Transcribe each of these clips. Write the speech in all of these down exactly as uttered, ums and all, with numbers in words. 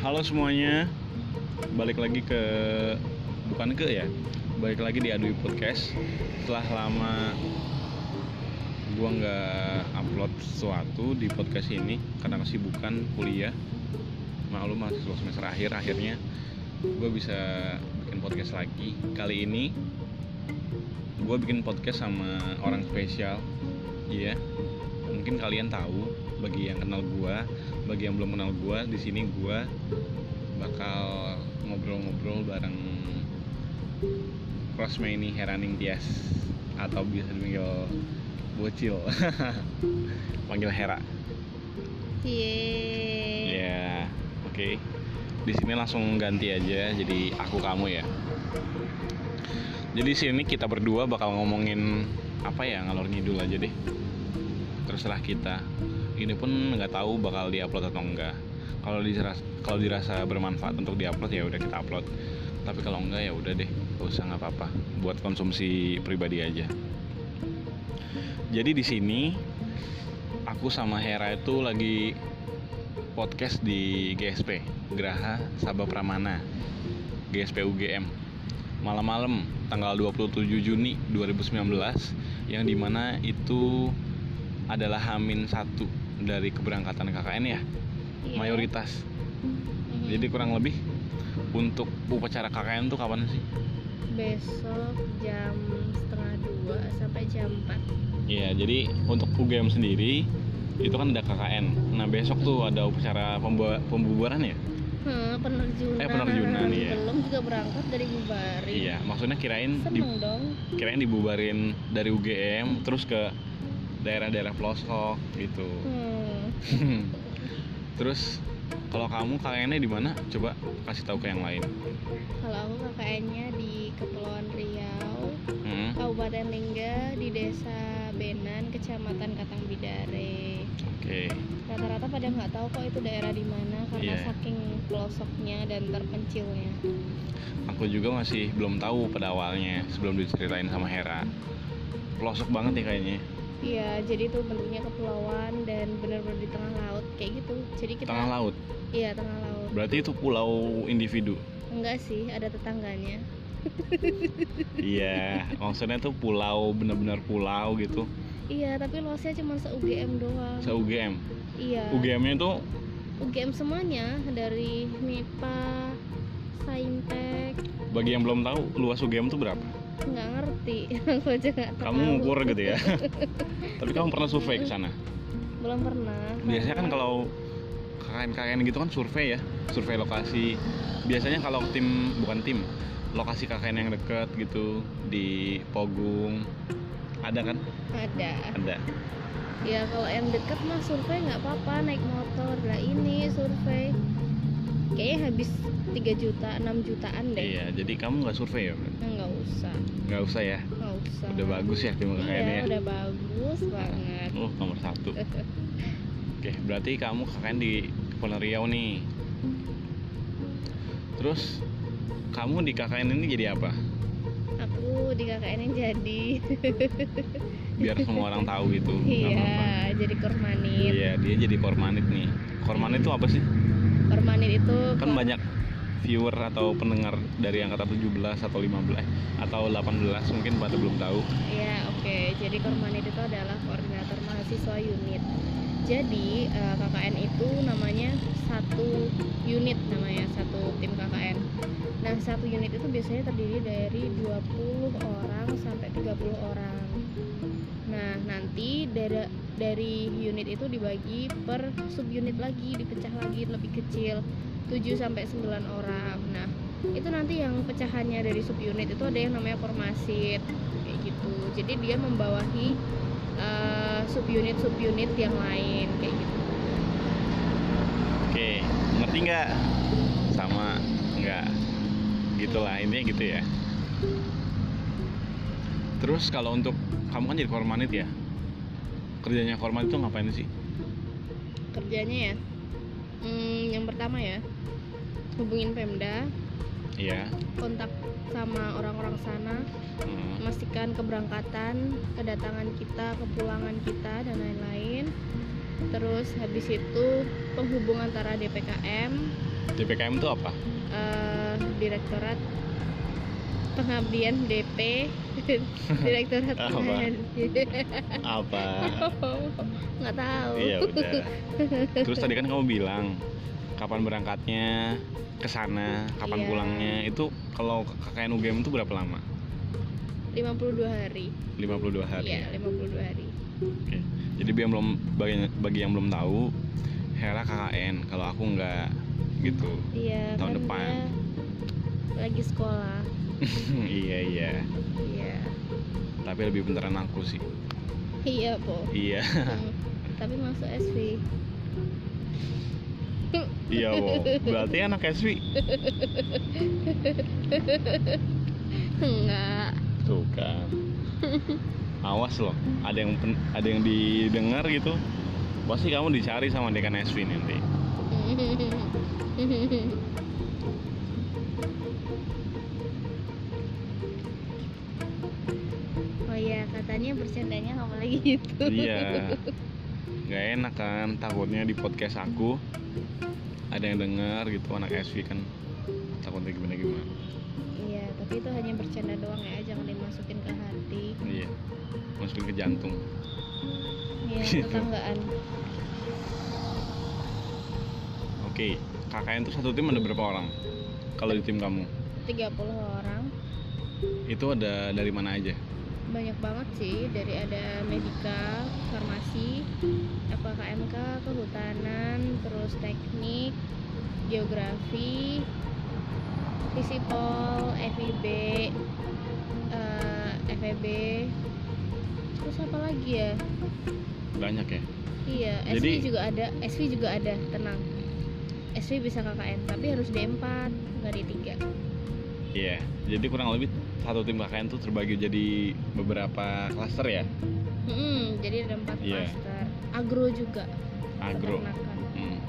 Halo semuanya, balik lagi ke bukan ke ya, balik lagi di Adui Podcast. Setelah lama gua nggak upload sesuatu di podcast ini karena kesibukan kuliah. Maklum masih semester akhir, akhirnya gua bisa bikin podcast lagi. Kali ini gua bikin podcast sama orang spesial. Iya, mungkin kalian tahu. Bagi yang kenal gua, bagi yang belum kenal gua, di sini gua bakal ngobrol-ngobrol bareng Rosmeni Heraning Tias atau biasa dipanggil Bocil. Panggil Hera. Yeay. Ya, oke. Okay. Di sini langsung ganti aja jadi aku kamu ya. Jadi sini kita berdua bakal ngomongin apa ya, ngalor ngidul aja deh. Terserah kita. Ini pun nggak tahu bakal diupload atau enggak. Kalau dirasa kalau dirasa bermanfaat untuk diupload ya udah kita upload. Tapi kalau enggak ya udah deh, nggak usah, nggak apa-apa. Buat konsumsi pribadi aja. Jadi di sini aku sama Hera itu lagi podcast di G S P, Geraha Sabah Pramana, G S P U G M. Malam-malam tanggal dua puluh tujuh Juni dua ribu sembilan belas, yang dimana itu adalah Hamin satu dari keberangkatan K K N ya, iya. Mayoritas. Mm-hmm. Jadi kurang lebih untuk upacara K K N tuh kapan sih? Besok jam setengah dua sampai jam empat. Iya, jadi untuk U G M sendiri itu kan ada K K N. Nah besok tuh ada upacara pembu- pembubaran ya? Hmm, penerjunan. Eh penerjunan ya. Belum juga berangkat dari bubarin. Iya, maksudnya kirain Seneng di, dong. Kirain dibubarin dari U G M terus ke daerah-daerah pelosok gitu. Hmm. Terus kalau kamu K K N-nya di mana? Coba kasih tahu ke yang lain. Kalau aku K K N-nya di Kepulauan Riau, hmm. Kabupaten Lingga, di Desa Benan, Kecamatan Katang Bidare. Oke. Okay. Rata-rata pada nggak tahu kok itu daerah di mana karena yeah. saking pelosoknya dan terpencilnya. Aku juga masih belum tahu pada awalnya sebelum diceritain sama Hera. Pelosok banget nih kayaknya. Iya, jadi itu bentuknya kepulauan dan benar-benar di tengah laut kayak gitu. Jadi kita tengah laut. Iya, tengah laut. Berarti itu pulau individu? Enggak sih, ada tetangganya. Iya, maksudnya tuh pulau, benar-benar pulau gitu. Iya, tapi luasnya cuma se-U G M doang. Se-U G M? Iya. U G M-nya tuh? U G M semuanya, dari M I P A, Saintek. Bagi yang belum tahu, luas U G M tuh berapa? Nggak ngerti, aku aja nggak tahu. Kamu ngukur gitu ya? Tapi kamu pernah survei ke sana? Belum pernah. Biasanya kan kalau K K N K K N gitu kan survei ya, survei lokasi. Biasanya kalau tim, bukan tim, lokasi K K N yang deket gitu di Pogung, ada kan? Ada. Ada. Ya kalau yang deket mah survei nggak apa-apa, naik motor. Lah ini survei kayaknya habis tiga juta, enam jutaan deh. Iya, jadi kamu nggak survei ya? Nggak usah. Nggak usah ya? Nggak usah. Udah bagus ya tim K K N iya, ya? udah bagus banget. Oh, nomor satu. Oke, berarti kamu K K N di Kepulauan Riau nih. Terus kamu di K K N ini jadi apa? Aku di K K N yang jadi biar semua orang tahu gitu. Iya, jadi kormanit. Iya, dia jadi kormanit nih. Kormanit itu apa sih? Kormanit itu kan kor- banyak viewer atau pendengar dari angkatan tujuh belas atau lima belas atau delapan belas mungkin pada belum tahu. Iya, oke. Okay. Jadi kormanit itu adalah koordinator mahasiswa unit. Jadi uh, K K N itu namanya satu unit, namanya satu tim K K N. Nah, satu unit itu biasanya terdiri dari dua puluh orang sampai tiga puluh orang. Nah, nanti dari dari unit itu dibagi per subunit lagi, dipecah lagi lebih kecil, tujuh sampai sembilan orang. Nah, itu nanti yang pecahannya dari subunit itu ada yang namanya formasit kayak gitu. Jadi dia membawahi uh, subunit-subunit yang lain kayak gitu. Oke, ngerti nggak? Sama nggak? Gitulah, intinya gitu ya. Terus kalau untuk kamu kan jadi kormanit ya, kerjanya kormanit itu ngapain sih? Kerjanya ya, hmm, yang pertama ya hubungin Pemda, iya. kontak sama orang-orang sana, hmm. memastikan keberangkatan, kedatangan kita, kepulangan kita dan lain-lain. Terus habis itu penghubung antara D P K M D P K M itu apa? Eh, Direktorat Pengabdian D P. Direktorat Apa? Pengabdian. Apa? Nggak tahu. Iya udah. Terus tadi kan kamu bilang kapan berangkatnya ke sana, kapan Iya. pulangnya. Itu kalau K K N U G M itu berapa lama? lima puluh dua hari. lima puluh dua hari. Iya, lima puluh dua hari. Oke. Jadi bagi yang belum bagi, bagi yang belum tahu, Hera K K N, kalau aku nggak gitu. Iya, Tahun kan depan. dia lagi sekolah. Iya iya. Iya. Tapi lebih beneran aku sih. Iya, Po. Iya. Hmm, tapi masuk S V. Iya, Wo. Berarti anak S V. Enggak. Tuh kan. Awas loh, ada yang pen- ada yang didengar gitu. Pasti kamu dicari sama dekan S V nanti. Oh iya, katanya bercandanya nggak boleh gitu. Iya. Gak enak kan, takutnya di podcast aku ada yang denger gitu, anak S V kan. Takutnya gimana-gimana. Iya, tapi itu hanya bercanda doang ya, jangan dimasukin ke hati. Iya. Masukin ke jantung. Iya, Gitu. tetanggaan. Oke, K K N itu satu tim ada berapa orang? Kalau di tim kamu? tiga puluh orang. Itu ada dari mana aja? Banyak banget sih, dari ada medika, farmasi, F K M K, kehutanan, terus teknik, geografi, Fisipol, F I B, eh, F E B, terus apa lagi ya? Banyak ya? Iya, S V Jadi- juga ada, S V juga ada, tenang. S V bisa K K N, tapi harus D empat, nggak D tiga. Iya. Jadi kurang lebih satu tim K K N itu terbagi jadi beberapa klaster ya? Hmm, jadi ada empat Iya. klaster. Agro juga. Agro. Peternakan. Hmm.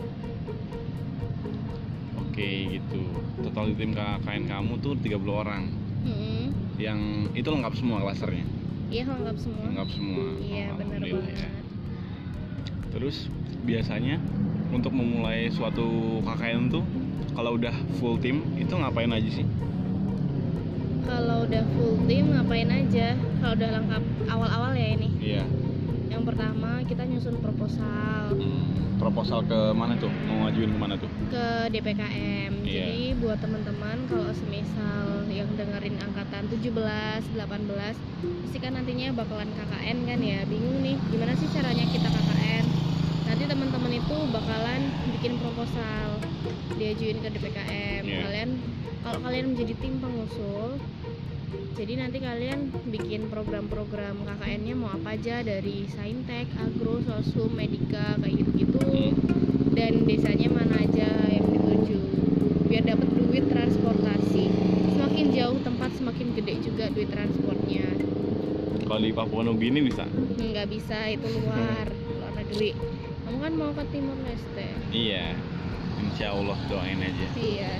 Oke gitu. Total di tim K K N kamu tuh tiga puluh orang. Hmm, Yang itu lengkap semua klasternya? iya lengkap semua. Lengkap semua. Iya, Oh, benar alhamdulillah banget. ya. Terus biasanya untuk memulai suatu K K N tuh kalau udah full tim itu ngapain aja sih? Kalau udah full tim ngapain aja? Kalau udah lengkap awal-awal ya ini. Iya. Yang pertama kita nyusun proposal Hmm, proposal ke mana tuh? Mau ngajuin ke mana tuh? ke D P K M. Iya. Jadi buat teman-teman kalau semisal yang dengerin angkatan tujuh belas, delapan belas, pasti kan nantinya bakalan K K N kan ya. Bingung nih gimana sih caranya kita K K N. Nanti teman-teman itu bakalan bikin proposal, diajuin ke D P K M. Iya. Kalian kalau kalian menjadi tim pengusul, jadi nanti kalian bikin program-program K K N-nya mau apa aja, dari Saintek, Agro, Sosum, Medika, kayak gitu-gitu. Hmm. Dan desanya mana aja yang dituju, biar dapat duit transportasi. Semakin jauh tempat semakin gede juga duit transportnya. Kalau di Papua Nugini bisa? Nggak bisa, itu luar luar negeri. Kamu kan mau ke Timor Leste. Iya. Insya Allah doain aja. Iya.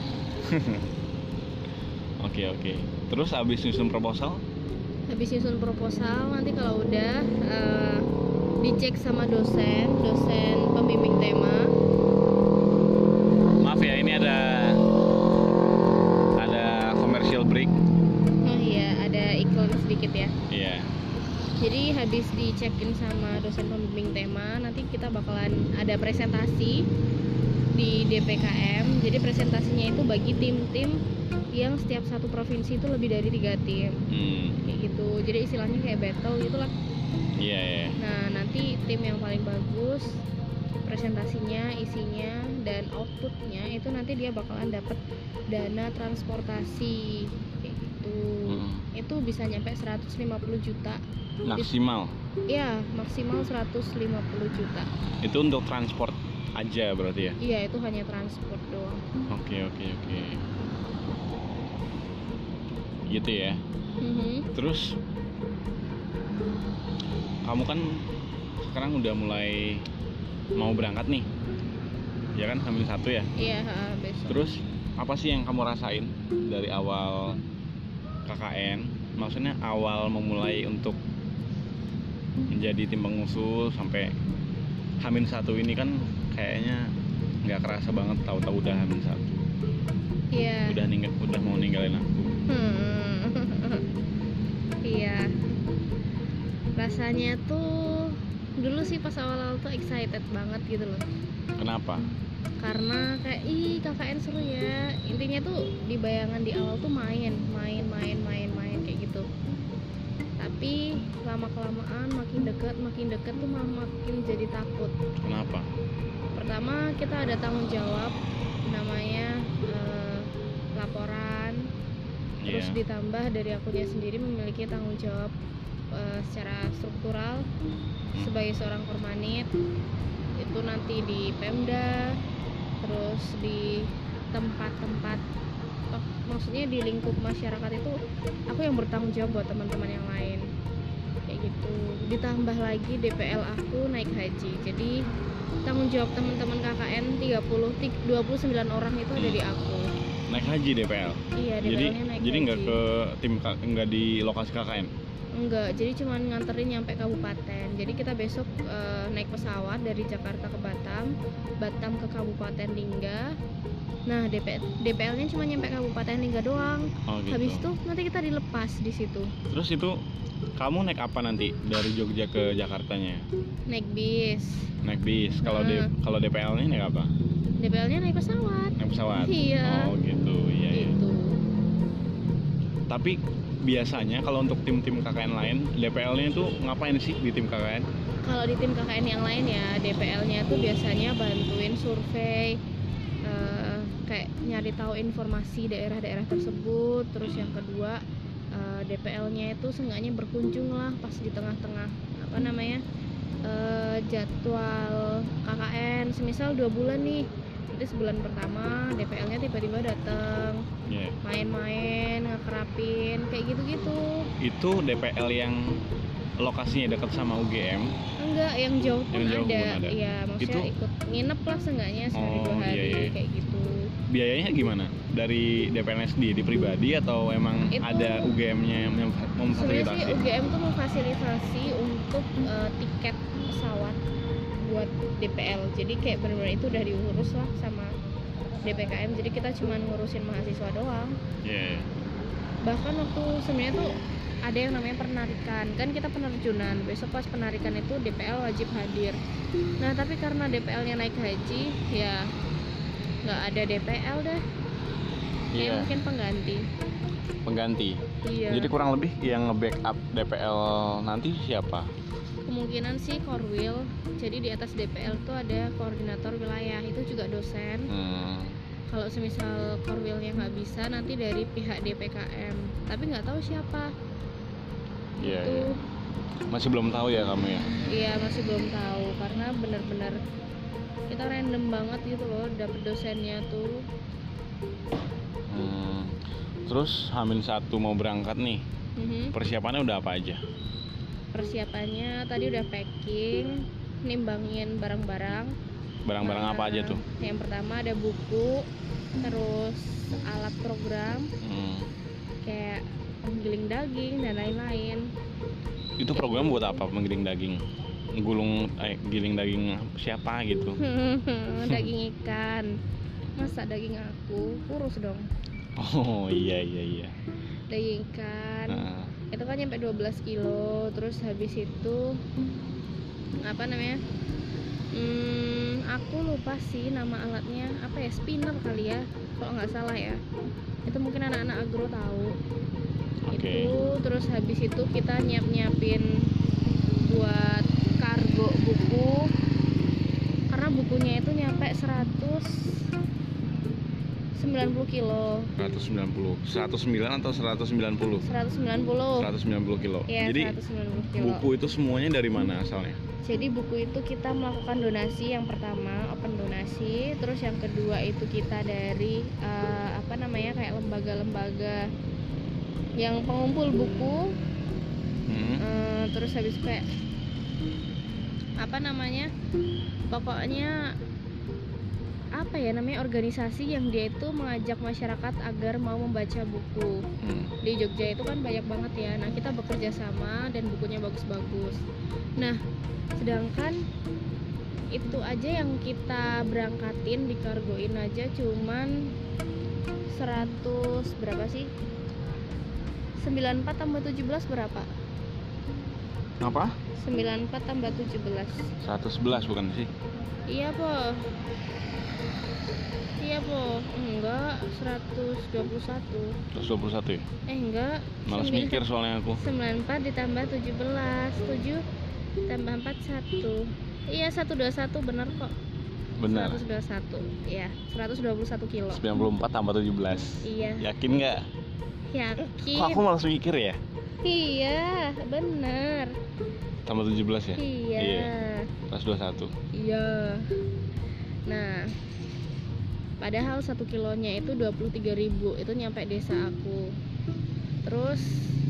Oke oke. Terus abis nyusun proposal? Habis nyusun proposal, nanti kalau udah eh, dicek sama dosen, dosen pembimbing tema. Maaf ya, ini ada ada commercial break. Oh iya, ada iklan sedikit ya. Iya. Jadi habis dicekin sama dosen pembimbing tema, nanti kita bakalan ada presentasi di D P K M. Jadi presentasinya itu bagi tim-tim yang setiap satu provinsi itu lebih dari tiga tim, Hmm. kayak gitu. Jadi istilahnya kayak battle gitulah. Iya iya. Nah, nanti tim yang paling bagus presentasinya, isinya, dan outputnya itu nanti dia bakalan dapat dana transportasi kayak gitu. Hmm. Itu bisa nyampe seratus lima puluh juta. Maksimal. Ya, maksimal seratus lima puluh juta. Itu untuk transport aja berarti ya? Iya, itu hanya transport doang. Oke oke oke. Gitu ya. Mhm. Terus kamu kan sekarang udah mulai mau berangkat nih, ya kan, hamil satu ya. Iya, ha, besok. Terus apa sih yang kamu rasain dari awal K K N? Maksudnya awal memulai untuk menjadi tim pengusul sampai hamil satu ini kan kayaknya nggak kerasa banget tahu-tahu udah hamil satu. Iya. Udah ning udah mau ninggalin aku. Hmm. Iya. Rasanya tuh dulu sih pas awal-awal tuh excited banget gitu loh. Kenapa? Karena kayak ih K K N seru ya. Intinya tuh di bayangan di awal tuh main, main, main, main, main kayak gitu. Tapi lama kelamaan makin deket, makin deket tuh malah makin jadi takut. Kenapa? Pertama kita ada tanggung jawab namanya eh, laporan. Terus Iya. ditambah dari akunya sendiri memiliki tanggung jawab eh, secara struktural Hmm. sebagai seorang kormanit. Itu nanti di Pemda, terus di tempat-tempat, oh, maksudnya di lingkup masyarakat itu aku yang bertanggung jawab buat teman-teman yang lain kayak gitu. Ditambah lagi D P L aku naik haji, jadi tanggung jawab teman-teman K K N tiga puluh, dua puluh sembilan orang itu ada di aku. Naik haji D P L. Iya, Jadi D P L-nya naik jadi haji. nggak ke tim K- nggak di lokasi K K N. Enggak, jadi cuma nganterin nyampe kabupaten. Jadi kita besok eh, naik pesawat dari Jakarta ke Batam, Batam ke Kabupaten Lingga. Nah, D P D-P-L-nya cuma nyampe Kabupaten Lingga doang. Oh gitu. Habis itu nanti kita dilepas di situ. Terus itu kamu naik apa nanti dari Jogja ke Jakartanya? Naik bis. Naik bis. Kalau D- Hmm. kalau D P L-nya naik apa? D-P-L-nya naik pesawat. Naik pesawat. Iya. Oh gitu. Iya iya. Gitu. Tapi biasanya kalau untuk tim-tim K K N lain, D P L-nya itu ngapain sih di tim K K N? Kalau di tim K K N yang lain ya, D-P-L-nya tuh biasanya bantuin survei, eh, kayak nyari tahu informasi daerah-daerah tersebut. Terus yang kedua, eh, D P L-nya itu seenggaknya berkunjung lah pas di tengah-tengah apa namanya eh, jadwal K K N. Semisal dua bulan nih, nanti sebulan pertama D P L-nya tiba-tiba datang, Iya. main-main, ngekerapin, kayak gitu-gitu. Itu D P L yang lokasinya dekat sama U G M. Enggak, yang jauh pun Yang jauh ada. pun ada. Iya, maksudnya Itu- ikut nginep lah seenggaknya sehari Oh, dua hari iya, iya. kayak gitu. Biayanya gimana? Dari D P L-nya sendiri pribadi atau emang Itu- ada U G M-nya yang mem- Sebenarnya sih memfasilitasi? U G M tuh memfasilitasi untuk eh, tiket pesawat buat D P L. Jadi kayak benar-benar itu udah diurus lah sama D P K M. Jadi kita cuma ngurusin mahasiswa doang. Iya. Bahkan waktu sebenarnya tuh ada yang namanya penarikan, kan kita penerjunan, besok pas penarikan itu D P L wajib hadir. Nah tapi karena D P L-nya naik haji, ya nggak ada D P L deh. Kayak Iya. mungkin pengganti. Pengganti. Iya. Jadi kurang lebih yang nge-backup D P L nanti siapa? Kemungkinan sih Korwil. Jadi di atas D P L tuh ada koordinator wilayah, itu juga dosen. Hmm. Kalau semisal Korwilnya nggak bisa, nanti dari pihak D P K M. Tapi nggak tahu siapa. Iya, Itu iya. Masih belum tahu ya kamu ya? iya masih belum tahu karena benar-benar kita random banget gitu loh dapet dosennya tuh. Hmm. Terus Hamin satu mau berangkat nih, Mhm. persiapannya udah apa aja? Persiapannya tadi udah packing, nimbangin barang-barang. Barang-barang apa aja Nah, tuh? Yang pertama ada buku, terus alat program Hmm. kayak penggiling daging dan lain-lain. Itu program buat apa? Menggiling daging, gulung, eh, giling daging siapa gitu? Daging ikan. Masa daging aku kurus dong. Oh iya iya iya. Daging ikan. Nah, Itu kan nyampe dua belas kilo. Terus habis itu apa namanya? Hmm, aku lupa sih nama alatnya apa ya, spinner kali ya kalau nggak salah ya. Itu mungkin anak-anak agro tahu. Oke. Itu terus habis itu kita nyiap-nyiapin buat kargo buku, karena bukunya itu nyampe seratus sembilan puluh kilo. seratus sembilan puluh, seratus sembilan atau seratus sembilan puluh? seratus sembilan puluh. seratus sembilan puluh kilo. Iya, Jadi seratus sembilan puluh kilo. buku itu semuanya dari mana asalnya? Jadi buku itu kita melakukan donasi, yang pertama open donasi, terus yang kedua itu kita dari eh, apa namanya kayak lembaga-lembaga yang pengumpul buku, Hmm. eh, terus habis itu kayak apa namanya, pokoknya apa ya namanya organisasi yang dia itu mengajak masyarakat agar mau membaca buku. Hmm. Di Jogja itu kan banyak banget ya. Nah kita bekerja sama dan bukunya bagus-bagus. Nah sedangkan itu aja yang kita berangkatin dikargoin aja cuman seratus berapa sih? sembilan puluh empat tambah tujuh belas berapa? Apa? sembilan puluh empat tambah tujuh belas. seratus sebelas bukan sih? Iya, Po. Iya, Po. Enggak, seratus dua puluh satu. seratus dua puluh satu ya? Eh, enggak. Malas sembilan- mikir soalnya aku. sembilan puluh empat ditambah tujuh belas. tujuh tambah empat satu. Iya, seratus dua puluh satu bener kok. Benar. seratus dua puluh satu. Iya, seratus dua puluh satu kilo. sembilan puluh empat tambah tujuh belas. Iya. Yakin nggak? Yakin? Kok aku malas mikir ya? Iya, bener. Tambah tujuh belas ya? Iya. seratus dua puluh satu. Iya. Nah, padahal satu kilonya itu dua puluh tiga ribu, itu nyampe desa aku. Terus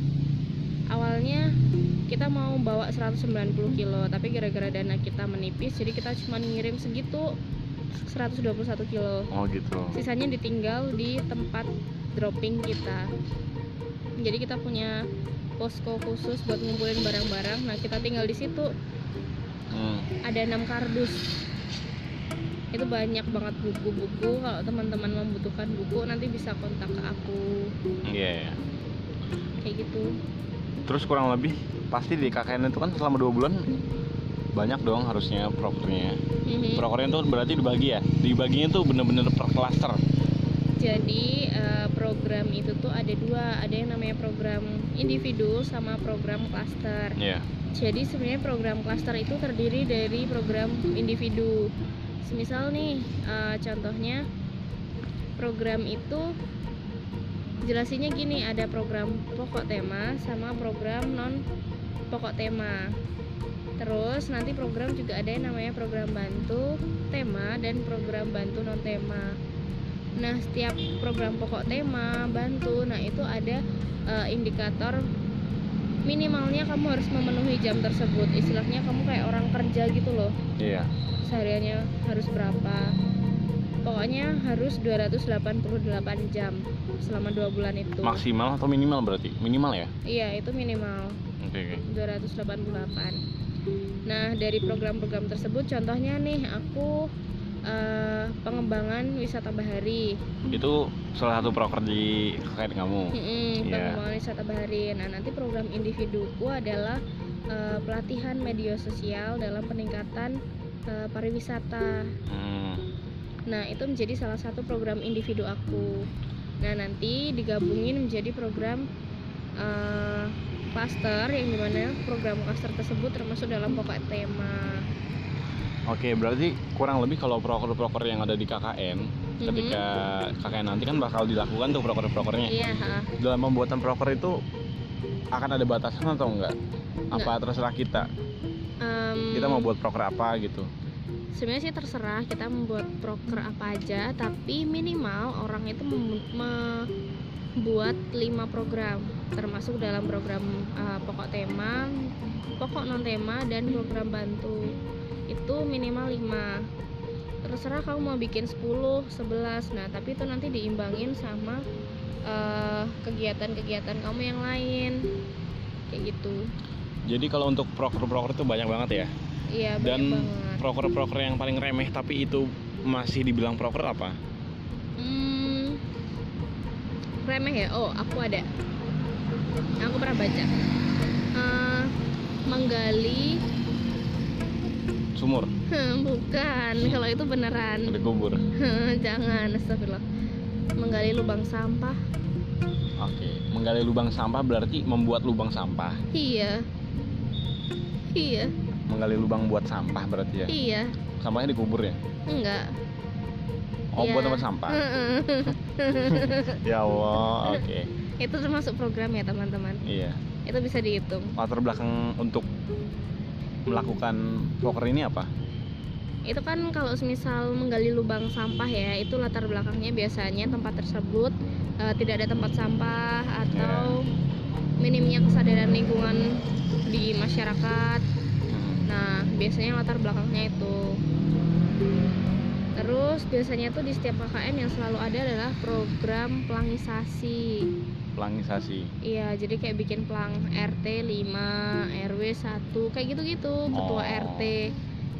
awalnya kita mau bawa seratus sembilan puluh kilo, tapi gara-gara dana kita menipis, jadi kita cuma ngirim segitu, seratus dua puluh satu kilo. Oh gitu. Sisanya ditinggal di tempat dropping kita. Jadi kita punya posko khusus buat ngumpulin barang-barang. Nah, kita tinggal di situ. Hmm. Ada enam kardus. Itu banyak banget buku-buku. Kalau teman-teman membutuhkan buku, nanti bisa kontak ke aku. Iya. Yeah. Kayak gitu. Terus kurang lebih pasti di K K N itu kan selama dua bulan banyak dong harusnya prokernya. Mhm. Prokernya itu berarti dibagi ya? Dibaginya tuh bener-bener per klaster. Jadi eh, program itu tuh ada dua, ada yang namanya program individu sama program klaster. Iya. Jadi sebenarnya program klaster itu terdiri dari program individu. Semisal nih, eh, contohnya program itu jelasinnya gini, ada program pokok tema sama program non pokok tema. Terus nanti program juga ada yang namanya program bantu tema dan program bantu non tema. Nah, setiap program pokok tema, bantu, nah itu ada uh, indikator minimalnya kamu harus memenuhi jam tersebut. Istilahnya kamu kayak orang kerja gitu loh. Iya. Sehariannya harus berapa? Pokoknya harus dua ratus delapan puluh delapan jam selama dua bulan itu. Maksimal atau minimal berarti? Minimal ya? Iya, itu minimal Oke, oke. dua ratus delapan puluh delapan. Nah, dari program-program tersebut contohnya nih aku Uh, pengembangan wisata bahari. Itu salah satu proker di K K N kamu. Mm-mm, Iya. pengembangan wisata bahari. Nah, nanti program individuku adalah uh, pelatihan media sosial dalam peningkatan uh, pariwisata. Hmm. Nah, itu menjadi salah satu program individu aku. Nah, nanti digabungin menjadi program uh, cluster, yang dimana program cluster tersebut termasuk dalam pokok tema. Oke, berarti kurang lebih kalau proker-proker yang ada di K K N, Mhm. ketika K K N nanti kan bakal dilakukan tuh proker-prokernya. Iya, ha. Dalam pembuatan proker itu akan ada batasan atau enggak? Apa terserah kita? Um, Kita mau buat proker apa gitu? Sebenarnya sih terserah kita membuat proker apa aja, tapi minimal orang itu mem- membuat lima program, termasuk dalam program uh, pokok tema, pokok non tema, dan program bantu. Itu minimal lima. Terserah kamu mau bikin sepuluh, sebelas. Nah, tapi itu nanti diimbangin sama uh, kegiatan-kegiatan kamu yang lain. Kayak gitu. Jadi kalau untuk proker-proker itu banyak banget ya? Iya, banyak Dan banget. proker-proker yang paling remeh tapi itu masih dibilang proker apa? Hmm, remeh ya? Oh, aku ada. Aku pernah baca. Eh, menggali Sumur, Hmm, bukan, kalau itu beneran. ada kubur. Jangan, astagfirullah. Menggali lubang sampah. Oke, menggali lubang sampah berarti membuat lubang sampah. Iya. Iya, Menggali lubang buat sampah berarti ya. iya. Sampahnya dikubur ya? Enggak. Oh, Iya. buat tempat sampah. Ya Allah, oke. Itu termasuk program ya, teman-teman. Iya. Itu bisa dihitung. Latar belakang untuk melakukan proker ini apa? Itu kan kalau semisal menggali lubang sampah ya, itu latar belakangnya biasanya tempat tersebut uh, tidak ada tempat sampah atau minimnya kesadaran lingkungan di masyarakat. Hmm. Nah, biasanya latar belakangnya itu. Terus biasanya tuh di setiap K K N yang selalu ada adalah program pelangisasi. Pelangisasi. Iya, jadi kayak bikin pelang R T lima, R W satu, kayak gitu-gitu, ketua Oh. R T.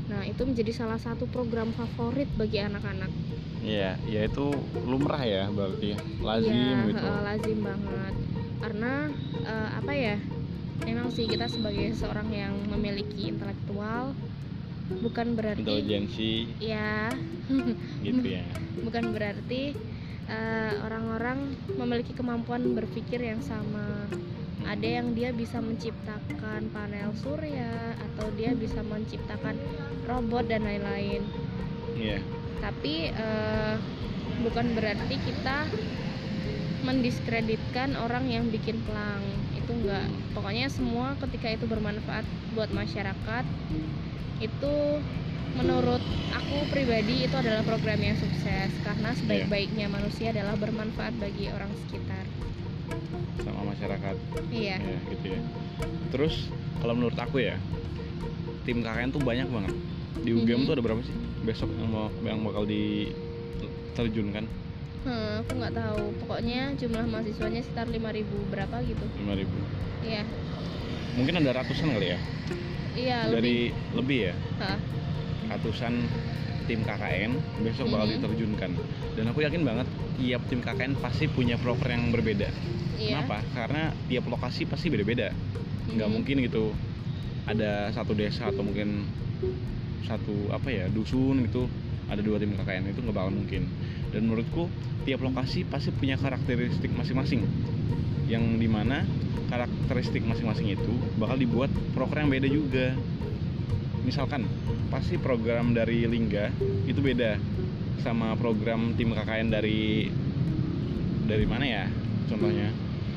Nah, itu menjadi salah satu program favorit bagi anak-anak. Iya, ya itu lumrah ya berarti, lazim ya, gitu. uh, lazim banget. Karena uh, apa ya? Memang sih kita sebagai seorang yang memiliki intelektual bukan berarti Intelijensi ya gitu ya. bukan berarti uh, orang-orang memiliki kemampuan berpikir yang sama. Ada yang dia bisa menciptakan panel surya atau dia bisa menciptakan robot dan lain-lain. Iya. Tapi uh, bukan berarti kita mendiskreditkan orang yang bikin pelang. Itu enggak. Pokoknya semua ketika itu bermanfaat buat masyarakat, itu menurut aku pribadi itu adalah program yang sukses. Karena sebaik-baiknya manusia adalah bermanfaat bagi orang sekitar sama masyarakat. Iya. Ya, gitu ya. Terus kalau menurut aku ya, tim K K N tuh banyak banget. Di U G M Mhm. tuh ada berapa sih besok yang mau yang bakal diterjunkan? Hmm, aku nggak tahu. Pokoknya jumlah mahasiswanya sekitar lima ribu berapa gitu. lima ribu. Iya. Mungkin ada ratusan kali ya? Iya, Dari lebih. lebih ya? Hah. Ratusan tim K K N besok bakal Mhm. diterjunkan. Dan aku yakin banget tiap tim K K N pasti punya proker yang berbeda. Iya. Kenapa? Karena tiap lokasi pasti beda-beda. Nggak Mhm. mungkin gitu ada satu desa atau mungkin satu apa ya dusun gitu ada dua tim K K N, itu nggak bakal mungkin. Dan menurutku tiap lokasi pasti punya karakteristik masing-masing, yang dimana karakteristik masing-masing itu bakal dibuat proker yang beda juga. Misalkan pasti program dari Lingga itu beda sama program tim K K N dari dari mana ya, contohnya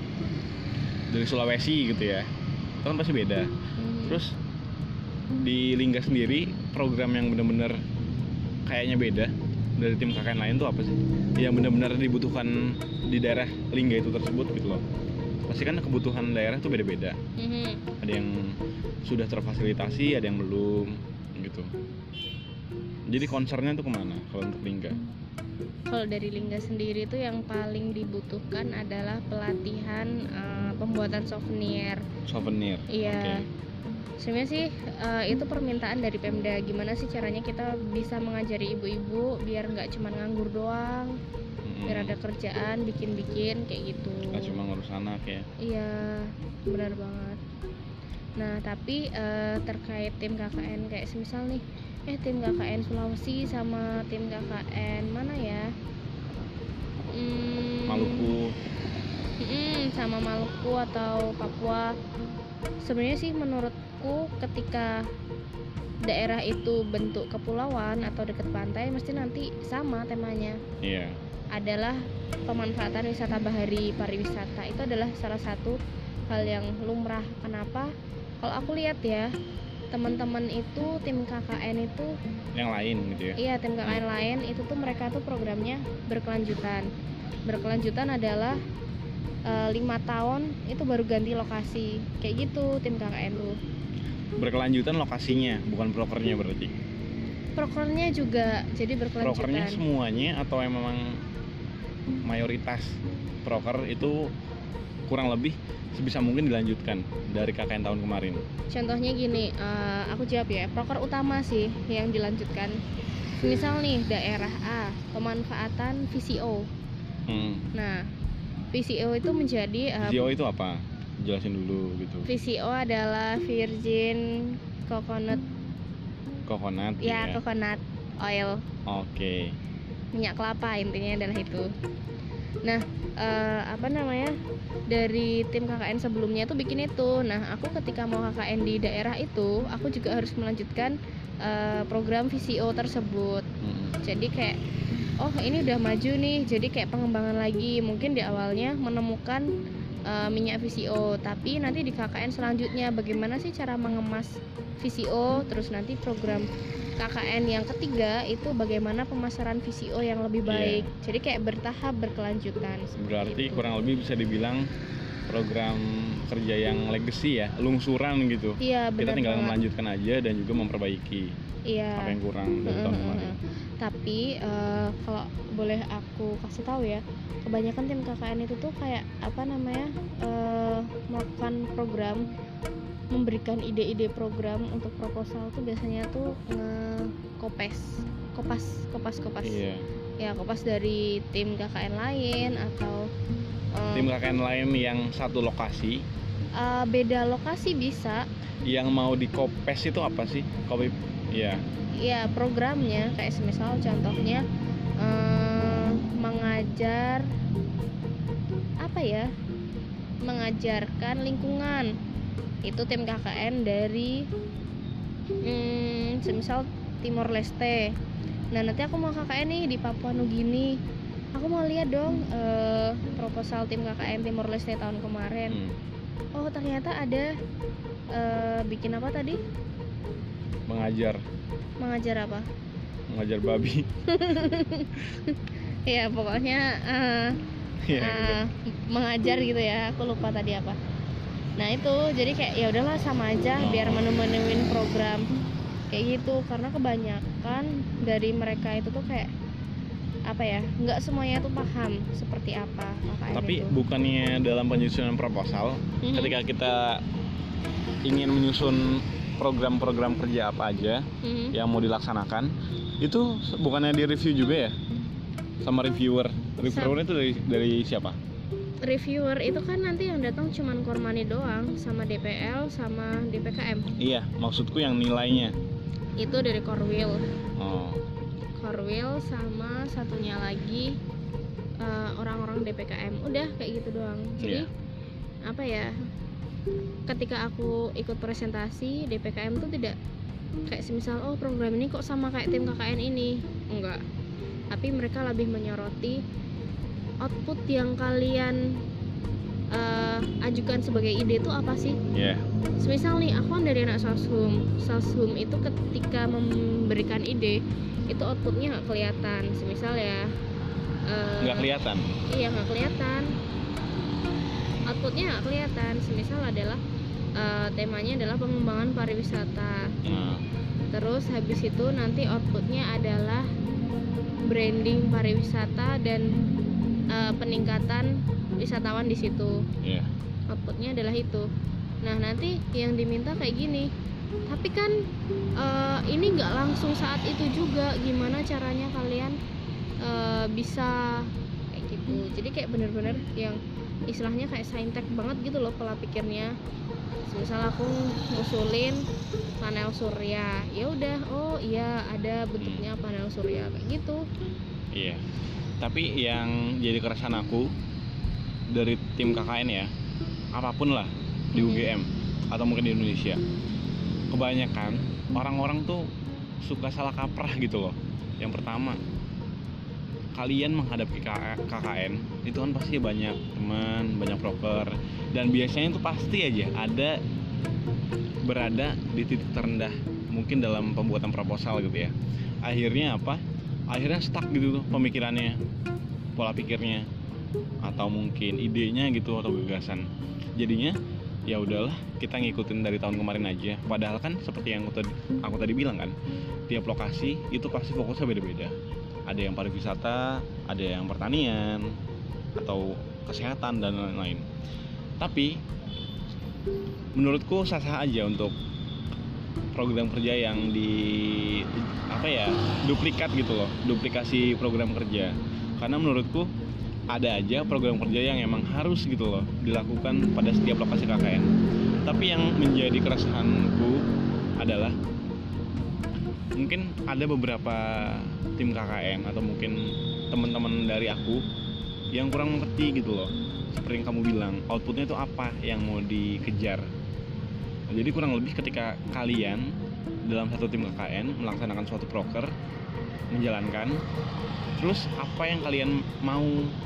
dari Sulawesi gitu ya, itu kan pasti beda. Mhm. Terus di Lingga sendiri program yang benar-benar kayaknya beda dari tim K K N lain tuh apa sih? Yang benar-benar dibutuhkan di daerah Lingga itu tersebut gitu loh. Pasti kan kebutuhan daerah tuh beda-beda. Mhm. Ada yang sudah terfasilitasi, ada yang belum gitu. Jadi concernnya tuh kemana kalau untuk Lingga? Kalau dari Lingga sendiri tuh yang paling dibutuhkan adalah pelatihan uh, pembuatan souvenir. Souvenir. Iya. Oke. Sebenarnya sih uh, itu permintaan dari Pemda. Gimana sih caranya kita bisa mengajari ibu-ibu biar nggak cuma nganggur doang, Mm-mm. biar ada kerjaan, bikin-bikin kayak gitu. Nggak cuma ngurus anak ya. Iya, benar banget. Nah, tapi uh, terkait tim K K N kayak semisal nih, eh tim K K N Sulawesi sama tim K K N mana ya? Hmm, Maluku. mm, sama Maluku atau Papua. Sebenarnya sih menurutku ketika daerah itu bentuk kepulauan atau dekat pantai mesti nanti sama temanya. Iya. Adalah pemanfaatan wisata bahari, pariwisata. Itu adalah salah satu hal yang lumrah. Kenapa? Kalau aku lihat ya, teman-teman itu tim K K N itu Yang lain gitu ya. iya tim K K N lain itu tuh mereka tuh programnya berkelanjutan. Berkelanjutan adalah uh, lima tahun itu baru ganti lokasi. Kayak gitu tim K K N tuh. Berkelanjutan lokasinya, bukan prokernya berarti. Prokernya juga jadi berkelanjutan. Prokernya semuanya atau yang memang mayoritas proker itu kurang lebih sebisa mungkin dilanjutkan dari K K N tahun kemarin. Contohnya gini, uh, aku jawab ya. Proker utama sih yang dilanjutkan. Misal nih daerah A, pemanfaatan V C O. Hmm. Nah, V C O itu menjadi uh, V C O itu apa? Jelasin dulu gitu. V C O adalah virgin coconut Coconut. ya, coconut oil, Oke. minyak kelapa, intinya adalah itu. Nah, eh, apa namanya, dari tim K K N sebelumnya tuh bikin itu. Nah, aku ketika mau K K N di daerah itu, aku juga harus melanjutkan eh, program V C O tersebut. Hmm. Jadi kayak, oh ini udah maju nih, jadi kayak pengembangan lagi. Mungkin di awalnya menemukan eh, minyak V C O, tapi nanti di K K N selanjutnya bagaimana sih cara mengemas V C O, terus nanti program K K N yang ketiga itu bagaimana pemasaran V C O yang lebih baik. Iya. Jadi kayak bertahap berkelanjutan. Berarti gitu. kurang lebih bisa dibilang program kerja yang legacy ya, lungsuran gitu. Iya, Kita benar tinggal banget. melanjutkan aja dan juga memperbaiki Iya. apa yang kurang dari tahun kemarin. Tapi eh, kalau boleh aku kasih tahu ya, kebanyakan tim K K N itu tuh kayak apa namanya, eh, melakukan program memberikan ide-ide program untuk proposal tuh biasanya tuh ngekopes kopas kopas kopas Iya. ya kopas dari tim K K N lain atau um, Tim K K N lain yang satu lokasi uh, beda lokasi bisa. yang mau di kopes itu apa sih? Copy. Iya. Ya programnya kayak semisal contohnya um, mengajar apa ya mengajarkan lingkungan, itu tim K K N dari hmm, semisal Timor Leste. Nah nanti aku mau K K N nih di Papua Nugini, aku mau lihat dong eh, proposal tim K K N Timor Leste tahun kemarin. Hmm. Oh ternyata ada eh, bikin apa tadi? Mengajar. Mengajar apa? Mengajar babi. Ya pokoknya eh, Iya. uh, mengajar gitu ya, aku lupa tadi apa. Nah itu jadi kayak ya udahlah sama aja biar menu-menuin program kayak gitu, karena kebanyakan dari mereka itu tuh kayak apa ya, nggak semuanya tuh paham seperti apa K K N Tapi itu. bukannya dalam penyusunan proposal, Mhm. ketika kita ingin menyusun program-program kerja apa aja Mhm. yang mau dilaksanakan, itu bukannya di review juga ya sama reviewer? Reviewer itu dari dari siapa? Reviewer itu kan nanti yang datang cuman Kormani doang sama D P L sama D P K M. Iya, maksudku yang nilainya. Itu dari Korwil. Oh. Korwil sama satunya lagi eh, orang-orang D P K M. Udah kayak gitu doang. Jadi Iya. apa ya? Ketika aku ikut presentasi D P K M tuh tidak kayak semisal oh program ini kok sama kayak tim K K N ini. Enggak. Tapi mereka lebih menyoroti output yang kalian uh, ajukan sebagai ide itu apa sih? Iya. Semisal nih aku kan dari anak Sashum. Sashum itu ketika memberikan ide itu outputnya nggak kelihatan. Semisal ya uh, Nggak kelihatan. Iya nggak kelihatan. Outputnya nggak kelihatan. Semisal adalah uh, temanya adalah pengembangan pariwisata. Nah, Terus habis itu nanti outputnya adalah branding pariwisata dan uh, peningkatan wisatawan di situ. iya. Outputnya adalah itu. Nah nanti yang diminta kayak gini. Tapi kan uh, ini nggak langsung saat itu juga. Gimana caranya kalian uh, bisa kayak gitu. Jadi kayak bener-bener yang istilahnya kayak saintek banget gitu loh pola pikirnya. Misal aku ngusulin panel surya, ya udah, oh iya ada bentuknya panel surya kayak gitu. Iya. Tapi yang jadi keresahan aku dari tim K K N ya, apapun lah di U G M atau mungkin di Indonesia, kebanyakan orang-orang tuh suka salah kaprah gitu loh. Yang pertama, kalian menghadapi K K N itu kan pasti banyak teman, banyak broker, dan biasanya itu pasti aja ada berada di titik terendah mungkin dalam pembuatan proposal gitu ya. Akhirnya apa? Akhirnya stuck gitu tuh pemikirannya, pola pikirnya, atau mungkin idenya gitu atau gagasan. Jadinya ya udahlah kita ngikutin dari tahun kemarin aja. Padahal kan seperti yang aku tadi, aku tadi bilang kan, tiap lokasi itu pasti fokusnya beda-beda. Ada yang pariwisata, ada yang pertanian, atau kesehatan dan lain-lain. Tapi menurutku sah-sah aja untuk program kerja yang di apa ya duplikat gitu loh, duplikasi program kerja. Karena menurutku ada aja program kerja yang emang harus gitu loh dilakukan pada setiap lokasi K K N. Tapi yang menjadi keresahanku adalah mungkin ada beberapa tim K K N atau mungkin teman-teman dari aku yang kurang mengerti gitu loh. Seperti yang kamu bilang, outputnya itu apa yang mau dikejar. Nah, jadi kurang lebih ketika kalian dalam satu tim K K N melaksanakan suatu proker, menjalankan, terus apa yang kalian mau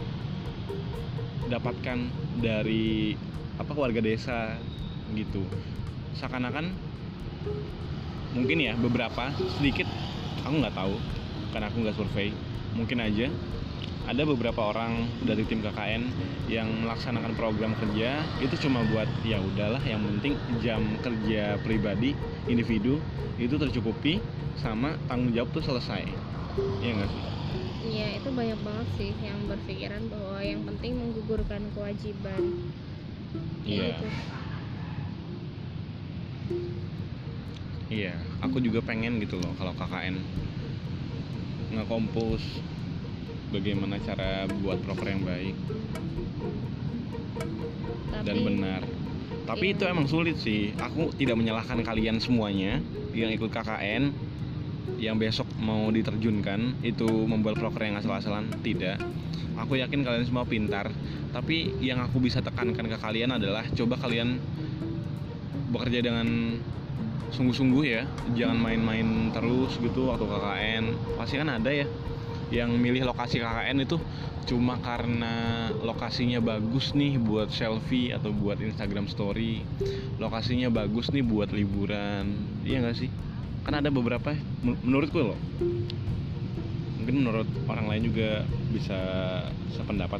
dapatkan dari apa warga desa gitu. Seakan-akan mungkin ya beberapa sedikit, aku nggak tahu karena aku nggak survei, mungkin aja ada beberapa orang dari tim K K N yang melaksanakan program kerja itu cuma buat ya udahlah yang penting jam kerja pribadi individu itu tercukupi sama tanggung jawab tuh selesai. Iya nggak sih? Iya itu banyak banget sih yang berpikiran bahwa yang penting menggugurkan kewajiban. Iya. Gitu. Iya, aku juga pengen gitu loh kalau K K N nge-compose bagaimana cara buat proker yang baik Tapi dan benar. Tapi iya. itu emang sulit sih. Aku tidak menyalahkan kalian semuanya yang ikut K K N, yang besok mau diterjunkan itu membuat proker yang asal-asalan. Tidak. Aku yakin kalian semua pintar. Tapi yang aku bisa tekankan ke kalian adalah coba kalian bekerja dengan sungguh-sungguh ya. Jangan main-main terus gitu waktu K K N. Pasti kan ada ya yang milih lokasi K K N itu cuma karena lokasinya bagus nih buat selfie atau buat Instagram story, lokasinya bagus nih buat liburan, iya nggak sih? Kan ada beberapa, menurutku loh, mungkin menurut orang lain juga bisa sependapat.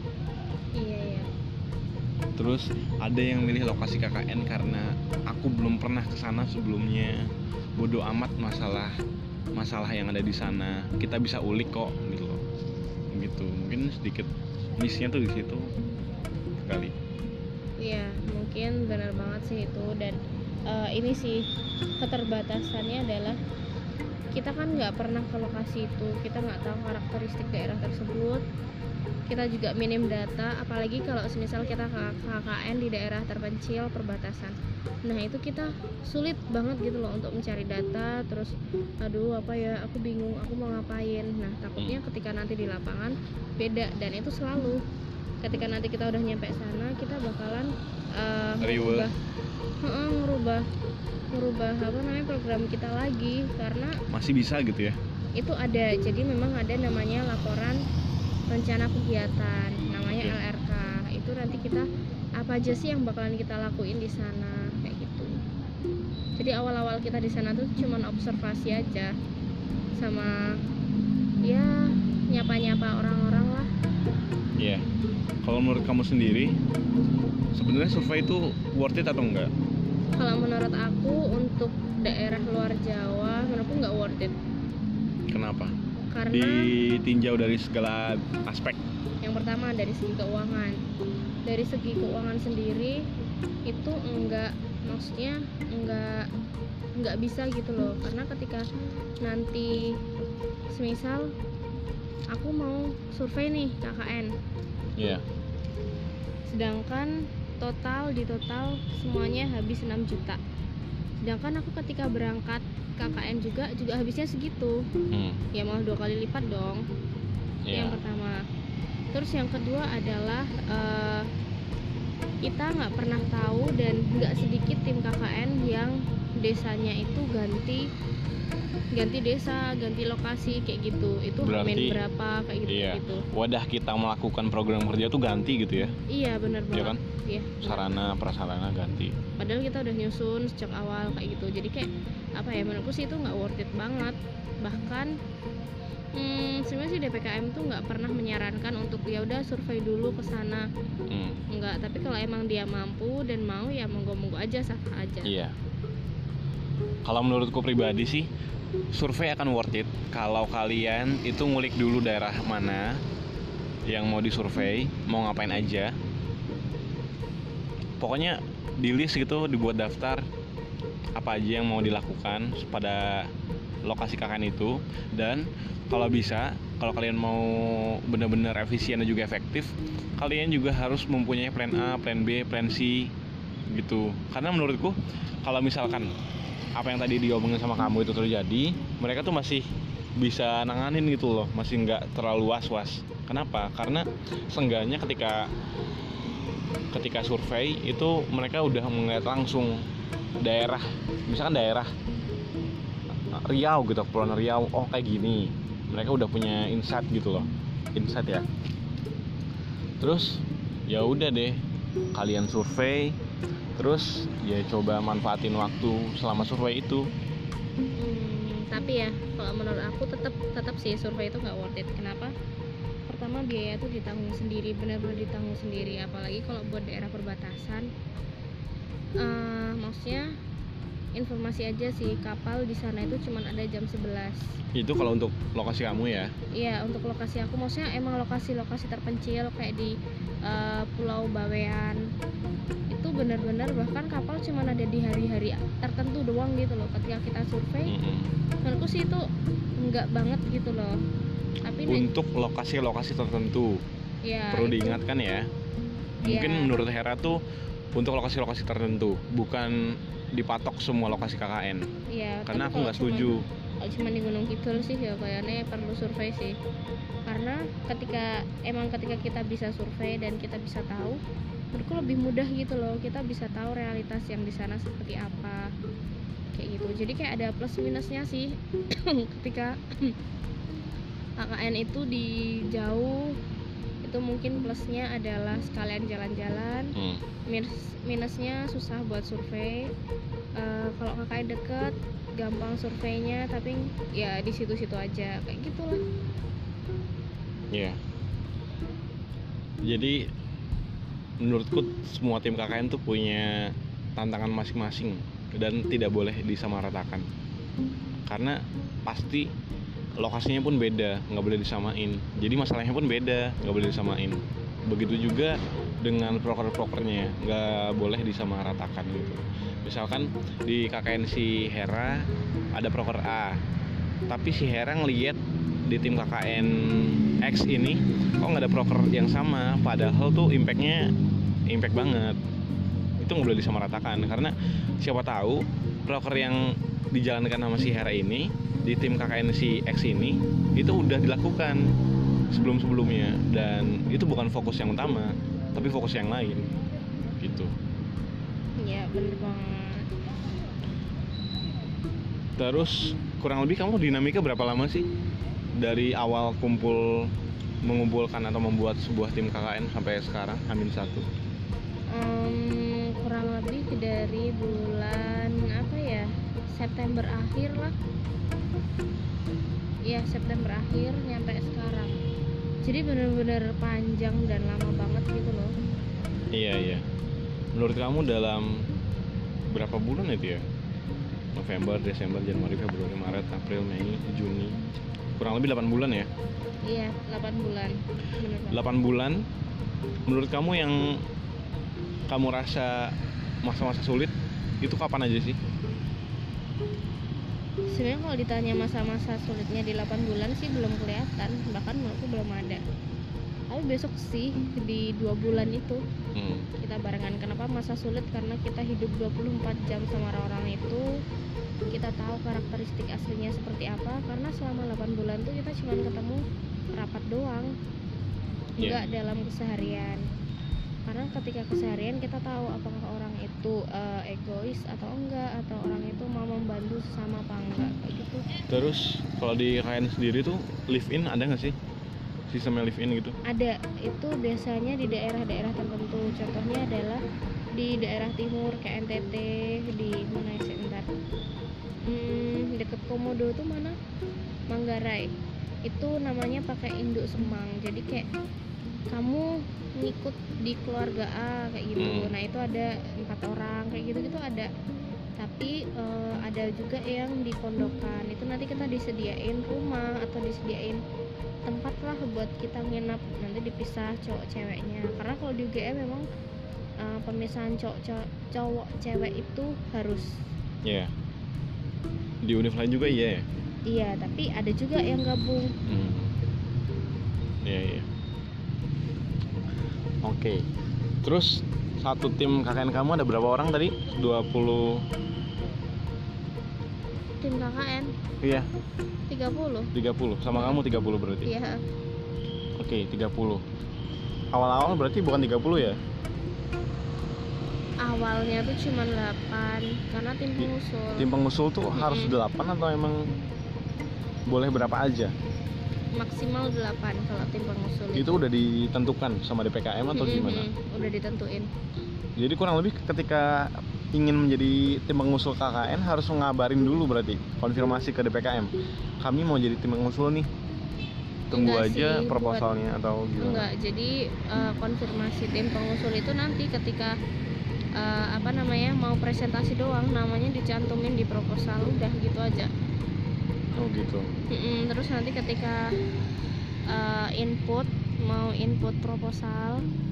Iya ya. Terus ada yang milih lokasi K K N karena aku belum pernah kesana sebelumnya, bodoh amat masalah masalah yang ada di sana, kita bisa ulik kok gitu loh. Gitu, mungkin sedikit missnya tuh di situ kali. Iya, mungkin benar banget sih itu. Dan uh, ini sih keterbatasannya adalah kita kan nggak pernah ke lokasi itu, kita nggak tahu karakteristik daerah tersebut, kita juga minim data, apalagi kalau semisal kita ke K K N di daerah terpencil perbatasan. Nah itu kita sulit banget gitu loh untuk mencari data. Terus aduh apa ya, aku bingung aku mau ngapain. Nah takutnya ketika nanti di lapangan beda, dan itu selalu ketika nanti kita udah nyampe sana kita bakalan uh, merubah uh, ngerubah ngerubah apa namanya program kita lagi, karena masih bisa gitu ya. Itu ada, jadi memang ada namanya laporan rencana kegiatan, namanya Oke. L R K. Itu nanti kita apa aja sih yang bakalan kita lakuin di sana kayak gitu. Jadi awal-awal kita di sana tuh cuman observasi aja sama ya nyapa-nyapa orang-orang lah. Iya. Kalau menurut kamu sendiri, sebenarnya survei itu worth it atau enggak? Kalau menurut aku untuk daerah luar Jawa, menurutku nggak worth it. Kenapa? Karena Ditinjau dari segala aspek. yang pertama dari segi keuangan. Dari segi keuangan sendiri itu enggak, maksudnya enggak enggak bisa gitu loh. Karena ketika nanti semisal aku mau survei nih K K N, Iya. sedangkan total di total semuanya habis enam juta. Sedangkan aku ketika berangkat K K N juga juga habisnya segitu. Hmm. Ya malah dua kali lipat dong. Iya. Yang pertama. Terus yang kedua adalah uh, kita nggak pernah tahu, dan nggak sedikit tim K K N yang desanya itu ganti ganti desa, ganti lokasi kayak gitu. Itu Berarti, hamin berapa kayak gitu iya, gitu. wadah kita melakukan program kerja tuh ganti gitu ya. Iya benar banget. Iya kan? Iya. Sarana prasarana ganti. Padahal kita udah nyusun sejak awal kayak gitu. Jadi kayak apa ya, menurutku sih itu nggak worth it banget. Bahkan hmm, sebenarnya sih D P K M tuh nggak pernah menyarankan untuk ya udah survei dulu ke sana. Hmm. Enggak, tapi kalau emang dia mampu dan mau ya monggo-monggo aja, sah aja. Iya. Kalau menurutku pribadi sih, survei akan worth it kalau kalian itu ngulik dulu daerah mana yang mau disurvei, mau ngapain aja. Pokoknya di list gitu, dibuat daftar apa aja yang mau dilakukan pada lokasi K K N itu. Dan kalau bisa, kalau kalian mau benar-benar efisien dan juga efektif, kalian juga harus mempunyai plan A, plan B, plan C gitu. Karena menurutku kalau misalkan apa yang tadi diomongin sama kamu itu terjadi, mereka tuh masih bisa nanganin gitu loh, masih nggak terlalu was-was. Kenapa? Karena seenggaknya ketika ketika survei itu mereka udah melihat langsung daerah, misalkan daerah Riau gitu, Kepulauan Riau, oh kayak gini. Mereka udah punya insight gitu loh, insight ya. Terus ya udah deh, kalian survei, terus ya coba manfaatin waktu selama survei itu. Hmm, tapi ya kalau menurut aku tetap tetap sih survei itu nggak worth it. Kenapa? Pertama biaya itu ditanggung sendiri, benar-benar ditanggung sendiri. Apalagi kalau buat daerah perbatasan. Uh, maksudnya informasi aja sih, kapal di sana itu cuma ada jam sebelas. Itu kalau untuk lokasi kamu ya? Iya, untuk lokasi aku, maksudnya emang lokasi-lokasi terpencil kayak di uh, Pulau Bawean itu benar-benar bahkan kapal cuma ada di hari-hari tertentu doang gitu loh. Ketika kita survei, Mm-mm. menurutku sih itu enggak banget gitu loh. Tapi nih, Untuk lokasi-lokasi tertentu ya perlu itu- diingatkan ya. Mungkin Iya. menurut Hera tuh untuk lokasi-lokasi tertentu, bukan dipatok semua lokasi K K N. Iya, Karena tapi aku kalau nggak cuma- setuju. Kalau cuma di Gunung Kidul sih ya kayaknya perlu survei sih. Karena ketika emang ketika kita bisa survei dan kita bisa tahu, menurutku lebih mudah gitu loh. Kita bisa tahu realitas yang di sana seperti apa. Kayak gitu. Jadi kayak ada plus minusnya sih ketika K K N itu di jauh. Itu mungkin plusnya adalah sekalian jalan-jalan. Hmm. Minus, minusnya susah buat survei. Eh, kalau K K N deket gampang surveinya, tapi ya di situ-situ aja kayak gitulah. Iya. Jadi menurutku semua tim K K N tuh punya tantangan masing-masing dan tidak boleh disamaratakan. Karena pasti lokasinya pun beda, nggak boleh disamain. Jadi masalahnya pun beda, nggak boleh disamain. Begitu juga dengan proker-prokernya, nggak boleh disamaratakan gitu. Misalkan di K K N si Hera ada proker A, tapi si Hera ngeliat di tim K K N X ini kok nggak ada proker yang sama, padahal tuh impactnya impact banget. Itu nggak boleh disamaratakan, karena siapa tahu proker yang dijalankan sama si Hera ini di tim K K N si X ini itu udah dilakukan sebelum-sebelumnya, dan itu bukan fokus yang utama tapi fokus yang lain gitu. Iya bener banget. Terus kurang lebih kamu dinamika berapa lama sih dari awal kumpul mengumpulkan atau membuat sebuah tim K K N sampai sekarang Hamin satu? Em, kurang lebih dari bulan apa ya, September akhir lah. Iya September akhir nyampe sekarang. Jadi bener-bener panjang dan lama banget gitu loh. Iya iya. Menurut kamu dalam berapa bulan itu ya? November, Desember, Januari, Februari, Maret, April, Mei, Juni. Kurang lebih delapan bulan ya? Iya delapan bulan. Bener banget. delapan bulan. Menurut kamu yang kamu rasa masa-masa sulit itu kapan aja sih? Sebenarnya kalau ditanya masa-masa sulitnya di delapan bulan sih belum kelihatan, bahkan menurutku belum ada. Tapi besok sih di dua bulan itu Hmm. kita barengan. Kenapa masa sulit? Karena kita hidup dua puluh empat jam sama orang-orang itu. Kita tahu karakteristik aslinya seperti apa. Karena selama delapan bulan tuh kita cuma ketemu rapat doang, Iya. nggak dalam keseharian. Karena ketika keseharian kita tahu apakah orang itu eh, egois atau enggak, atau orang itu mau membantu sesama apa enggak, kayak gitu. Terus kalau di K K N sendiri tuh live in ada nggak sih? Sistemnya live in gitu? Ada, itu biasanya di daerah-daerah tertentu. Contohnya adalah di daerah timur kayak N T T, di mana ya sebentar, hmm, deket Komodo tuh mana, Manggarai. Itu namanya pakai induk semang. Jadi kayak kamu ngikut di keluarga A kayak gitu. Hmm. Nah itu ada empat orang kayak gitu-gitu ada. Tapi eh, ada juga yang di pondokan. Itu nanti kita disediain rumah atau disediain tempat lah buat kita nginap, nanti dipisah cowok ceweknya. Karena kalau di U G M memang uh, pemisahan cowok cowok, cowok cewek itu harus. Iya. Di univ lain juga iya ya? Iya, tapi ada juga yang gabung. Hmm. Iya iya. Oke. Terus satu tim K K N kamu ada berapa orang tadi? dua puluh. Tim K K N Iya, tiga puluh. tiga puluh. Sama kamu tiga puluh berarti? Iya. Oke, tiga puluh. Awal-awal berarti bukan tiga puluh ya? Awalnya tuh cuma delapan karena tim Di- pengusul. Tim pengusul tuh harus Mm-mm. delapan atau emang boleh berapa aja? Maksimal delapan kalau tim pengusul. Itu udah ditentukan sama D P K M atau Mm-mm, gimana? udah ditentuin. Jadi kurang lebih ketika ingin menjadi tim pengusul K K N harus ngabarin dulu berarti, konfirmasi ke D P K M. Kami mau jadi tim pengusul nih. Tunggu Enggak aja sih, proposalnya atau gimana? Enggak, jadi eh, konfirmasi tim pengusul itu nanti ketika eh, apa namanya mau presentasi doang, namanya dicantumin di proposal, udah gitu aja. Oh gitu. Mm-mm, terus nanti ketika eh, input mau input proposal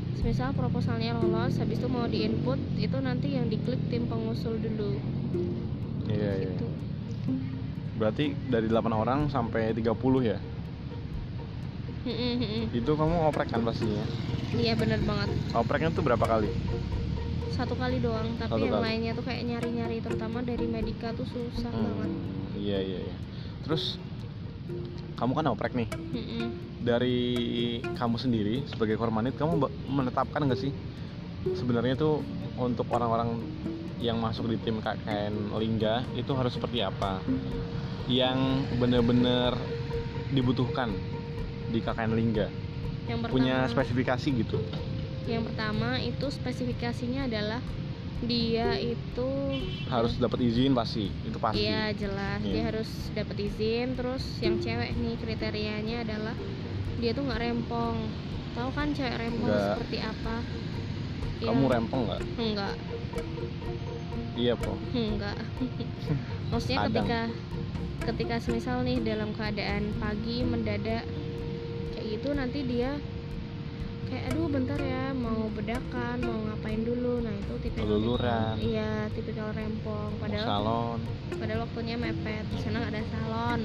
Misal proposalnya lolos, habis itu mau di-input, itu nanti yang diklik tim pengusul dulu. Iya, iya. Gitu. Berarti dari delapan orang sampai tiga puluh ya? Mm-mm, mm-mm. Itu kamu oprek kan pastinya? Iya bener banget. Opreknya tuh berapa kali? Satu kali doang, tapi Satu yang kali. lainnya tuh kayak nyari-nyari, terutama dari Medika tuh susah banget. Iya, iya, iya. Terus kamu kan oprek nih. Mm-mm. Dari kamu sendiri sebagai kormanit, kamu ba- menetapkan nggak sih sebenarnya tuh untuk orang-orang yang masuk di tim K K N Lingga itu harus seperti apa, yang benar-benar dibutuhkan di K K N Lingga, Yang pertama, punya spesifikasi gitu? yang pertama itu spesifikasinya adalah dia itu Harus dapat izin pasti, itu pasti. Iya jelas, Iya. dia harus dapat izin. Terus yang cewek nih kriterianya adalah dia tuh nggak rempong. Tahu kan cewek rempong Nggak. seperti apa? Kamu Ya, rempong nggak? enggak, Iya po. enggak. Maksudnya Kadang. ketika ketika semisal nih dalam keadaan pagi mendadak kayak gitu, nanti dia kayak aduh bentar ya, mau bedakan, mau ngapain dulu. Nah itu tipikal Keluluran. iya tipikal rempong. Mau Padahal salon. padahal waktunya mepet, di sana nggak ada salon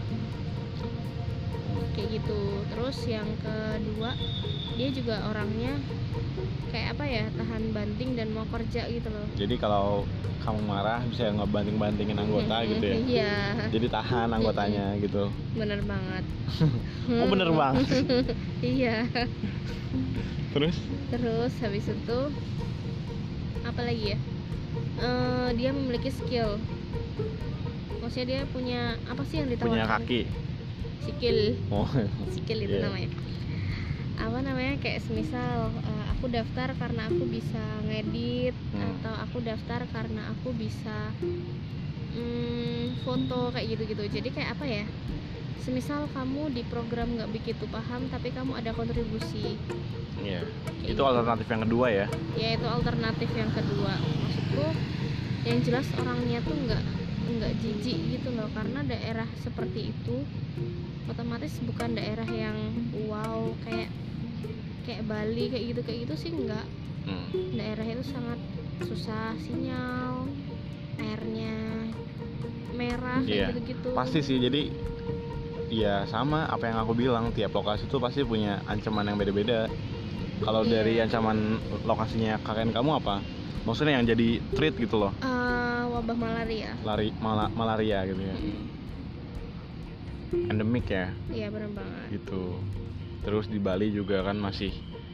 kayak gitu. Terus yang kedua, dia juga orangnya kayak apa ya, tahan banting dan mau kerja gitu loh. Jadi kalau kamu marah bisa ngebanting-bantingin anggota Mm-mm, gitu ya. iya Jadi tahan anggotanya gitu. bener banget. Oh bener banget. Iya. Terus? Terus habis itu apa lagi ya, Eh, dia memiliki skill, maksudnya dia punya apa sih yang ditawarkan? Punya kaki. Skill, Oh. skill itu Iya. namanya apa namanya, kayak semisal eh, aku daftar karena aku bisa ngedit, Hmm. atau aku daftar karena aku bisa mm, foto kayak gitu-gitu. Jadi kayak apa ya, semisal kamu di program nggak begitu paham tapi kamu ada kontribusi. Iya. Kayak Itu gitu. alternatif yang kedua ya. Ya itu alternatif yang kedua. Maksudku yang jelas orangnya tuh nggak nggak jijik gitu loh, karena daerah seperti itu otomatis bukan daerah yang wow kayak kayak Bali kayak gitu kayak gitu sih enggak. Hmm. Daerah itu sangat susah sinyal, airnya merah Iya, kayak gitu-gitu. pasti sih. Jadi ya sama apa yang aku bilang, tiap lokasi itu pasti punya ancaman yang beda-beda. Kalau Iya. dari ancaman lokasinya K K N kamu apa? Maksudnya yang jadi threat gitu loh, Eh, wabah malaria. lari mala- malaria gitu ya, Mm-mm. endemik ya Iya benar banget. gitu. Terus di Bali juga kan masih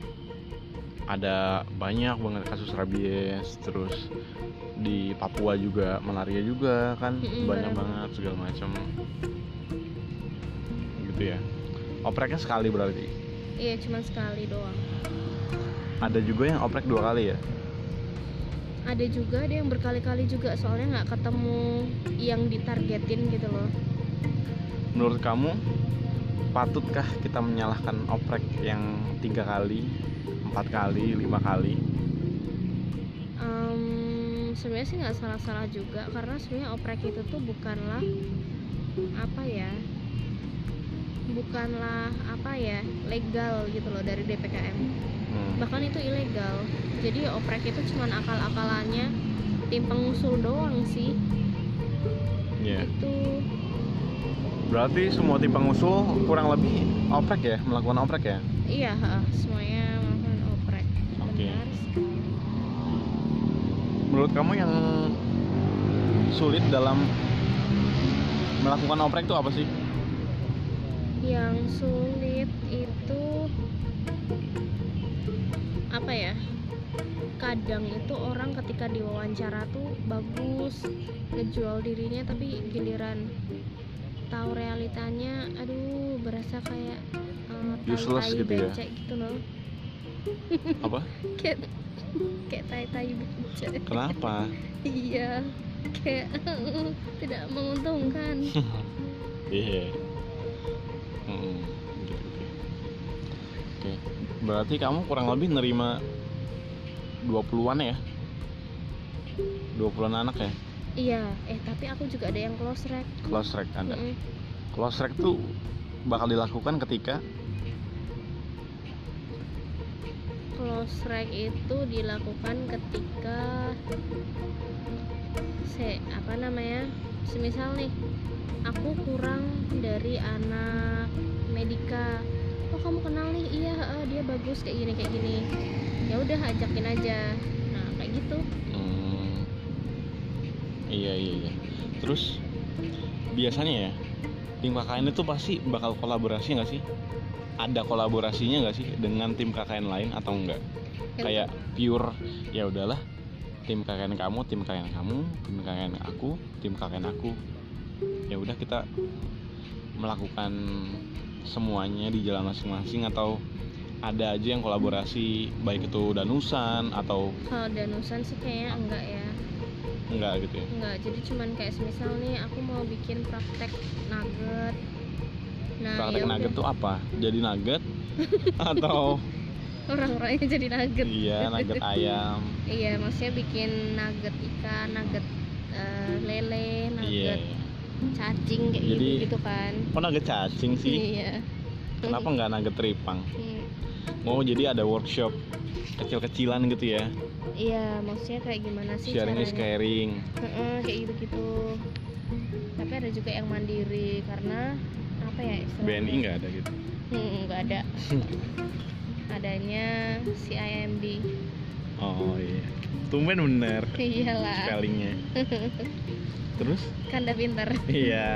ada banyak banget kasus rabies. Terus di Papua juga malaria juga kan, Mm-mm, banyak bener banget segala macam gitu ya. Opreknya sekali berarti. Iya cuma sekali doang. Ada juga yang oprek dua kali ya. Ada juga ada yang berkali-kali juga, soalnya nggak ketemu yang ditargetin gitu loh. Menurut kamu patutkah kita menyalahkan oprek yang tiga kali, empat kali, lima kali? Em, sebenarnya sih nggak salah-salah juga, karena sebenarnya oprek itu tuh bukanlah apa ya, bukanlah apa ya legal gitu loh dari D P K M, Hmm. bahkan itu ilegal. Jadi oprek itu cuman akal-akalannya tim pengusul doang sih. Iya. Itu Berarti semua tim pengusul kurang lebih oprek ya, melakukan oprek ya? iya ha, semuanya melakukan oprek. Oke. Benar sekali. Menurut kamu yang sulit dalam melakukan oprek itu apa sih? Yang sulit itu apa ya, kadang itu orang ketika diwawancara tuh bagus ngejual dirinya, tapi giliran tahu realitanya aduh berasa kayak uh, Useless tai-tai gitu ya? becek gitu loh. Apa? kayak kayak tai-tai becek. Kenapa? Iya kayak tidak menguntungkan. Iya. Mm-mm. Gitu, gitu. Oke. Berarti kamu kurang lebih nerima dua puluhan ya? dua puluhan anak ya? Iya, eh tapi aku juga ada yang close track. Close track ada. Mm-mm. Close track tuh bakal dilakukan ketika close rank itu dilakukan ketika se apa namanya semisal nih aku kurang dari anak medika, oh kamu kenal nih, iya uh, dia bagus kayak gini kayak gini, ya udah ajakin aja, nah kayak gitu. Hmm, iya iya iya. Terus biasanya ya tim K K N itu pasti bakal kolaborasi nggak sih? Ada kolaborasinya nggak sih dengan tim K K N lain atau enggak? Kayak pure ya udahlah, tim K K N kamu, tim K K N kamu, tim K K N aku, tim K K N aku. Ya udah kita melakukan semuanya di jalan masing-masing, atau ada aja yang kolaborasi baik itu danusan atau Kalau danusan sih kayaknya enggak ya. enggak gitu ya? Enggak, jadi cuman kayak semisal nih aku mau bikin praktek nugget. Nah, Praktek ya nugget udah. tuh apa? Jadi nugget atau Orang-orangnya jadi nugget. iya nugget ayam? Iya, maksudnya bikin nugget ikan, nugget eh, lele, Iya. nugget cacing kayak Jadi- gitu gitu kan. Kok nugget cacing sih? Iya. Kenapa nggak nugget teripang? Hmm, Mau jadi ada workshop kecil-kecilan gitu ya? Iya, maksudnya kayak gimana sih Sharing is caranya? caring. Heeh, kayak gitu-gitu. Tapi ada juga yang mandiri karena apa ya B istilahnya? N I nggak ada gitu? Hmm, nggak ada. Adanya C I M B. Oh iya. Tumben bener Iyalah, spellingnya. Terus? kan udah pinter. Iya.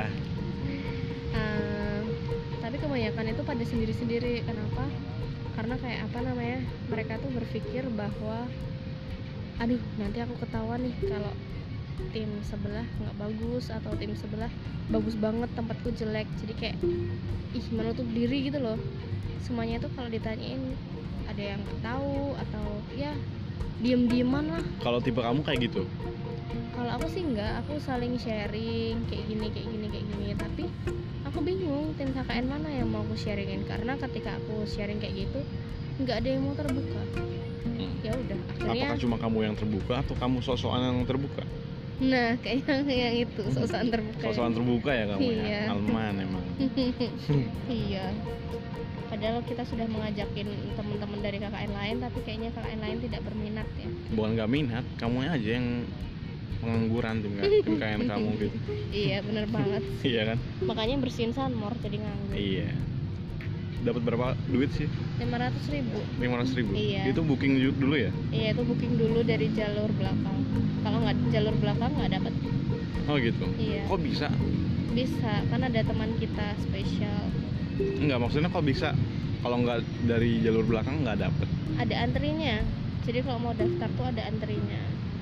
Eh, tapi kebanyakan itu pada sendiri-sendiri. Kenapa? Karena kayak apa namanya, mereka tuh berpikir bahwa aduh nanti aku ketahuan nih kalau tim sebelah nggak bagus atau tim sebelah bagus banget, tempatku jelek, jadi kayak ih menutup diri gitu loh. Semuanya tuh kalau ditanyain ada yang nggak tahu atau ya diem-dieman lah. Kalau tipe kamu kayak gitu? Kalau aku sih enggak, aku saling sharing kayak gini kayak gini kayak gini. Tapi aku bingung tim K K N mana yang mau aku sharingin, karena ketika aku sharing kayak gitu nggak ada yang mau terbuka. Hmm. Ya udah akhirnya. Apakah cuma kamu yang terbuka atau kamu sok-sokan yang terbuka? Nah kayaknya yang itu sosokan terbuka. Sok-sokan terbuka ya kamu Iya. ya? Alman emang. Iya. Padahal kita sudah mengajakin teman-teman dari K K N lain, tapi kayaknya K K N lain tidak berminat ya. Bukan nggak minat, kamu aja yang pengangguran tim tim K K N kamu gitu. Iya bener banget. Iya kan? Makanya bersihin sunmor jadi nganggur. Iya. Dapat berapa duit sih? lima ratus ribu. lima ratus ribu? Iya. Itu booking ju- dulu ya? Iya itu booking dulu dari jalur belakang. Kalau nggak jalur belakang nggak dapat. Oh gitu? Iya. Kok bisa? Bisa, kan ada teman kita spesial. Enggak, maksudnya kok bisa kalau nggak dari jalur belakang nggak dapet? Ada antrinya. Jadi kalau mau daftar tuh ada antrinya.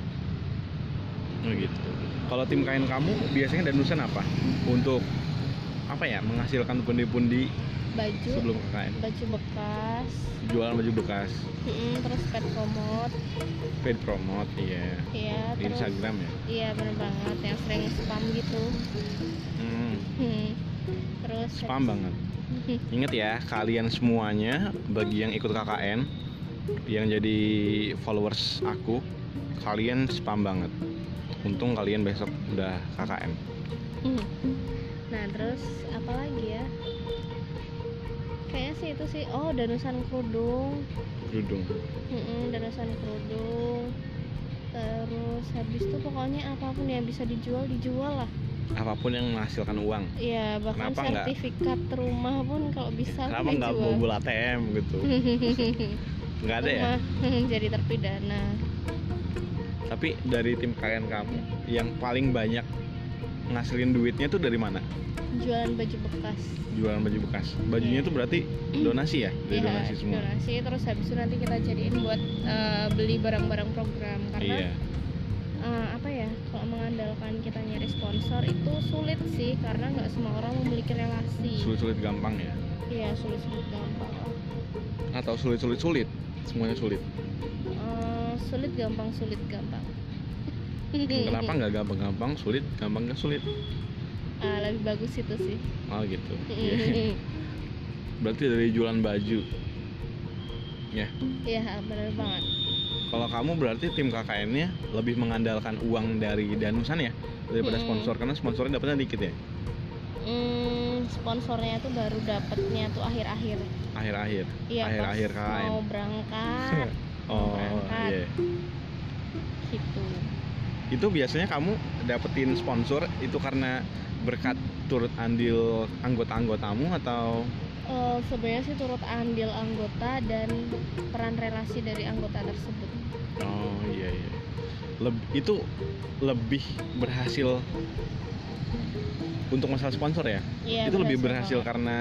Oh gitu. Kalau tim K K N kamu biasanya danusan apa? Untuk apa ya? Menghasilkan pundi-pundi Baju, sebelum K K N. baju bekas, Jualan baju bekas, mm, terus pet promote, paid promote, iya. iya Di terus. Instagram ya. Iya bener banget, yang sering spam gitu. Hmm, Hmm. Terus spam banget. Ingat ya, kalian semuanya bagi yang ikut K K N, yang jadi followers aku, kalian spam banget. Untung kalian besok udah K K N. Hmm. Nah terus apa lagi ya? Kayaknya sih itu sih. Oh danusan kerudung. Kerudung. Mm-mm, danusan kerudung. Terus habis itu pokoknya apapun yang bisa dijual dijual lah. Apapun yang menghasilkan uang. Iya bahkan Kenapa nggak? sertifikat rumah pun kalau bisa Kenapa aku nggak jual. bobol A T M gitu? Nggak ada ya? Rumah jadi terpidana. Tapi dari tim K K N kamu yang paling banyak ngasilin duitnya tuh dari mana? Jualan baju bekas. Jualan baju bekas. Bajunya Iya. tuh berarti donasi ya? Dari Iya, donasi semua. donasi, terus habis itu nanti kita jadiin buat eh, beli barang-barang program karena Iya. eh, apa ya, kalau mengandalkan kita nyari sponsor itu sulit sih karena nggak semua orang memiliki relasi. Sulit-sulit gampang ya? Iya sulit-sulit gampang lah. Atau sulit-sulit sulit? Semuanya sulit. Eh, sulit gampang sulit gampang. Kenapa nggak gampang-gampang, sulit, gampang nggak sulit? Ah, lebih bagus itu sih. Oh gitu. Iya. Berarti dari jualan baju. Ya. Iya benar banget. Kalau kamu berarti tim K K N-nya lebih mengandalkan uang dari danusan ya daripada Hmm. sponsor, karena sponsornya dapatnya dikit ya. Hmm, sponsornya tuh baru dapetnya tuh akhir-akhir. Akhir-akhir. Iya, akhir-akhir pas K K N. mau berangkat. Oh berangkat. iya. Gitu. Itu biasanya kamu dapetin sponsor itu karena berkat turut andil anggota-anggotamu atau? Uh, sebenarnya sih turut andil anggota dan peran relasi dari anggota tersebut. Oh iya iya. Leb- itu lebih berhasil untuk masalah sponsor ya? Iya, itu lebih berhasil banget. karena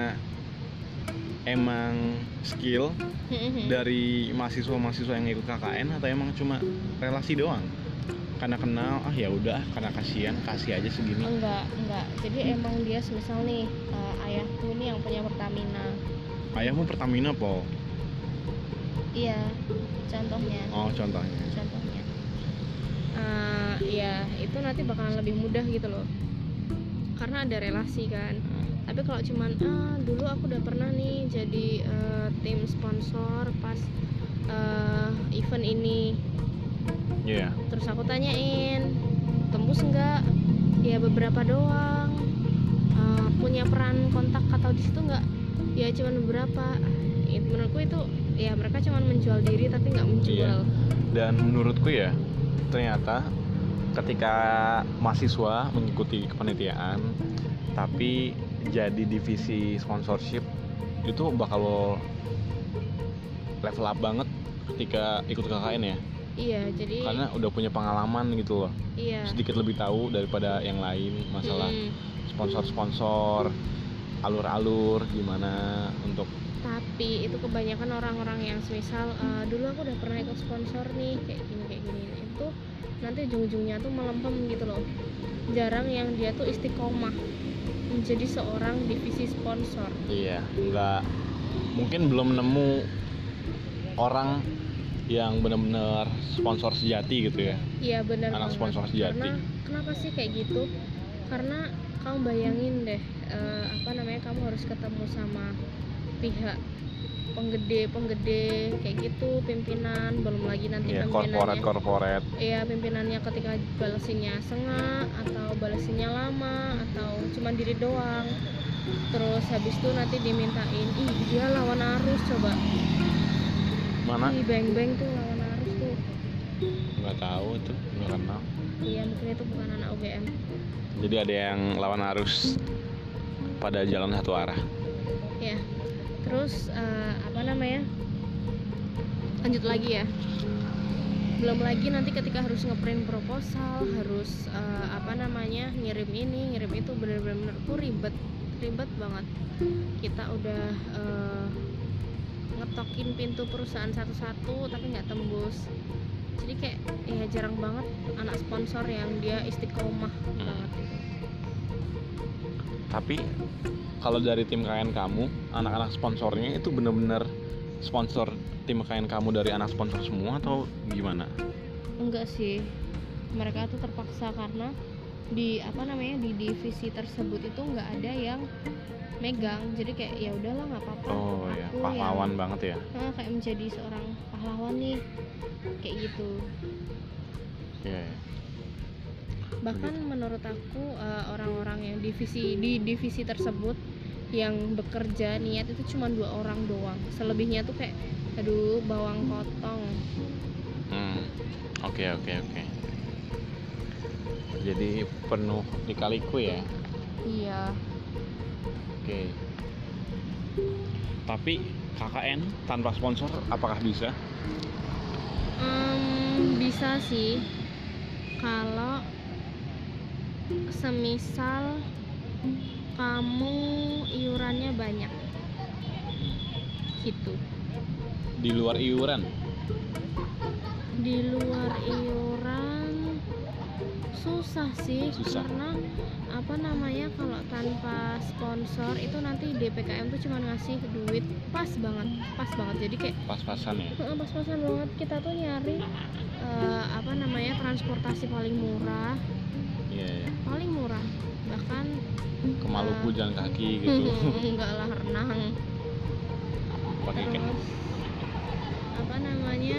emang skill dari mahasiswa-mahasiswa yang ikut K K N atau emang cuma relasi doang? Karena kenal, ah ya udah, karena kasihan kasih aja segini. Enggak, enggak. Jadi emang dia semisal nih uh, ayahku ini yang punya Pertamina. Ayahmu Pertamina, Po? Iya, contohnya. Oh, contohnya. Contohnya. Uh, ya, itu nanti bakalan lebih mudah gitu loh. Karena ada relasi kan. Tapi kalau cuman ah dulu aku udah pernah nih jadi uh, tim sponsor pas uh, event ini. Iya. Yeah. Terus aku tanyain, tembus nggak? Ya beberapa doang. Uh, punya peran kontak atau di situ nggak? Ya cuma beberapa. Itu menurutku itu ya mereka cuma menjual diri tapi nggak menjual. Iya. Dan menurutku ya ternyata ketika mahasiswa mengikuti kepanitiaan tapi jadi divisi sponsorship itu bakal level up banget ketika ikut K K N ya. Iya, jadi karena udah punya pengalaman gitu loh. Iya. Sedikit lebih tahu daripada yang lain masalah hmm. sponsor-sponsor, alur-alur gimana untuk. Tapi itu kebanyakan orang-orang yang semisal uh, dulu aku udah pernah ikut sponsor nih kayak gini kayak gini itu nanti ujung-ujungnya tuh melempem gitu loh. Jarang yang dia tuh istiqomah menjadi seorang divisi sponsor. Iya, enggak mungkin belum nemu orang yang benar-benar sponsor sejati gitu ya. Iya benar. Anak banget. Sponsor sejati. Karena kenapa sih kayak gitu? Karena kamu bayangin deh, uh, apa namanya kamu harus ketemu sama pihak penggede-penggede kayak gitu, pimpinan, belum lagi nanti yeah, pimpinannya. Korporat-korporat. Iya, pimpinannya ketika balesinnya sengak atau balesinnya lama atau cuma diri doang. Terus habis itu nanti dimintain, ih dia lawan arus coba. Mana? Ih, beng-beng tuh lawan arus tuh. Nggak tahu itu, nggak kenal. Iya, mungkin itu bukan anak U G M. Jadi ada yang lawan arus pada jalan satu arah. Ya. Terus uh, apa namanya? Lanjut lagi ya. Belum lagi nanti ketika harus ngeprint proposal, harus uh, apa namanya? ngirim ini, ngirim itu, bener-bener menurutku ribet, ribet banget. Kita udah uh, ngetokin pintu perusahaan satu-satu tapi nggak tembus. Jadi kayak ya jarang banget anak sponsor yang dia istiqomah hmm. banget gitu. Tapi kalau dari tim K K N kamu, anak-anak sponsornya itu benar-benar sponsor tim K K N kamu dari anak sponsor semua atau gimana? Enggak sih, mereka tuh terpaksa karena di apa namanya di divisi tersebut itu nggak ada yang megang, jadi kayak ya udahlah nggak apa-apa. Oh ya, pahlawan yang, banget ya. Nah, kayak menjadi seorang pahlawan nih, kayak gitu. Iya. Yeah. Bahkan begitu. Menurut aku uh, orang-orang yang divisi di divisi tersebut yang bekerja niat itu cuma dua orang doang. Selebihnya tuh kayak aduh bawang potong. Hmm. Oke okay, oke okay, oke. Okay. Jadi penuh lika-liku ya. Iya. Oke. Okay. Tapi K K N tanpa sponsor apakah bisa? Um, bisa sih. Kalau semisal kamu iurannya banyak gitu. Di luar iuran? Di luar iuran susah sih. Susah. Karena apa namanya kalau tanpa sponsor itu nanti D P K M tuh cuma ngasih duit pas banget, pas banget. Jadi kayak pas-pasan ya. Pas-pasan banget. Kita tuh nyari uh, apa namanya transportasi paling murah. Iya, yeah, yeah. Paling murah. Bahkan ke Maluku uh, jalan kaki gitu. Enggak lah, renang. Pakai ikan. Apa namanya?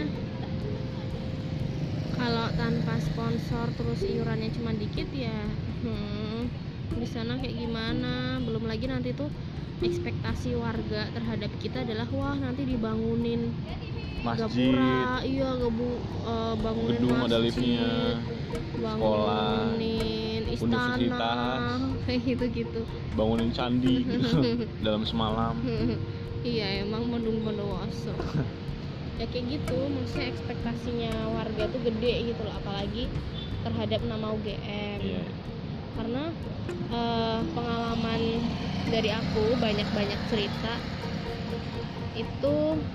Kalau tanpa sponsor terus iurannya cuma dikit ya hmm, di sana kayak gimana. Belum lagi nanti tuh ekspektasi warga terhadap kita adalah wah nanti dibangunin Masjid, gapura, iya gebu uh, bangunin gedung ada masjid, liftnya, sekolah, bangunin istana, universitas, kayak gitu-gitu. bangunin candi gitu dalam semalam. Iya emang mendung-mendowoso. Ya kayak gitu, maksudnya ekspektasinya warga tuh gede gitu loh, apalagi terhadap nama U G M. Iya. Karena uh, pengalaman dari aku banyak-banyak cerita itu,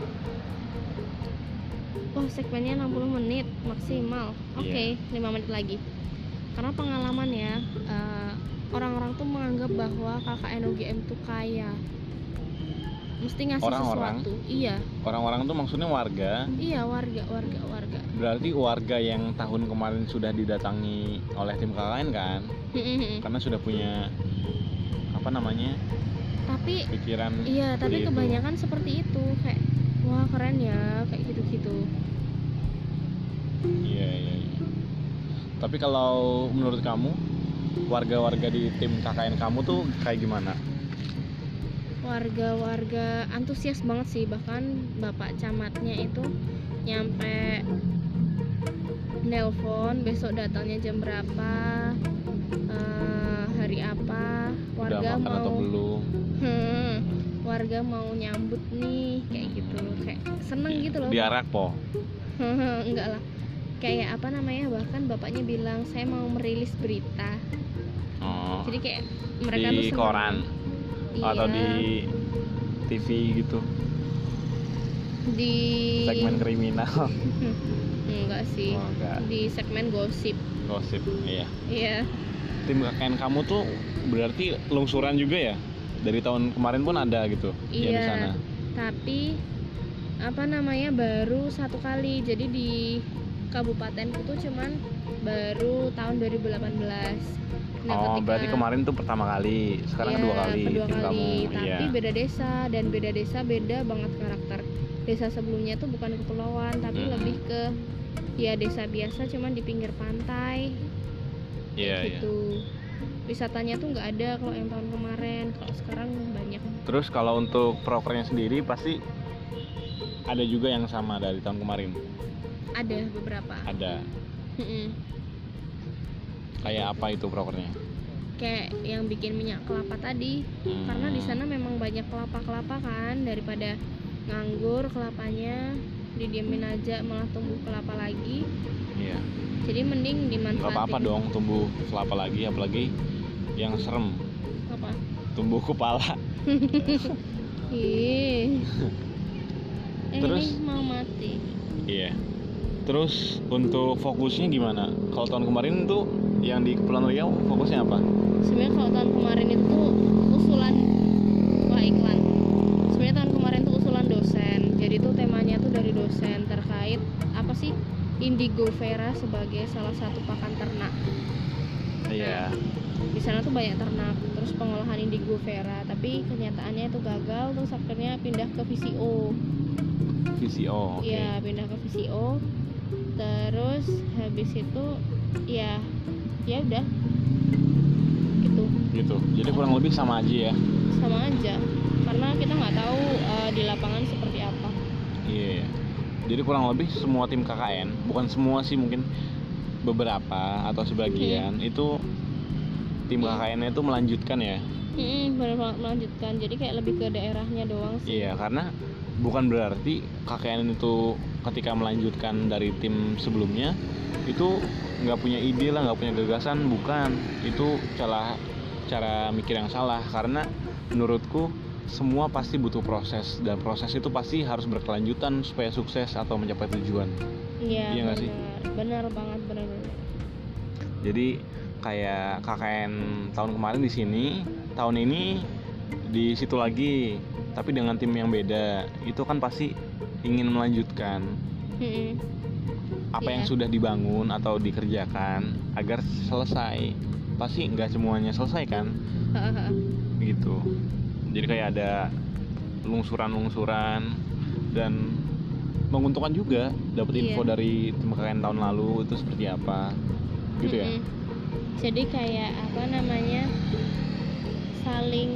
oh segmennya enam puluh menit maksimal, oke okay, Iya. lima menit lagi. Karena pengalaman ya, uh, orang-orang tuh menganggap bahwa K K N U G M tuh kaya, mesti ngasih Orang-orang? sesuatu. Iya, Orang-orang tuh maksudnya warga. iya warga, warga, warga. Berarti warga yang tahun kemarin sudah didatangi oleh tim K K N kan, karena sudah punya apa namanya Tapi pikiran. iya, tapi seperti itu. kebanyakan seperti itu, kayak wah keren ya, kayak gitu-gitu. Iya iya iya. Tapi kalau menurut kamu warga-warga di tim K K N kamu tuh kayak gimana? Warga-warga antusias banget sih, bahkan bapak camatnya itu nyampe nelpon besok datangnya jam berapa, uh, hari apa, warga Udah makan mau atau belum? hmm, warga mau nyambut nih, kayak gitu, kayak seneng gitu loh. Diarak po? Enggak lah, kayak apa namanya, bahkan bapaknya bilang saya mau merilis berita. Oh. Jadi kayak mereka tuh Di seneng. koran Iya, atau di T V gitu? di Segmen kriminal? enggak sih, Oh, enggak. di segmen gosip. Gosip. Iya. Iya, Tim K K N kamu tuh berarti lungsuran juga ya? Dari tahun kemarin pun ada gitu ya di iya. sana. Tapi apa namanya baru satu kali. Jadi di kabupatenku tuh cuman baru tahun dua ribu delapan belas. Nah, Oh, ketika- berarti kemarin tuh pertama kali, sekarang Iya, kedua kali kedua tim kali. kamu. Tapi Iya. beda desa, dan beda desa beda banget karakter. Desa sebelumnya tuh bukan kepulauan, tapi Mm-mm. lebih ke ya desa biasa, cuman di pinggir pantai. Iya, kayak iya. gitu. Wisatanya tuh nggak ada kalau yang tahun kemarin, kalau sekarang banyak. Terus kalau untuk prokernya sendiri pasti ada juga yang sama dari tahun kemarin. Ada beberapa. Ada. Mm-mm. Kayak apa itu prokernya? Kayak yang bikin minyak kelapa tadi. Hmm. Karena di sana memang banyak kelapa-kelapa kan, daripada nganggur kelapanya didiemin aja malah tumbuh kelapa lagi. Iya. Jadi mending dimanfaatin. Gak apa-apa dong tumbuh kelapa lagi, apalagi yang serem, Apa? tumbuh kepala. Ih. Yang Terus? ini mau mati. Iya. Terus untuk fokusnya gimana? Kalau tahun kemarin tuh yang di Kepulauan Riau fokusnya apa? Sebenarnya kalau tahun kemarin itu tuh usulan, wah iklan. Sebenarnya tahun kemarin tuh usulan dosen. Jadi tuh temanya tuh dari dosen terkait apa sih Indigo Vera sebagai salah satu pakan ternak. Iya. Di sana tuh banyak ternak, terus pengolahan Indigo Vera, tapi kenyataannya itu gagal, terus akhirnya pindah ke V C O. V C O. Oke. Iya, pindah ke V C O. Terus habis itu ya ya udah gitu, Gitu. Jadi kurang lebih sama aja ya. sama aja karena kita nggak tahu uh, di lapangan seperti apa. Iya. Jadi kurang lebih semua tim K K N, bukan semua sih, mungkin beberapa atau sebagian itu tim K K N-nya itu melanjutkan ya. Hmm, benar banget melanjutkan. Jadi kayak lebih ke daerahnya doang sih. Iya, karena bukan berarti K K N itu ketika melanjutkan dari tim sebelumnya itu nggak punya ide lah, nggak punya gagasan, bukan. Itu cara cara mikir yang salah, karena menurutku semua pasti butuh proses, dan proses itu pasti harus berkelanjutan supaya sukses atau mencapai tujuan. Iya, Iya nggak sih? benar, benar banget, benar-benar. Jadi kayak K K N tahun kemarin di sini, tahun ini di situ lagi, tapi dengan tim yang beda. Itu kan pasti ingin melanjutkan Hmm. apa Iya. yang sudah dibangun atau dikerjakan agar selesai. Pasti nggak semuanya selesai kan, gitu. Jadi kayak ada lungsuran-lungsuran, dan menguntungkan juga dapat Iya. info dari tim K K N tahun lalu itu seperti apa, gitu ya. Mm-mm. Jadi kayak apa namanya, saling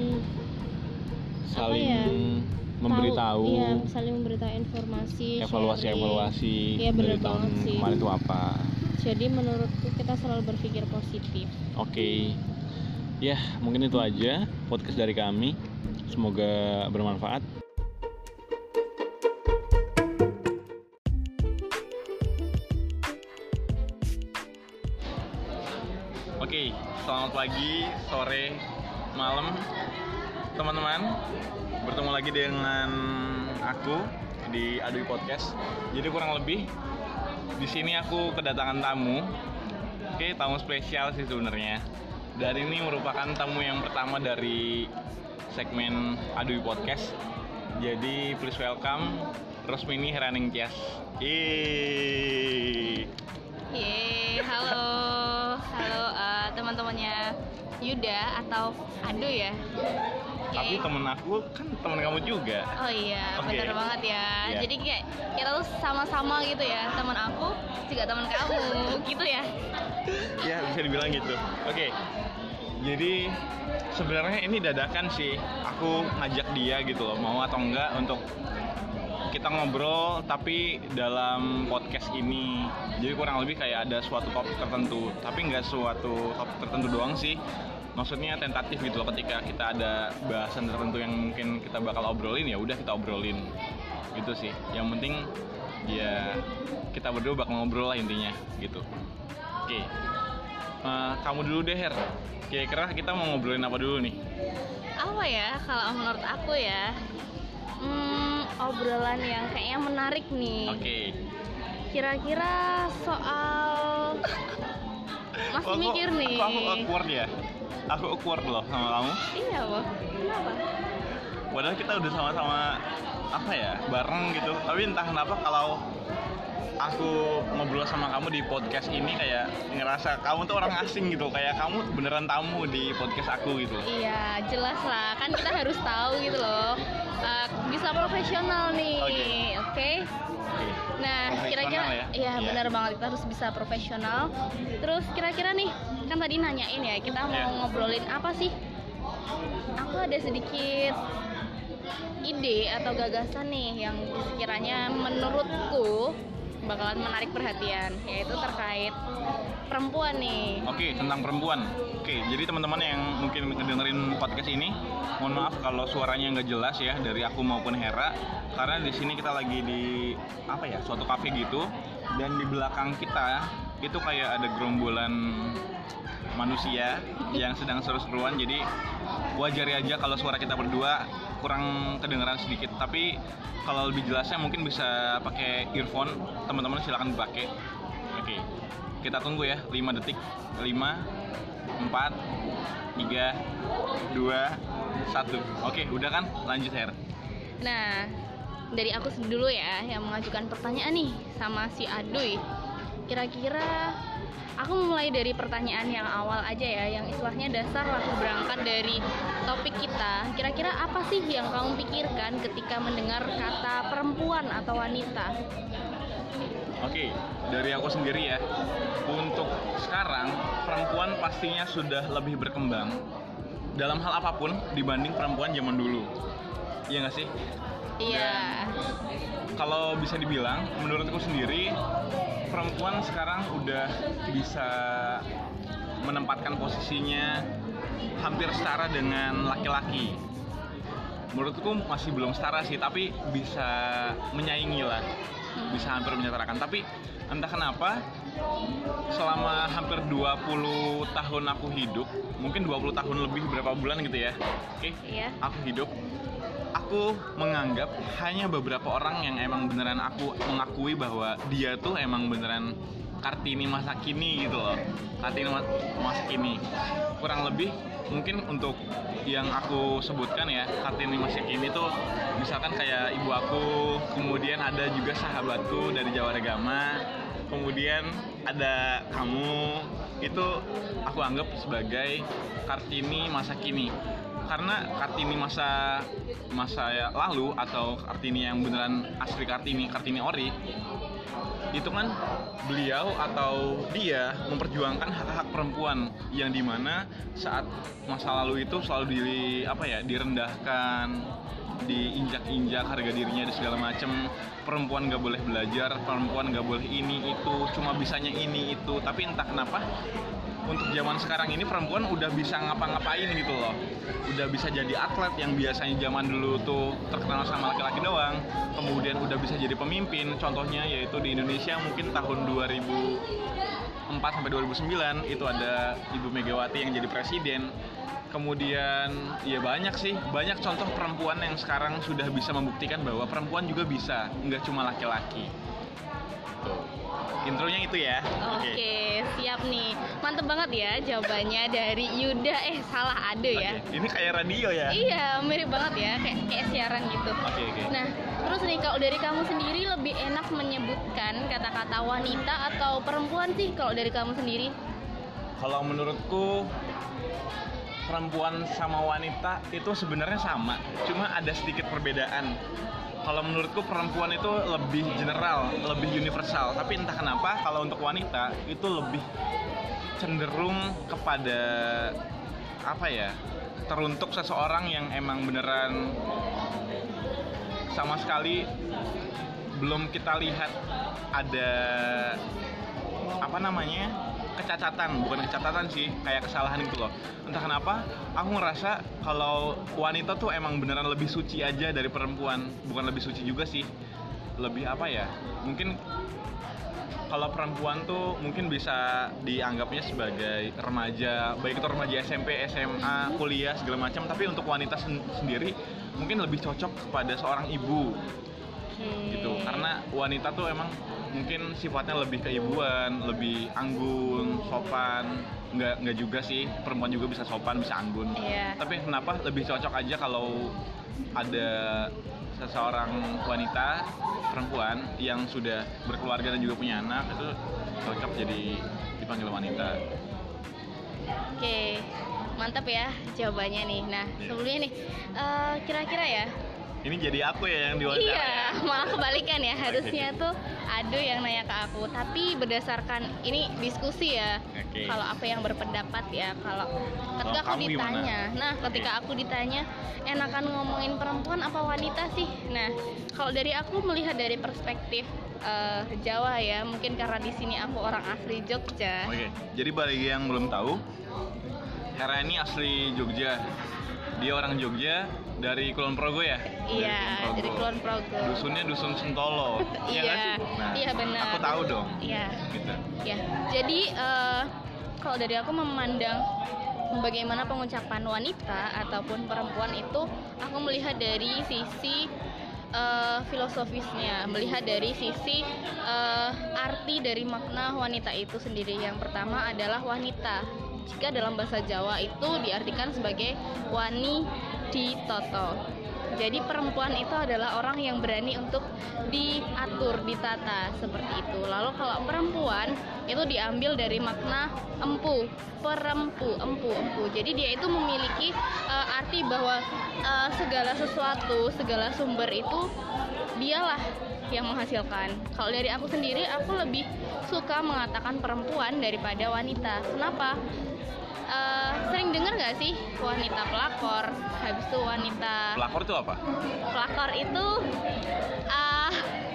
saling ya, memberitahu, tahu, iya, saling memberitahu informasi, evaluasi-evaluasi ya, dari tahun sih. kemarin itu apa. Jadi menurutku kita selalu berpikir positif. Oke, okay. Ya mungkin itu aja podcast dari kami. Semoga bermanfaat. Oke, okay, selamat pagi, sore, malam, teman-teman. Bertemu lagi dengan aku di Adui Podcast. Jadi kurang lebih di sini aku kedatangan tamu. Oke, tamu spesial sih sebenarnya. Dan ini merupakan tamu yang pertama dari segmen Adui Podcast. Jadi please welcome Rosmini Heraning Tias. Yeay. Yeay, halo. Halo uh, teman-temannya Yuda atau Ado ya. Tapi temen aku kan temen kamu juga. Oh iya, okay. Bener banget ya. Yeah. Jadi kayak kita tuh sama-sama gitu ya. Teman aku juga teman kamu, gitu ya. Ya bisa dibilang gitu. Oke. Okay. Jadi sebenarnya ini dadakan sih. Aku ngajak dia gitu loh, mau atau enggak untuk kita ngobrol tapi dalam podcast ini. Jadi kurang lebih kayak ada suatu topik tertentu, tapi nggak suatu topik tertentu doang sih. Maksudnya tentatif gitu loh, ketika kita ada bahasan tertentu yang mungkin kita bakal obrolin, ya udah kita obrolin gitu sih. Yang penting ya kita berdua bakal ngobrol lah intinya gitu. Oke, uh, kamu dulu deh Her. Kira-kira kita mau ngobrolin apa dulu nih? Apa ya kalau menurut aku ya, hmm, obrolan yang kayaknya menarik nih. Oke. Okay. Kira-kira soal masih kok, mikir kok, nih. Kok aku awkward ya? Aku awkward loh sama kamu. Iya loh. Kenapa? Padahal kita udah sama-sama apa ya, bareng gitu. Tapi entah kenapa kalau aku ngobrol sama kamu di podcast ini kayak ngerasa kamu tuh orang asing gitu, kayak kamu beneran tamu di podcast aku gitu. Iya, jelas lah, kan kita harus tahu gitu loh. Uh, bisa profesional nih, oke? Okay. Okay? Okay. Nah, kira-kira, ya, ya benar yeah. banget, kita harus bisa profesional. Terus kira-kira nih, kan tadi nanyain ya, kita mau yeah. ngobrolin apa sih? Aku ada sedikit ide atau gagasan nih yang sekiranya menurutku bakalan menarik perhatian, yaitu terkait perempuan nih. Oke, tentang perempuan. Oke, jadi teman-teman yang mungkin dengerin podcast ini, mohon maaf kalau suaranya nggak jelas ya dari aku maupun Hera, karena di sini kita lagi di apa ya, suatu kafe gitu, dan di belakang kita itu kayak ada gerombolan manusia yang sedang seru-seruan. Jadi wajar aja kalau suara kita berdua kurang kedengeran sedikit, tapi kalau lebih jelasnya mungkin bisa pakai earphone, teman-teman silakan pakai. Oke, kita tunggu ya, lima detik. Lima, empat, tiga, dua, satu. Oke, udah kan? Lanjut Her. Nah, dari aku dulu ya yang mengajukan pertanyaan nih sama si Aduy. Kira-kira aku mulai dari pertanyaan yang awal aja ya, yang istilahnya dasar lalu berangkat dari topik kita. Kira-kira apa sih yang kamu pikirkan ketika mendengar kata perempuan atau wanita? Oke, dari aku sendiri ya, untuk sekarang perempuan pastinya sudah lebih berkembang dalam hal apapun dibanding perempuan zaman dulu. Iya nggak sih? Iya. Kalau bisa dibilang, menurutku sendiri perempuan sekarang udah bisa menempatkan posisinya hampir setara dengan laki-laki. Menurutku masih belum setara sih, tapi bisa menyaingi lah, bisa hampir menyetarakan. Tapi entah kenapa selama hampir dua puluh tahun aku hidup, mungkin dua puluh tahun lebih berapa bulan gitu ya. Oke, iya. Aku hidup, aku menganggap hanya beberapa orang yang emang beneran aku mengakui bahwa dia tuh emang beneran Kartini masa kini gitu loh. Kartini masa kini. Kurang lebih mungkin untuk yang aku sebutkan ya, Kartini masa kini tuh misalkan kayak ibu aku, kemudian ada juga sahabatku dari Jawa Regama, kemudian ada kamu. Itu aku anggap sebagai Kartini masa kini. Karena Kartini masa masa lalu atau Kartini yang beneran asli Kartini, Kartini ori, itu kan beliau atau dia memperjuangkan hak-hak perempuan yang dimana saat masa lalu itu selalu di apa ya direndahkan, diinjak-injak harga dirinya dan segala macem. Perempuan nggak boleh belajar, perempuan nggak boleh ini itu, cuma bisanya ini itu. Tapi entah kenapa untuk zaman sekarang ini perempuan udah bisa ngapa-ngapain gitu loh, udah bisa jadi atlet yang biasanya zaman dulu tuh terkenal sama laki-laki doang, kemudian udah bisa jadi pemimpin. Contohnya yaitu di Indonesia mungkin tahun dua ribu empat sampai dua ribu sembilan itu ada Ibu Megawati yang jadi presiden. Kemudian ya banyak sih, banyak contoh perempuan yang sekarang sudah bisa membuktikan bahwa perempuan juga bisa, nggak cuma laki-laki. Tuh. Intronya itu ya. Oke, okay, siap nih. Mantep banget ya jawabannya dari Yuda. Eh, salah Ade ya. Okay. Ini kayak radio ya? Iya, mirip banget ya, kayak kayak siaran gitu. Oke, okay, oke. Okay. Nah, terus nih kalau dari kamu sendiri lebih enak menyebutkan kata-kata wanita atau perempuan sih kalau dari kamu sendiri? Kalau menurutku perempuan sama wanita itu sebenarnya sama, cuma ada sedikit perbedaan. Kalau menurutku perempuan itu lebih general, lebih universal. Tapi entah kenapa kalau untuk wanita itu lebih cenderung kepada apa ya? Teruntuk seseorang yang emang beneran sama sekali belum kita lihat ada apa namanya? kecacatan, bukan kecacatan sih, kayak kesalahan gitu loh. Entah kenapa aku ngerasa kalau wanita tuh emang beneran lebih suci aja dari perempuan. Bukan lebih suci juga sih, lebih apa ya, mungkin kalau perempuan tuh mungkin bisa dianggapnya sebagai remaja, baik itu remaja S M P, S M A, kuliah segala macam. Tapi untuk wanita sen- sendiri mungkin lebih cocok kepada seorang ibu gitu, karena wanita tuh emang mungkin sifatnya lebih keibuan, lebih anggun, sopan. Nggak nggak juga sih, perempuan juga bisa sopan, bisa anggun. Iya. Tapi kenapa lebih cocok aja kalau ada seseorang wanita, perempuan yang sudah berkeluarga dan juga punya anak, itu cocok jadi dipanggil wanita. Oke, mantap ya jawabannya nih. Nah, Iya. sebelumnya nih, uh, kira-kira ya. Ini jadi aku ya yang diwawancara. Iya, malah kebalikan ya. Harusnya tuh Ado yang nanya ke aku. Tapi berdasarkan ini diskusi ya. Oke. Kalau aku yang berpendapat ya, kalau ketika Kalau aku kamu ditanya, gimana? nah ketika aku ditanya enakan ngomongin perempuan apa wanita sih? Nah, kalau dari aku melihat dari perspektif uh, Jawa ya, mungkin karena di sini aku orang asli Jogja. Oke, jadi bagi yang belum tahu, Hera ini asli Jogja. Dia orang Jogja dari Kulon Progo ya? Iya, dari Kulon Progo. Dusunnya dusun Sentolo. Iya, nggak sih? Nah, iya benar. Aku tahu dong. Iya. Gitu. Ya, jadi uh, kalau dari aku memandang bagaimana pengucapan wanita ataupun perempuan itu, aku melihat dari sisi uh, filosofisnya, melihat dari sisi uh, arti dari makna wanita itu sendiri. Yang pertama adalah wanita. Jika dalam bahasa Jawa itu diartikan sebagai wani ditoto. Jadi perempuan itu adalah orang yang berani untuk diatur, ditata seperti itu. Lalu kalau perempuan itu diambil dari makna empu, perempu, empu, empu. Jadi dia itu memiliki uh, arti bahwa uh, segala sesuatu, segala sumber itu dialah yang menghasilkan. Kalau dari aku sendiri, aku lebih suka mengatakan perempuan daripada wanita. Kenapa? Uh, sering dengar nggak sih wanita pelakor, habis itu wanita Pelakor itu apa? pelakor itu uh,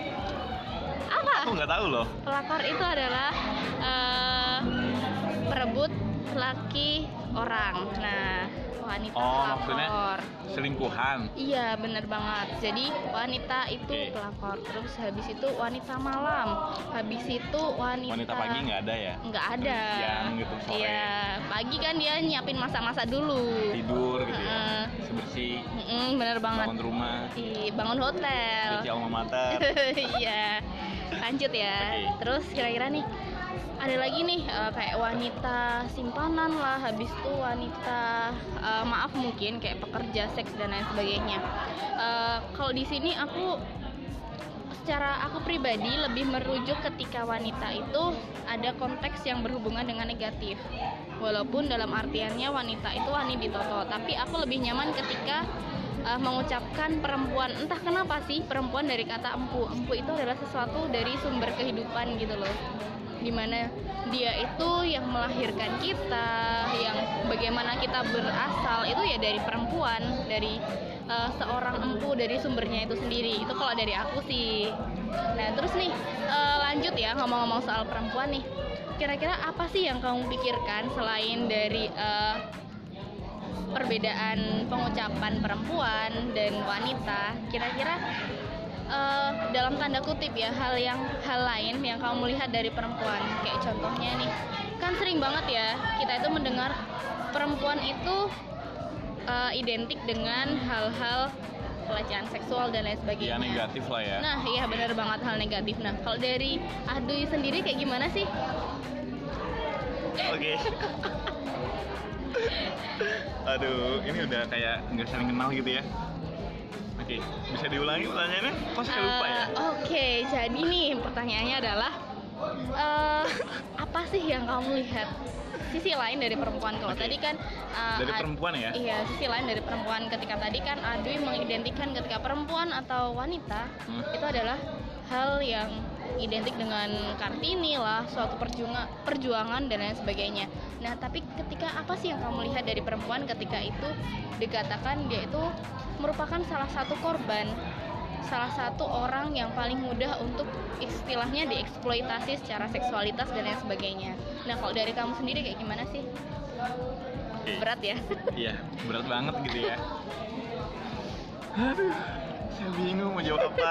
apa? Aku nggak tahu loh. Pelakor itu adalah uh, perebut laki orang. Nah, wanita Oh, maksudnya pelakor. selingkuhan. Iya, bener banget. Jadi wanita itu Oke. pelakor. Terus habis itu wanita malam. Habis itu wanita Wanita pagi nggak ada ya? nggak ada. Siang gitu, sore. Iya, pagi kan dia nyiapin masak-masak dulu. Tidur gitu ya. Heeh. Bersih, Mm-mm, bener banget. bangun rumah, Ih, bangun hotel. cuci alma mater. Iya. Lanjut ya. Oke. Terus kira-kira nih ada lagi nih eh, kayak wanita simpanan lah, habis itu wanita eh, maaf mungkin kayak pekerja seks dan lain sebagainya. Eh, kalau di sini aku secara aku pribadi lebih merujuk ketika wanita itu ada konteks yang berhubungan dengan negatif. Walaupun dalam artiannya wanita itu wani ditoto, tapi aku lebih nyaman ketika uh, mengucapkan perempuan. Entah kenapa sih perempuan dari kata empu. Empu itu adalah sesuatu dari sumber kehidupan gitu loh, dimana dia itu yang melahirkan kita, yang bagaimana kita berasal itu ya dari perempuan, dari uh, seorang empu, dari sumbernya itu sendiri. Itu kalau dari aku sih. Nah terus nih uh, lanjut ya, ngomong-ngomong soal perempuan nih, kira-kira apa sih yang kamu pikirkan selain dari uh, perbedaan pengucapan perempuan dan wanita? Kira-kira uh, dalam tanda kutip ya, hal yang hal lain yang kamu lihat dari perempuan, kayak contohnya nih, kan sering banget ya kita itu mendengar perempuan itu uh, identik dengan hal-hal pelecehan seksual dan lain sebagainya. Ya negatif lah ya. Nah iya benar banget, hal negatif. Nah kalau dari Aduy sendiri kayak gimana sih? Oke. Aduh, ini udah kayak nggak saling kenal gitu ya. Oke, bisa diulangi pertanyaannya? Kok saya lupa ya? Uh, Oke, okay, jadi nih pertanyaannya adalah uh, apa sih yang kamu lihat sisi lain dari perempuan? Kalau okay. tadi kan uh, dari perempuan ya? Iya, sisi lain dari perempuan. Ketika tadi kan Aduy mengidentikan ketika perempuan atau wanita hmm. itu adalah hal yang identik dengan Kartini lah, suatu perjuangan, perjuangan dan lain sebagainya. Nah, tapi ketika apa sih yang kamu lihat dari perempuan ketika itu dikatakan dia itu merupakan salah satu korban, salah satu orang yang paling mudah untuk istilahnya dieksploitasi secara seksualitas dan lain sebagainya. Nah, kalau dari kamu sendiri kayak gimana sih? Okay. Berat ya? Iya, berat banget gitu ya. Aduh, saya bingung mau jawab apa.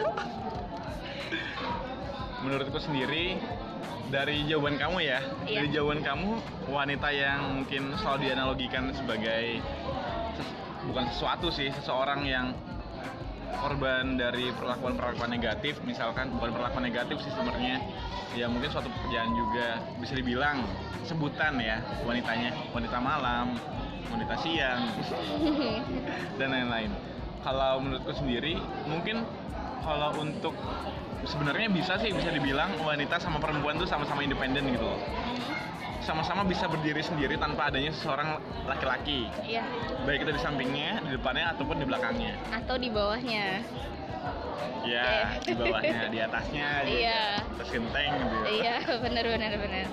Menurutku sendiri, dari jawaban kamu ya, iya. dari jawaban kamu, wanita yang mungkin selalu dianalogikan sebagai ses- bukan sesuatu sih, seseorang yang korban dari perlakuan-perlakuan negatif, misalkan bukan perlakuan negatif sih sebenarnya, ya mungkin suatu pekerjaan juga bisa dibilang sebutan ya, wanitanya wanita malam, wanita siang, dan lain-lain. Kalau menurutku sendiri, mungkin kalau untuk sebenarnya bisa sih bisa dibilang wanita sama perempuan tuh sama-sama independen gitu loh. Sama-sama bisa berdiri sendiri tanpa adanya seseorang laki-laki. Iya. Baik itu di sampingnya, di depannya ataupun di belakangnya. Atau di bawahnya. Ya, okay. Di bawahnya, di atasnya, di iya. atas genteng gitu ya. Iya, benar benar benar.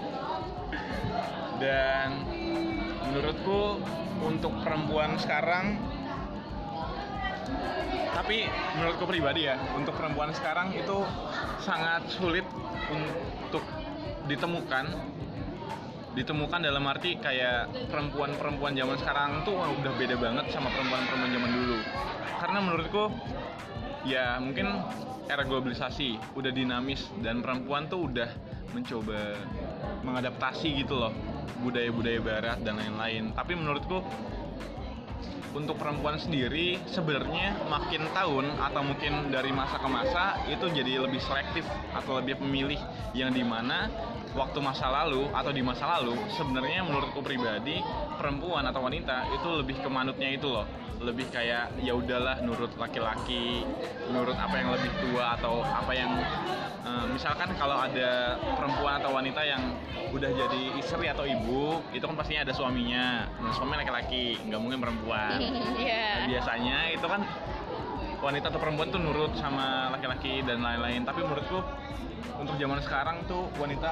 Dan menurutku untuk perempuan sekarang, tapi menurutku pribadi ya, untuk perempuan sekarang itu sangat sulit untuk ditemukan ditemukan dalam arti kayak perempuan-perempuan zaman sekarang tuh udah beda banget sama perempuan-perempuan zaman dulu. Karena menurutku ya mungkin era globalisasi udah dinamis dan perempuan tuh udah mencoba mengadaptasi gitu loh budaya-budaya barat dan lain-lain. Tapi menurutku untuk perempuan sendiri sebenarnya makin tahun atau mungkin dari masa ke masa itu jadi lebih selektif atau lebih memilih, yang dimana waktu masa lalu atau di masa lalu sebenarnya menurutku pribadi perempuan atau wanita itu lebih ke manutnya itu loh, lebih kayak ya udahlah nurut laki-laki, nurut apa yang lebih tua atau apa yang uh, misalkan kalau ada perempuan atau wanita yang udah jadi istri atau ibu itu kan pastinya ada suaminya, nah suami laki-laki nggak mungkin perempuan. Yeah. Nah, biasanya itu kan wanita atau perempuan tuh nurut sama laki-laki dan lain-lain, tapi menurutku untuk zaman sekarang tuh wanita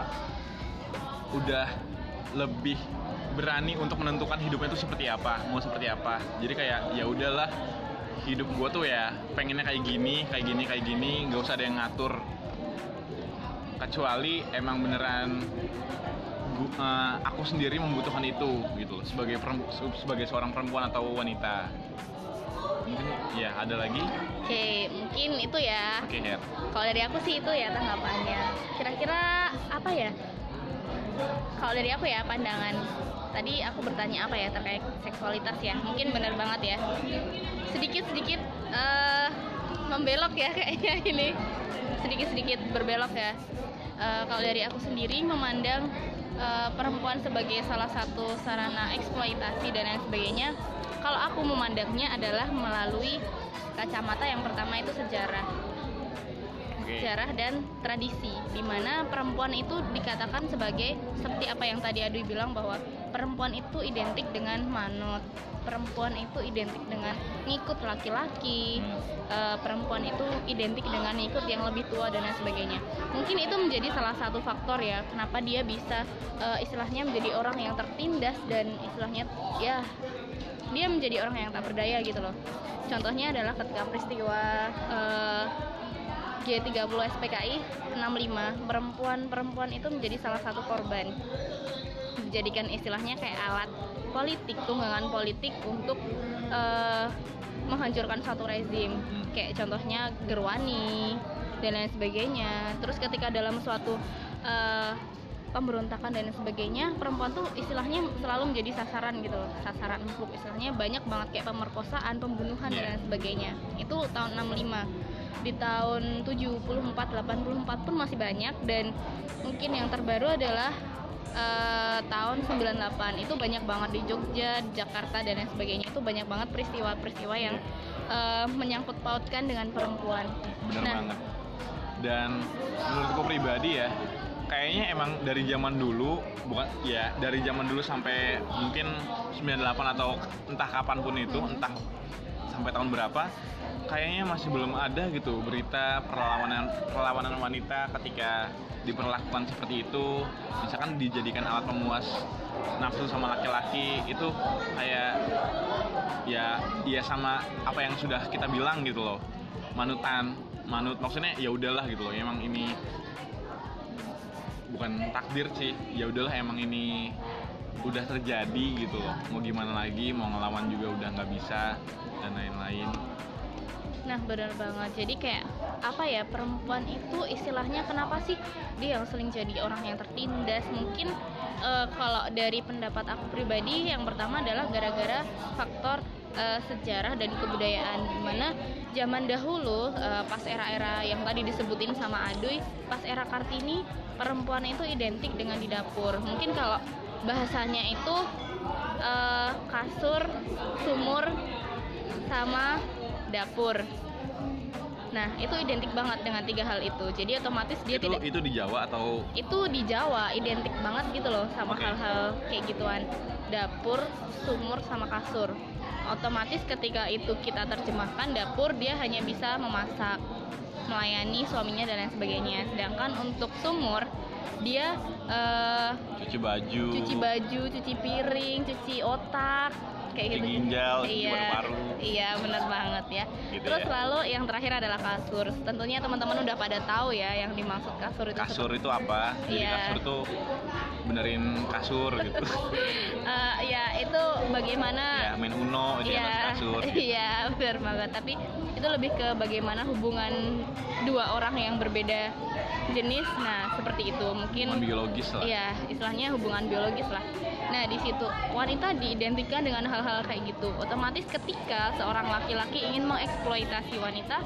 udah lebih berani untuk menentukan hidupnya tuh seperti apa, mau seperti apa. Jadi kayak ya udahlah, hidup gue tuh ya pengennya kayak gini, kayak gini, kayak gini, nggak usah ada yang ngatur. Kecuali emang beneran gua, uh, aku sendiri membutuhkan itu gitu, sebagai perempu, sebagai seorang perempuan atau wanita. Mungkin ya ada lagi. Oke, mungkin itu ya. Oke, Her. Kalau dari aku sih itu ya tanggapannya. Kira-kira apa ya? Kalau dari aku ya pandangan. Tadi aku bertanya apa ya terkait seksualitas ya. Mungkin benar banget ya. Sedikit-sedikit uh, membelok ya kayaknya ini. Sedikit-sedikit berbelok ya. Uh, kalau dari aku sendiri memandang uh, perempuan sebagai salah satu sarana eksploitasi dan lain sebagainya. Kalau aku memandangnya adalah melalui kacamata yang pertama itu sejarah. Okay. Sejarah dan tradisi, di mana perempuan itu dikatakan sebagai seperti apa yang tadi Aduy bilang, bahwa perempuan itu identik dengan manut, perempuan itu identik dengan ngikut laki-laki, uh, perempuan itu identik dengan ngikut yang lebih tua dan lain sebagainya. Mungkin itu menjadi salah satu faktor ya kenapa dia bisa uh, istilahnya menjadi orang yang tertindas dan istilahnya ya dia menjadi orang yang tak berdaya gitu loh. Contohnya adalah ketika peristiwa uh, G tiga puluh S P K I enam puluh lima, perempuan-perempuan itu menjadi salah satu korban, dijadikan istilahnya kayak alat politik, tunggangan politik untuk uh, menghancurkan satu rezim, kayak contohnya Gerwani dan lain sebagainya. Terus ketika dalam suatu uh, pemberontakan dan sebagainya, perempuan tuh istilahnya selalu menjadi sasaran gitu loh, sasaran empuk, istilahnya banyak banget kayak pemerkosaan, pembunuhan yeah. dan lain sebagainya. Itu tahun enam puluh lima. Di tahun tujuh puluh empat, delapan puluh empat pun masih banyak, dan mungkin yang terbaru adalah uh, tahun sembilan puluh delapan. Itu banyak banget di Jogja, di Jakarta dan lain sebagainya. Itu banyak banget peristiwa-peristiwa yang uh, menyangkut pautkan dengan perempuan. Bener nah, banget. Dan menurutku pribadi ya, kayaknya emang dari zaman dulu, bukan ya dari zaman dulu sampai mungkin sembilan puluh delapan atau entah kapanpun itu, mm-hmm. entah sampai tahun berapa, kayaknya masih belum ada gitu berita perlawanan perlawanan wanita ketika diperlakukan seperti itu, misalkan dijadikan alat pemuas nafsu sama laki-laki. Itu kayak ya ya sama apa yang sudah kita bilang gitu loh, manutan manut maksudnya ya udahlah gitu loh, emang ini bukan takdir sih, ya udahlah emang ini udah terjadi gitu loh, mau gimana lagi, mau ngelawan juga udah nggak bisa dan lain-lain. Nah benar banget, jadi kayak apa ya, perempuan itu istilahnya kenapa sih dia yang sering jadi orang yang tertindas? Mungkin uh, kalau dari pendapat aku pribadi, yang pertama adalah gara-gara faktor uh, sejarah dan kebudayaan, dimana zaman dahulu uh, pas era-era yang tadi disebutin sama Aduy, pas era Kartini, perempuan itu identik dengan di dapur. Mungkin kalau bahasanya itu uh, kasur, sumur, sama dapur. Nah, itu identik banget dengan tiga hal itu. Jadi otomatis dia itu, tidak itu di Jawa atau itu di Jawa identik banget gitu loh sama okay. hal-hal kayak gituan. Dapur, sumur, sama kasur. Otomatis ketika itu kita terjemahkan, dapur dia hanya bisa memasak, melayani suaminya dan lain sebagainya. Sedangkan untuk sumur dia uh, cuci baju, cuci baju, cuci piring, cuci otak, kayak cuci gitu. ginjal, iya, cuci paru-paru. Iya, benar banget ya. Gitu Terus ya. lalu yang terakhir adalah kasur. Tentunya teman-teman udah pada tahu ya yang dimaksud kasur itu. Kasur itu apa? Jadi Iya. kasur itu benerin kasur gitu. uh, ya itu bagaimana Ya, main Uno di atas kasur. Gitu. Iya, benar banget. Tapi itu lebih ke bagaimana hubungan dua orang yang berbeda jenis. Nah, seperti itu. Mungkin hubungan biologis lah. Iya, istilahnya hubungan biologis lah. Nah, di situ wanita diidentikan dengan hal-hal kayak gitu. Otomatis ketika seorang laki-laki ingin mengeksploitasi wanita,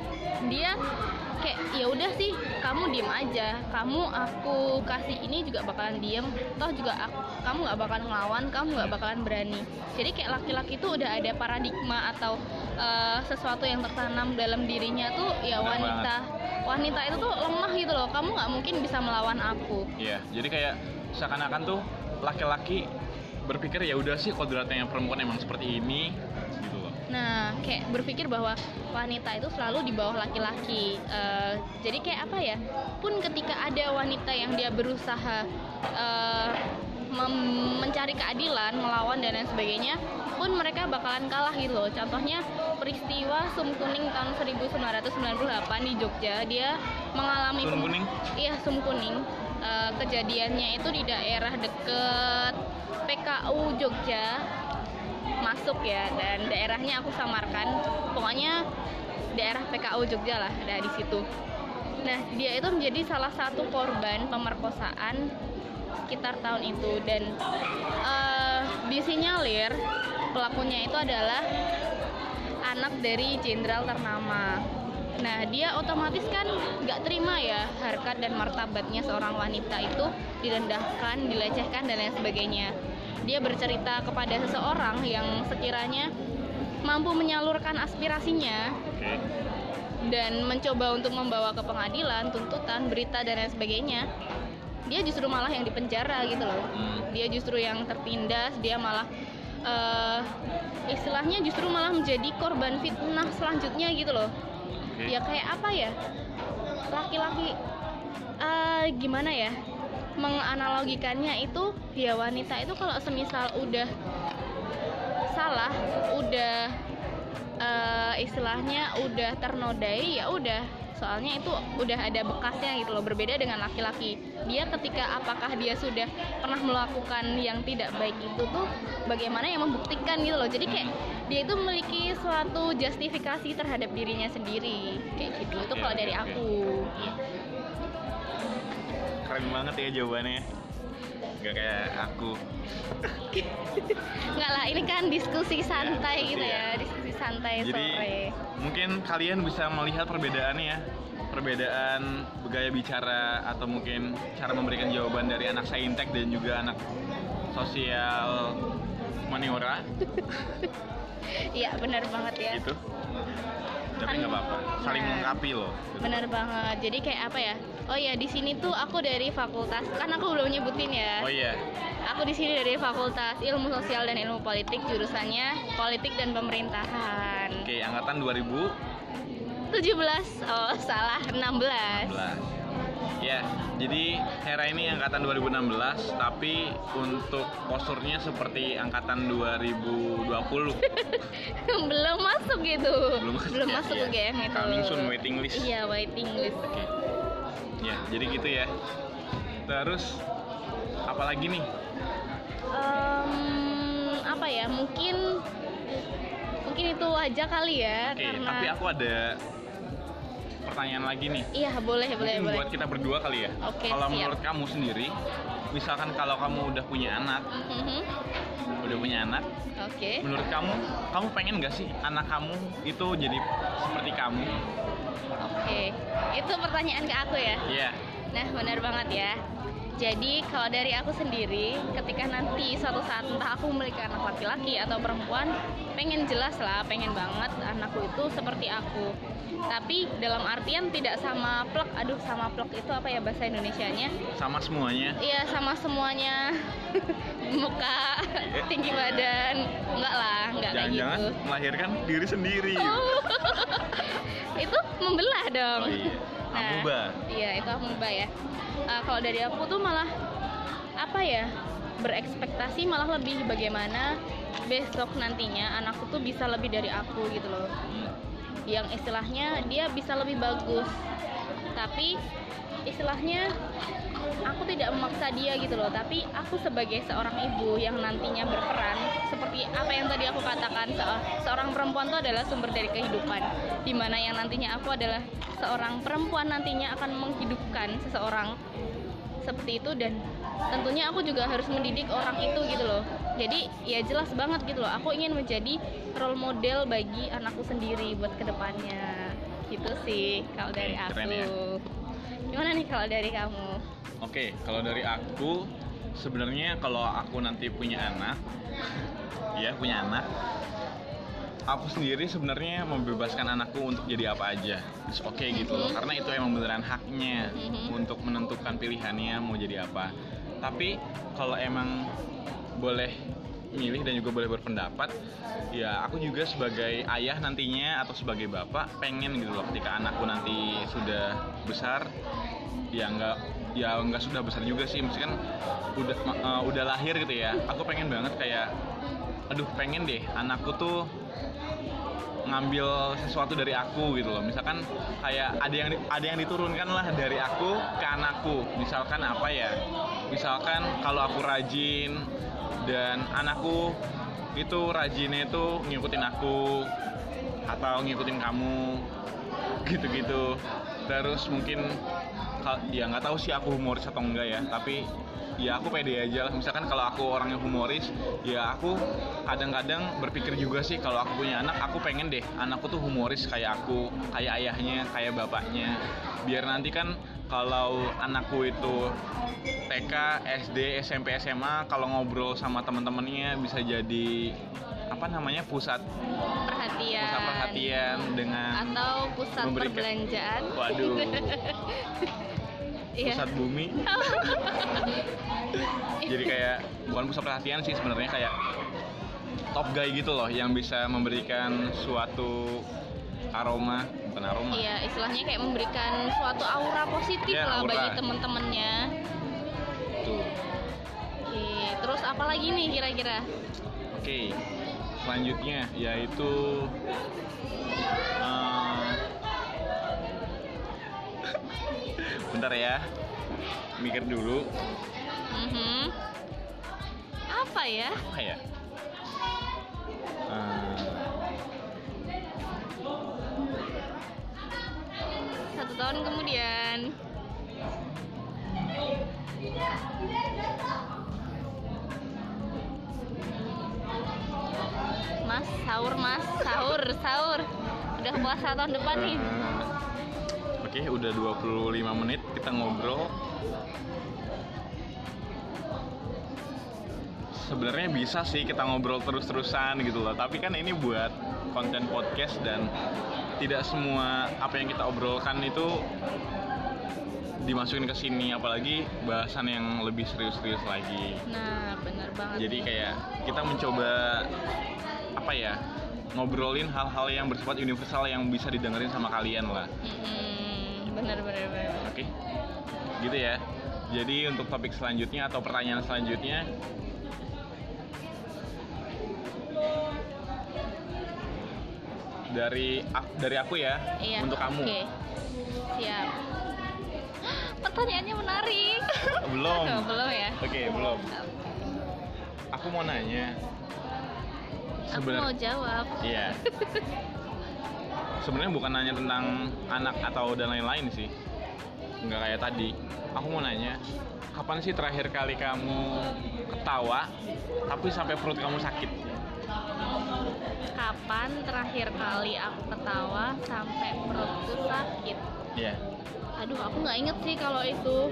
dia kayak ya udah sih, kamu diem aja, kamu aku kasih ini juga bakalan diem, toh juga aku, kamu nggak bakalan ngelawan, kamu nggak bakalan berani. Jadi kayak laki-laki itu udah ada paradigma atau uh, sesuatu yang tertanam dalam dirinya tuh ya, benar wanita banget. Wanita itu tuh lemah gitu loh, kamu nggak mungkin bisa melawan aku. Iya, jadi kayak seakan-akan tuh laki-laki berpikir ya udah sih kodratnya yang perempuan emang seperti ini gitu loh. Nah, kayak berpikir bahwa wanita itu selalu di bawah laki-laki. Uh, jadi kayak apa ya? Pun ketika ada wanita yang dia berusaha uh, mem- mencari keadilan, melawan dan lain sebagainya, pun mereka bakalan kalah gitu loh. Contohnya peristiwa Sum Kuning tahun seribu sembilan ratus sembilan puluh delapan di Jogja, dia mengalami Sum Kuning? Iya, Sum Kuning. Uh, kejadiannya itu di daerah deket P K U Jogja masuk ya, dan daerahnya aku samarkan, pokoknya daerah P K U Jogja lah, ada di situ. Nah, dia itu menjadi salah satu korban pemerkosaan sekitar tahun itu, dan uh, disinyalir pelakunya itu adalah anak dari jenderal ternama. Nah, dia otomatis kan nggak terima ya harkat dan martabatnya seorang wanita itu direndahkan, dilecehkan dan lain sebagainya. Dia bercerita kepada seseorang yang sekiranya mampu menyalurkan aspirasinya, okay. dan mencoba untuk membawa ke pengadilan, tuntutan, berita dan lain sebagainya. dia justru malah yang dipenjara gitu loh. Hmm. Dia justru yang tertindas, dia malah uh, istilahnya justru malah menjadi korban fitnah selanjutnya gitu loh. Okay. Ya kayak apa ya, laki-laki uh, gimana ya menganalogikannya itu, ya wanita itu kalau semisal udah salah, udah uh, istilahnya udah ternodai, ya udah, soalnya itu udah ada bekasnya gitu loh. Berbeda dengan laki-laki, dia ketika apakah dia sudah pernah melakukan yang tidak baik itu tuh bagaimana yang membuktikan gitu loh. Jadi kayak dia itu memiliki suatu justifikasi terhadap dirinya sendiri kayak gitu. Itu kalau dari aku. Keren banget ya jawabannya, nggak kayak aku. Nggak lah, ini kan diskusi santai ya, gitu ya. ya, diskusi santai. Jadi, sore. Mungkin kalian bisa melihat perbedaannya ya, perbedaan gaya bicara atau mungkin cara memberikan jawaban dari anak saintek dan juga anak sosial maniora. Iya benar banget ya. Gitu. Tapi nggak apa-apa, saling Nah. melengkapi loh. Bener banget. Jadi kayak apa ya? Oh ya, di sini tuh aku dari fakultas, kan aku belum nyebutin ya. Oh iya. Aku di sini dari Fakultas Ilmu Sosial dan Ilmu Politik, jurusannya Politik dan Pemerintahan. Oke, angkatan dua ribu tujuh belas. Oh, salah, enam belas. enam belas. Ya, jadi Hera ini angkatan dua ribu enam belas, tapi untuk posturnya seperti angkatan dua ribu dua puluh. Belum masuk gitu. Belum masuk, Belum ya, masuk iya. ke game itu. Coming soon, waiting list. Iya, waiting list. Oke. Ya, jadi gitu ya. Terus apalagi nih? Em, apa ya? Mungkin mungkin itu aja kali ya. Oke, karena tapi aku ada pertanyaan lagi nih. Iya, boleh, boleh, Mungkin boleh. buat kita berdua kali ya. Oke, kalau siap. menurut kamu sendiri, misalkan kalau kamu udah punya anak, Mhm. udah punya anak, Oke. menurut kamu, kamu pengen nggak sih anak kamu itu jadi seperti kamu? Oke. Itu pertanyaan ke aku ya. Iya. Nah, benar banget ya. Jadi kalau dari aku sendiri, ketika nanti suatu saat entah aku memiliki anak laki-laki atau perempuan, pengen jelas lah, pengen banget anakku itu seperti aku. Tapi dalam artian tidak sama plek, aduh sama plek itu apa ya bahasa Indonesianya? Sama semuanya. Iya, sama semuanya. Muka, tinggi badan, enggak lah, enggak kayak Jangan-jangan gitu. melahirkan diri sendiri. Oh. Itu membelah dong. Oh iya. Nah, Amuba. iya, itu amuba ya. Uh, kalau dari aku tuh malah apa ya, berekspektasi malah lebih bagaimana besok nantinya anakku tuh bisa lebih dari aku gitu loh. Hmm. Yang istilahnya dia bisa lebih bagus, tapi istilahnya aku tidak memaksa dia gitu loh. Tapi aku sebagai seorang ibu yang nantinya berperan seperti apa yang tadi aku katakan, se- seorang perempuan itu adalah sumber dari kehidupan, dimana yang nantinya aku adalah seorang perempuan nantinya akan menghidupkan seseorang seperti itu. Dan tentunya aku juga harus mendidik orang itu gitu loh. Jadi ya jelas banget gitu loh, aku ingin menjadi role model bagi anakku sendiri buat kedepannya gitu sih kalau dari Oke, aku. keren ya. Gimana nih kalau dari kamu? Oke, kalau dari aku sebenarnya kalau aku nanti punya anak, ya punya anak, aku sendiri sebenarnya membebaskan anakku untuk jadi apa aja. It's oke gitu loh, karena itu emang beneran haknya Mhm. untuk menentukan pilihannya mau jadi apa. Tapi kalau emang boleh milih dan juga boleh berpendapat, ya aku juga sebagai ayah nantinya atau sebagai bapak pengen gitu loh ketika anakku nanti sudah besar, ya nggak ya nggak sudah besar juga sih, maksudnya kan udah uh, udah lahir gitu ya. Aku pengen banget kayak, aduh pengen deh anakku tuh ngambil sesuatu dari aku gitu loh. Misalkan kayak ada yang ada yang diturunkan lah dari aku ke anakku. Misalkan apa ya? Misalkan kalau aku rajin dan anakku itu rajinnya itu ngikutin aku atau ngikutin kamu gitu-gitu. Terus mungkin kal- ya nggak tahu sih aku humoris atau enggak ya, tapi ya aku pede aja lah. Misalkan kalau aku orangnya humoris, ya aku kadang-kadang berpikir juga sih kalau aku punya anak, aku pengen deh anakku tuh humoris kayak aku, kayak ayahnya, kayak bapaknya. Biar nanti kan kalau anakku itu T K, S D, S M P, S M A, kalau ngobrol sama teman-temannya bisa jadi apa namanya pusat Perhatian. pusat perhatian dengan Atau pusat memberikan- perbelanjaan. Waduh. Iya. pusat bumi. Jadi kayak bukan pusat perhatian sih sebenarnya, kayak top guy gitu loh yang bisa memberikan suatu aroma, bukan aroma. Iya, istilahnya kayak memberikan suatu aura positif Ya, lah aura. bagi temen-temennya. Tuh. Oke, terus apa lagi nih kira-kira? Oke, selanjutnya yaitu uh, bentar ya, mikir dulu. Mhm. Apa ya? Apa ya? Uh, Satu tahun kemudian. Mas, sahur mas, sahur, sahur. Udah puasa tahun depan nih. uh, Oke, udah dua puluh lima menit kita ngobrol. Sebenarnya bisa sih kita ngobrol terus-terusan gitu loh, tapi kan ini buat konten podcast dan tidak semua apa yang kita obrolkan itu dimasukin ke sini, apalagi bahasan yang lebih serius-serius lagi. Nah, bener banget. Jadi kayak kita mencoba apa ya, ngobrolin hal-hal yang bersifat universal yang bisa didengerin sama kalian lah. Mm-mm, bener bener bener. Oke, gitu ya. Jadi untuk topik selanjutnya atau pertanyaan selanjutnya, dari dari aku ya, Iya. untuk kamu. Oke. Siap. Pertanyaannya menarik. Belum. Oh, belum ya. Oke, belum. Aku mau nanya. Aku Sebenar- mau jawab. Iya. Sebenarnya bukan nanya tentang anak atau dan lain-lain sih. Nggak kayak tadi. Aku mau nanya, kapan sih terakhir kali kamu ketawa tapi sampai perut kamu sakit? Kapan terakhir kali aku ketawa sampai perutku sakit? Iya. Aduh, aku nggak inget sih kalau itu.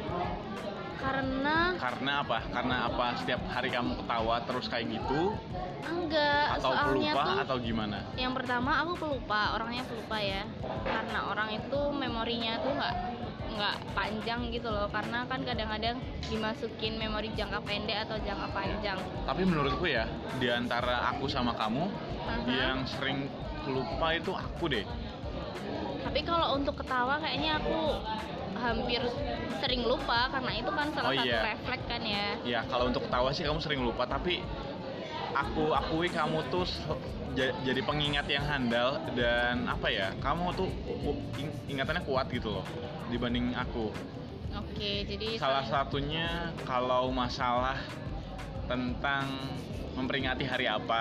Karena Karena apa? Karena apa? Setiap hari kamu ketawa terus kayak gitu? enggak, Atau soalnya pelupa tuh atau gimana? yang pertama aku pelupa, orangnya pelupa ya. Karena orang itu memorinya tuh nggak nggak panjang gitu loh. Karena kan kadang-kadang dimasukin memori jangka pendek atau jangka panjang. Tapi menurutku ya, di antara aku sama kamu, Aha. yang sering lupa itu aku deh. Tapi kalau untuk ketawa kayaknya aku hampir sering lupa karena itu kan salah Oh, satu iya. refleks kan ya. Ya kalau untuk ketawa sih kamu sering lupa, tapi aku akui kamu tuh se- ja- jadi pengingat yang handal dan apa ya, kamu tuh ku- ing- ingatannya kuat gitu loh dibanding aku. Oke, jadi Salah saling- satunya kalau masalah tentang memperingati hari apa.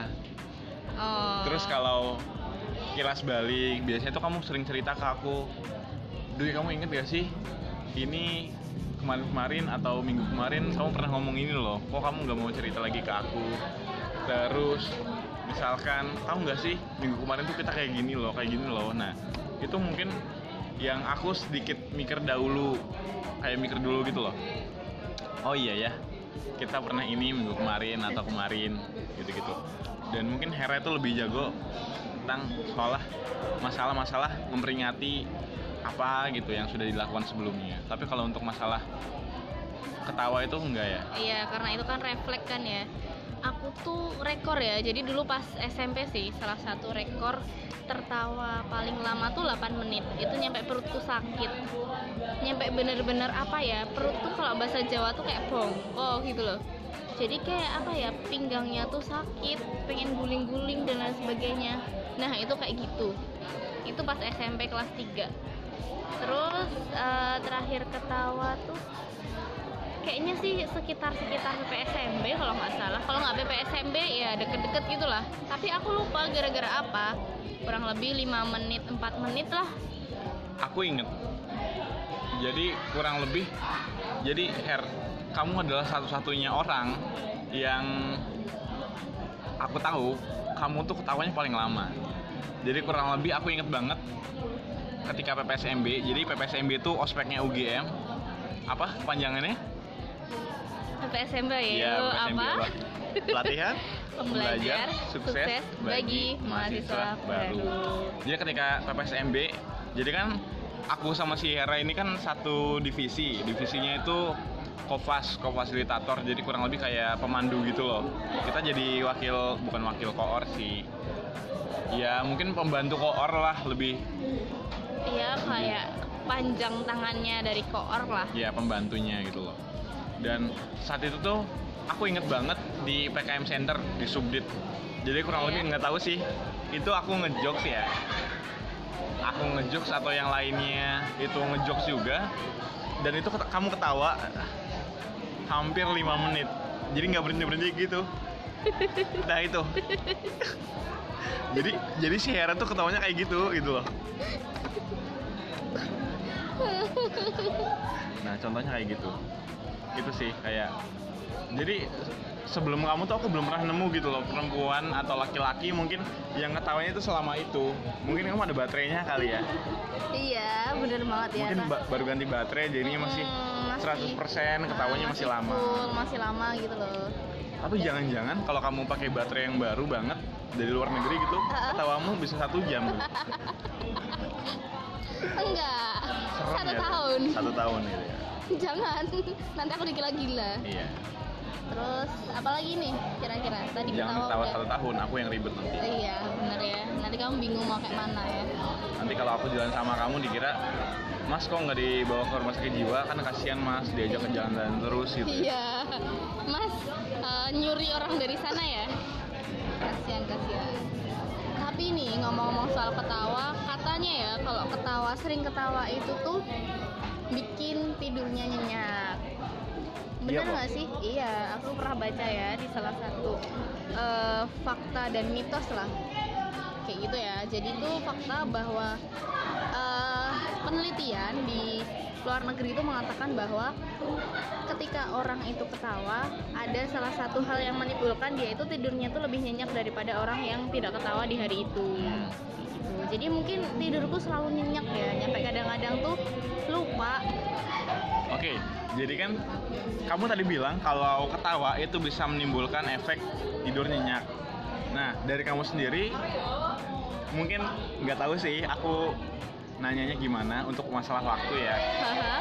Oh. Terus kalau kilas balik, biasanya tuh kamu sering cerita ke aku, Dwi kamu inget gak sih ini kemarin-kemarin atau minggu kemarin kamu pernah ngomong ini loh, kok kamu gak mau cerita lagi ke aku. Terus misalkan tahu gak sih minggu kemarin tuh kita kayak gini loh, kayak gini loh. Nah itu mungkin yang aku sedikit mikir dahulu, kayak mikir dulu gitu loh, oh iya ya kita pernah ini minggu kemarin atau kemarin gitu-gitu. Dan mungkin Hera itu lebih jago tentang soal masalah-masalah memperingati apa gitu yang sudah dilakukan sebelumnya. Tapi kalau untuk masalah ketawa itu enggak ya? Iya, karena itu kan refleks kan ya. Aku tuh rekor ya. Jadi dulu pas S M P sih salah satu rekor tertawa paling lama tuh delapan menit. Itu nyampe perutku sakit. Nyampe bener-bener apa ya? Perut tuh kalau bahasa Jawa tuh kayak bongkok gitu loh. Jadi kayak apa ya? Pinggangnya tuh sakit, pengen guling-guling dan lain sebagainya. Nah, itu kayak gitu. Itu pas S M P kelas tiga. Terus eh, terakhir ketawa tuh kayaknya sih sekitar-sekitar P P S M B kalau nggak salah. Kalau nggak P P S M B ya deket-deket gitulah. Tapi aku lupa gara-gara apa. Kurang lebih lima menit, empat menit lah. Aku inget. Jadi kurang lebih, jadi Her, kamu adalah satu-satunya orang yang aku tahu kamu tuh ketawanya paling lama. Jadi kurang lebih aku inget banget ketika P P S M B. Jadi P P S M B itu ospeknya U G M. Apa panjangannya? P P S M B ya, Iya, P P S M B apa? Pelatihan Pembelajar sukses bagi mahasiswa baru. Jadi ketika P P S M B, jadi kan aku sama si Hera ini kan satu divisi. Divisinya itu Kofas, co-fasilitator. Jadi kurang lebih kayak pemandu gitu loh. Kita jadi wakil, bukan wakil koor sih. Ya mungkin pembantu koor lah lebih. Iya, kayak panjang tangannya dari koor lah. Ya pembantunya gitu loh. Dan saat itu tuh aku inget banget di P K M Center di Subdit. Jadi kurang Iya. lebih nggak tahu sih. Itu aku ngejokes ya. Aku ngejokes atau yang lainnya itu ngejokes juga. Dan itu ket- kamu ketawa hampir lima menit. Jadi nggak berhenti berhenti gitu. Nah itu. jadi jadi si Hera tuh ketawanya kayak gitu gitu loh. Nah contohnya kayak gitu. Itu sih kayak. Jadi sebelum kamu tuh aku belum pernah nemu gitu loh perempuan atau laki-laki mungkin yang ketawanya itu selama itu. Mungkin kamu ada baterainya kali ya. Iya, bener banget ya. Mungkin Kak. ba- baru ganti baterai jadinya masih Hmm, masih- seratus persen ketawanya Ah, masih lama. full, masih lama gitu loh. Tapi jangan-jangan kalau kamu pakai baterai yang baru banget dari luar negeri gitu, Ah. ketawamu bisa satu jam. Enggak, Serem satu ya, tuh. tahun. Satu tahun gitu ya. Jangan, nanti aku dikira-gila. Iya. Terus apalagi nih kira-kira? Tadi Jangan ketawa ketawa udah. satu tahun, aku yang ribet nanti. Iya, bener ya. Nanti kamu bingung mau kayak mana ya. Nanti kalau aku jalan sama kamu dikira, Mas kok nggak dibawa ke rumah sakit jiwa? Kan kasihan Mas diajak ke jalan-jalan terus gitu. Iya, Mas eh, nyuri orang dari sana ya. Kasihan, kasihan. Tapi nih ngomong-ngomong soal ketawa, katanya ya kalau ketawa sering ketawa itu tuh bikin tidurnya nyenyak. Iya, Bener kok. nggak sih? Iya, aku pernah baca ya di salah satu eh, fakta dan mitos lah. Kayak gitu ya. Jadi itu fakta bahwa eh, penelitian di luar negeri itu mengatakan bahwa ketika orang itu ketawa, ada salah satu hal yang menimbulkan dia itu tidurnya tuh lebih nyenyak daripada orang yang tidak ketawa di hari itu. Hmm. Gitu. Jadi mungkin tidurku selalu nyenyak ya, nyampe kadang-kadang tuh lupa. Oke, jadi kan kamu tadi bilang kalau ketawa itu bisa menimbulkan efek tidur nyenyak. Nah, dari kamu sendiri mungkin nggak tahu sih, aku nanyanya gimana untuk masalah waktu ya. Haha.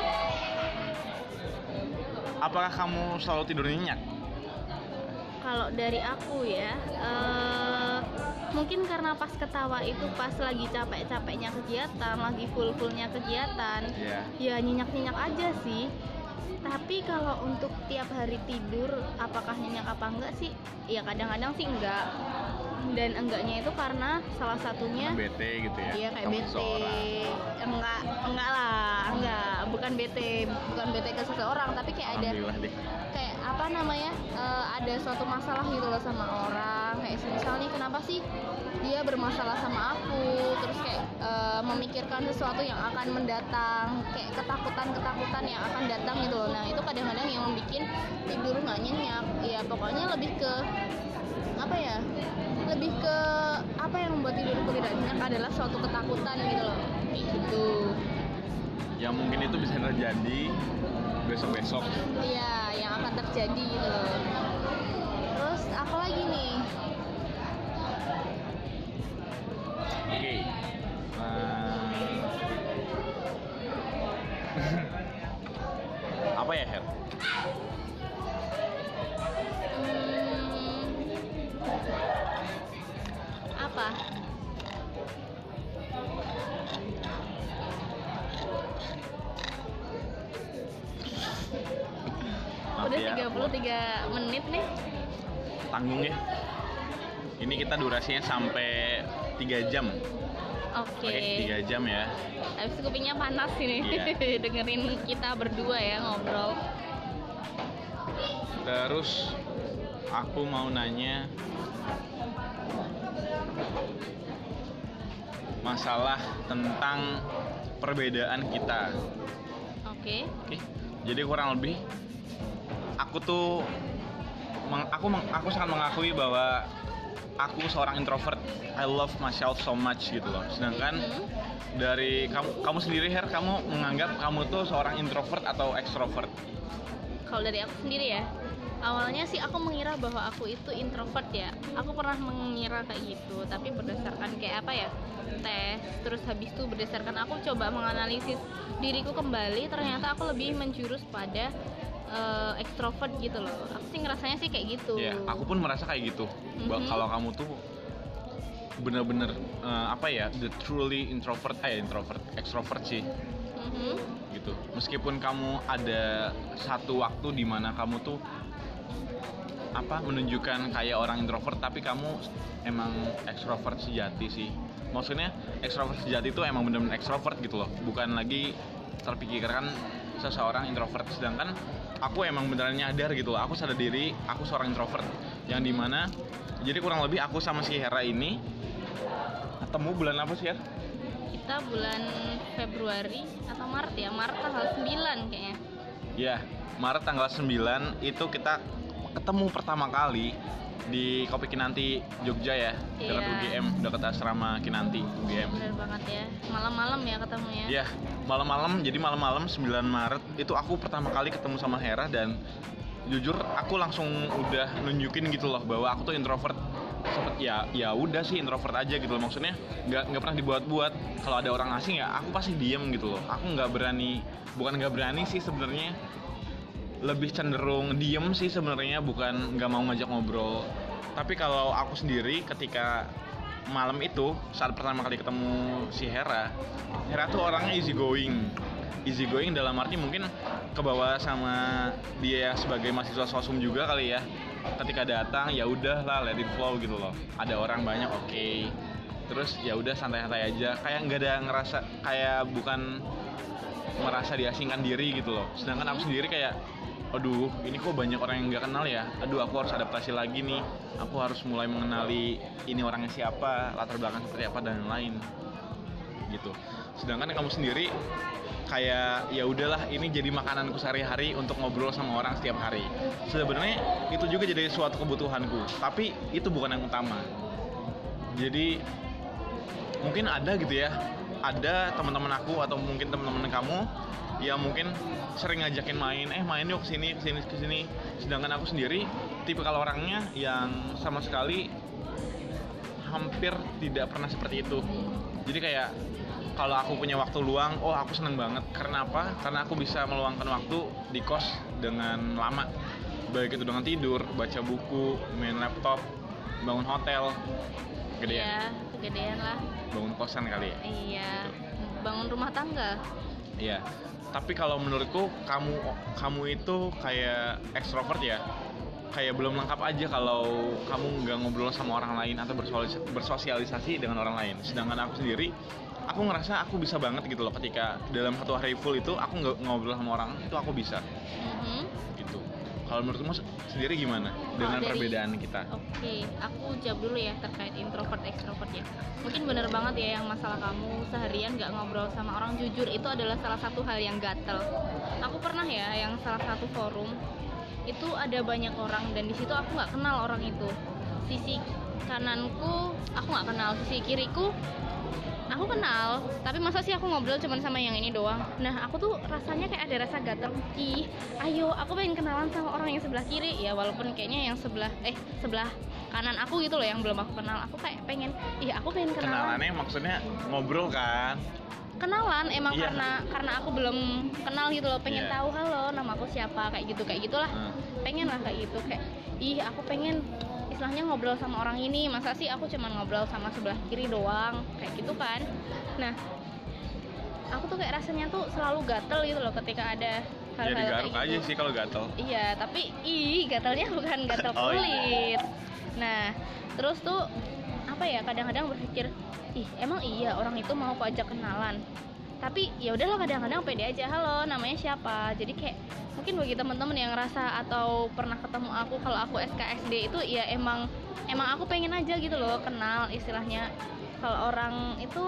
Apakah kamu selalu tidur nyenyak? Kalau dari aku ya, eh, mungkin karena pas ketawa itu pas lagi capek-capeknya kegiatan, lagi full-fullnya kegiatan, Iya. ya nyenyak-nyenyak aja sih. Tapi kalau untuk tiap hari tidur, apakah nyenyak apa enggak sih? Ya kadang-kadang sih enggak. Dan enggaknya itu karena salah satunya Bete gitu ya? iya kayak Kamu bete. seseorang. Enggak, enggak lah, enggak, bukan bete, bukan bete ke seseorang, tapi kayak ada Alhamdulillah deh. kayak apa namanya eh, ada suatu masalah gitu loh sama orang, kayak misalnya kenapa sih dia bermasalah sama aku, terus kayak eh, memikirkan sesuatu yang akan mendatang, kayak ketakutan-ketakutan yang akan datang gitu loh. Nah itu kadang-kadang yang membuat tidur nggak nyenyak. Ya pokoknya lebih ke apa ya, lebih ke apa yang membuat tidurku tidak nyenyak adalah suatu ketakutan gitu loh, kayak gitu. Yang mungkin itu bisa terjadi besok-besok. Iya, yang akan terjadi gitu loh. Terus apa lagi nih? Oke. Eh, apa ya, Her? Hmm, apa? Maaf Udah ya, tiga puluh tiga menit nih. tanggung ya. Ini kita durasinya sampai tiga jam. Oke. Oke, tiga jam ya. Habis itu kupingnya panas ini. Iya. Dengerin kita berdua ya ngobrol. Terus aku mau nanya masalah tentang perbedaan kita. Oke. Oke. Jadi kurang lebih aku tuh meng- aku meng- aku sangat mengakui bahwa aku seorang introvert. I love myself so much gitu loh. Sedangkan Mhm. dari kamu kamu sendiri, Her, kamu menganggap kamu tuh seorang introvert atau extrovert? Kalau dari aku sendiri ya, Awalnya sih aku mengira bahwa aku itu introvert ya. Aku pernah mengira kayak gitu, tapi berdasarkan kayak apa ya, tes, terus habis itu berdasarkan aku coba menganalisis diriku kembali, ternyata aku lebih menjurus pada uh, ekstrovert gitu loh. Aku sih ngerasanya sih kayak gitu. Iya, aku pun merasa kayak gitu. Mhm. Kalau kamu tuh bener-bener uh, apa ya, the truly introvert, eh introvert, extrovert sih. Mhm. Gitu. Meskipun kamu ada satu waktu di mana kamu tuh apa menunjukkan kayak orang introvert, tapi kamu emang ekstrovert sejati sih. Maksudnya ekstrovert sejati itu emang bener-bener ekstrovert gitu loh, bukan lagi terpikirkan seseorang introvert. Sedangkan aku emang beneran nyadar gitu loh, aku sadar diri aku seorang introvert, yang dimana jadi kurang lebih aku sama si Hera ini ketemu bulan apa sih ya? Kita bulan Februari atau Maret ya, Maret tanggal sembilan kayaknya. Ya, Maret tanggal sembilan itu kita ketemu pertama kali di Kopi Kinanti Jogja ya, dekat Iya. U G M, dekat asrama Kinanti U G M. Bener banget ya, malam-malam ya ketemunya. Iya, malam-malam, jadi malam-malam sembilan Maret itu aku pertama kali ketemu sama Hera, dan jujur aku langsung udah nunjukin gitu loh bahwa aku tuh introvert. Sempet ya ya udah sih introvert aja gitu loh, maksudnya nggak nggak pernah dibuat-buat. Kalau ada orang asing ya aku pasti diem gitu loh. Aku nggak berani, bukan nggak berani sih sebenarnya, lebih cenderung diem sih sebenarnya, bukan nggak mau ngajak ngobrol. Tapi kalau aku sendiri ketika malam itu saat pertama kali ketemu si Hera, Hera tuh orangnya easy going. Easy going dalam arti mungkin kebawa sama dia sebagai mahasiswa sosum juga kali ya. Ketika datang ya udahlah, let it flow gitu loh. Ada orang banyak, oke. Okay. Terus ya udah santai-santai aja, kayak nggak ada ngerasa, kayak bukan merasa diasingkan diri gitu loh. Sedangkan aku sendiri kayak, aduh ini kok banyak orang yang nggak kenal ya, aduh aku harus adaptasi lagi nih, aku harus mulai mengenali ini orangnya siapa, latar belakang seperti apa dan lain-lain gitu. Sedangkan kamu sendiri kayak ya udahlah, ini jadi makananku sehari-hari untuk ngobrol sama orang setiap hari. Sebenarnya itu juga jadi suatu kebutuhanku, tapi itu bukan yang utama. Jadi mungkin ada gitu ya, ada teman-teman aku atau mungkin teman-teman kamu yang mungkin sering ngajakin main, eh main yuk kesini kesini kesini. Sedangkan aku sendiri tipe kalau orangnya yang sama sekali hampir tidak pernah seperti itu. Jadi kayak kalau aku punya waktu luang, oh aku seneng banget. Karena apa? Karena aku bisa meluangkan waktu di kos dengan lama, baik itu dengan tidur, baca buku, main laptop, bangun hotel, gedean. Iya, kegedean lah. Bangun kosan kali ya. Iya, bangun rumah tangga. Iya. Tapi kalau menurutku kamu kamu itu kayak ekstrovert ya. Kayak belum lengkap aja kalau kamu nggak ngobrol sama orang lain atau bersosialisasi dengan orang lain. Sedangkan aku sendiri, aku ngerasa aku bisa banget gitu loh, ketika dalam satu hari full itu aku nggak ngobrol sama orang, itu aku bisa Mhm. gitu. Kalau menurutmu sendiri gimana dengan dari- perbedaan kita? Oke, aku jawab dulu ya terkait introvert ekstrovert ya. Mungkin bener banget ya yang masalah kamu seharian gak ngobrol sama orang. Jujur itu adalah salah satu hal yang gatel. Aku pernah ya yang salah satu forum itu ada banyak orang dan di situ aku nggak kenal orang itu. Sisi kananku aku nggak kenal, sisi kiriku aku kenal, tapi masa sih aku ngobrol cuma sama yang ini doang. Nah aku tuh rasanya kayak ada rasa gatel, ih ayo aku pengen kenalan sama orang yang sebelah kiri ya, walaupun kayaknya yang sebelah eh sebelah kanan aku gitu loh yang belum aku kenal. Aku kayak pengen, ih aku pengen kenalan. Kenalannya maksudnya ngobrol kan? Kenalan emang Iya. karena karena aku belum kenal gitu loh, pengen Iya. tahu halo nama aku siapa, kayak gitu kayak gitulah. Hmm. Pengen lah kayak gitu, kayak ih aku pengen istilahnya ngobrol sama orang ini, masa sih aku cuma ngobrol sama sebelah kiri doang, kayak gitu kan. Nah aku tuh kayak rasanya tuh selalu gatel gitu loh ketika ada hal-hal Jadi kayak garuk gitu. aja sih kalau gatel. Iya, tapi ih gatalnya bukan gatal Oh, iya. kulit. Nah, terus tuh apa ya, kadang-kadang berpikir, ih emang iya orang itu mau aku ajak kenalan. Tapi ya udahlah, kadang-kadang pede aja, halo namanya siapa. Jadi kayak mungkin bagi teman-teman yang ngerasa atau pernah ketemu aku kalau aku S K S D itu ya emang emang aku pengen aja gitu loh kenal istilahnya. Kalau orang itu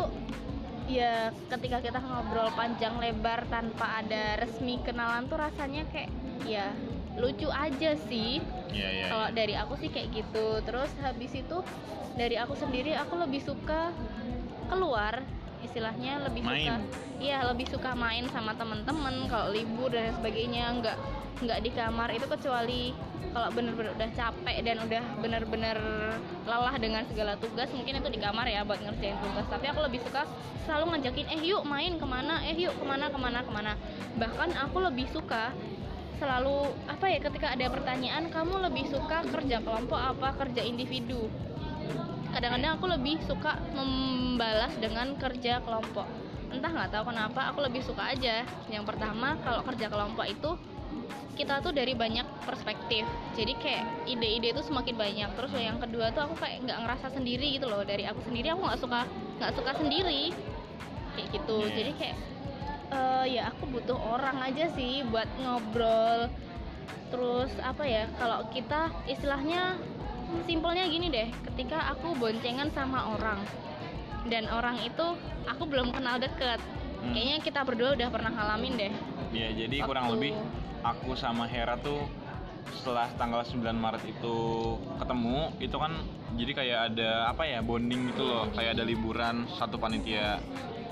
ya ketika kita ngobrol panjang lebar tanpa ada resmi kenalan tuh rasanya kayak ya lucu aja sih. Iya, iya. Kalau iya. dari aku sih kayak gitu. Terus habis itu dari aku sendiri aku lebih suka keluar, istilahnya lebih Main. suka iya lebih suka main sama temen-temen kalau libur dan sebagainya. Nggak nggak di kamar itu kecuali kalau bener-bener udah capek dan udah bener-bener lelah dengan segala tugas, mungkin itu di kamar ya buat ngerjain tugas. Tapi aku lebih suka selalu ngajakin, eh yuk main kemana, eh yuk kemana kemana kemana. Bahkan aku lebih suka selalu apa ya, ketika ada pertanyaan, kamu lebih suka kerja kelompok apa kerja individu? Kadang-kadang aku lebih suka membalas dengan kerja kelompok. Entah nggak tahu kenapa aku lebih suka aja. Yang pertama, kalau kerja kelompok itu kita tuh dari banyak perspektif, jadi kayak ide-ide itu semakin banyak. Terus yang kedua tuh aku kayak nggak ngerasa sendiri gitu loh. Dari aku sendiri aku nggak suka nggak suka sendiri kayak gitu. Yeah. Jadi kayak uh, ya aku butuh orang aja sih buat ngobrol. Terus apa ya, kalau kita istilahnya simpelnya gini deh, ketika aku boncengan sama orang dan orang itu aku belum kenal deket, hmm. kayaknya kita berdua udah pernah ngalamin deh. Ya, jadi Waktu... kurang lebih aku sama Hera tuh setelah tanggal sembilan Maret itu ketemu, itu kan jadi kayak ada apa ya, bonding gitu loh. Kayak ada liburan satu panitia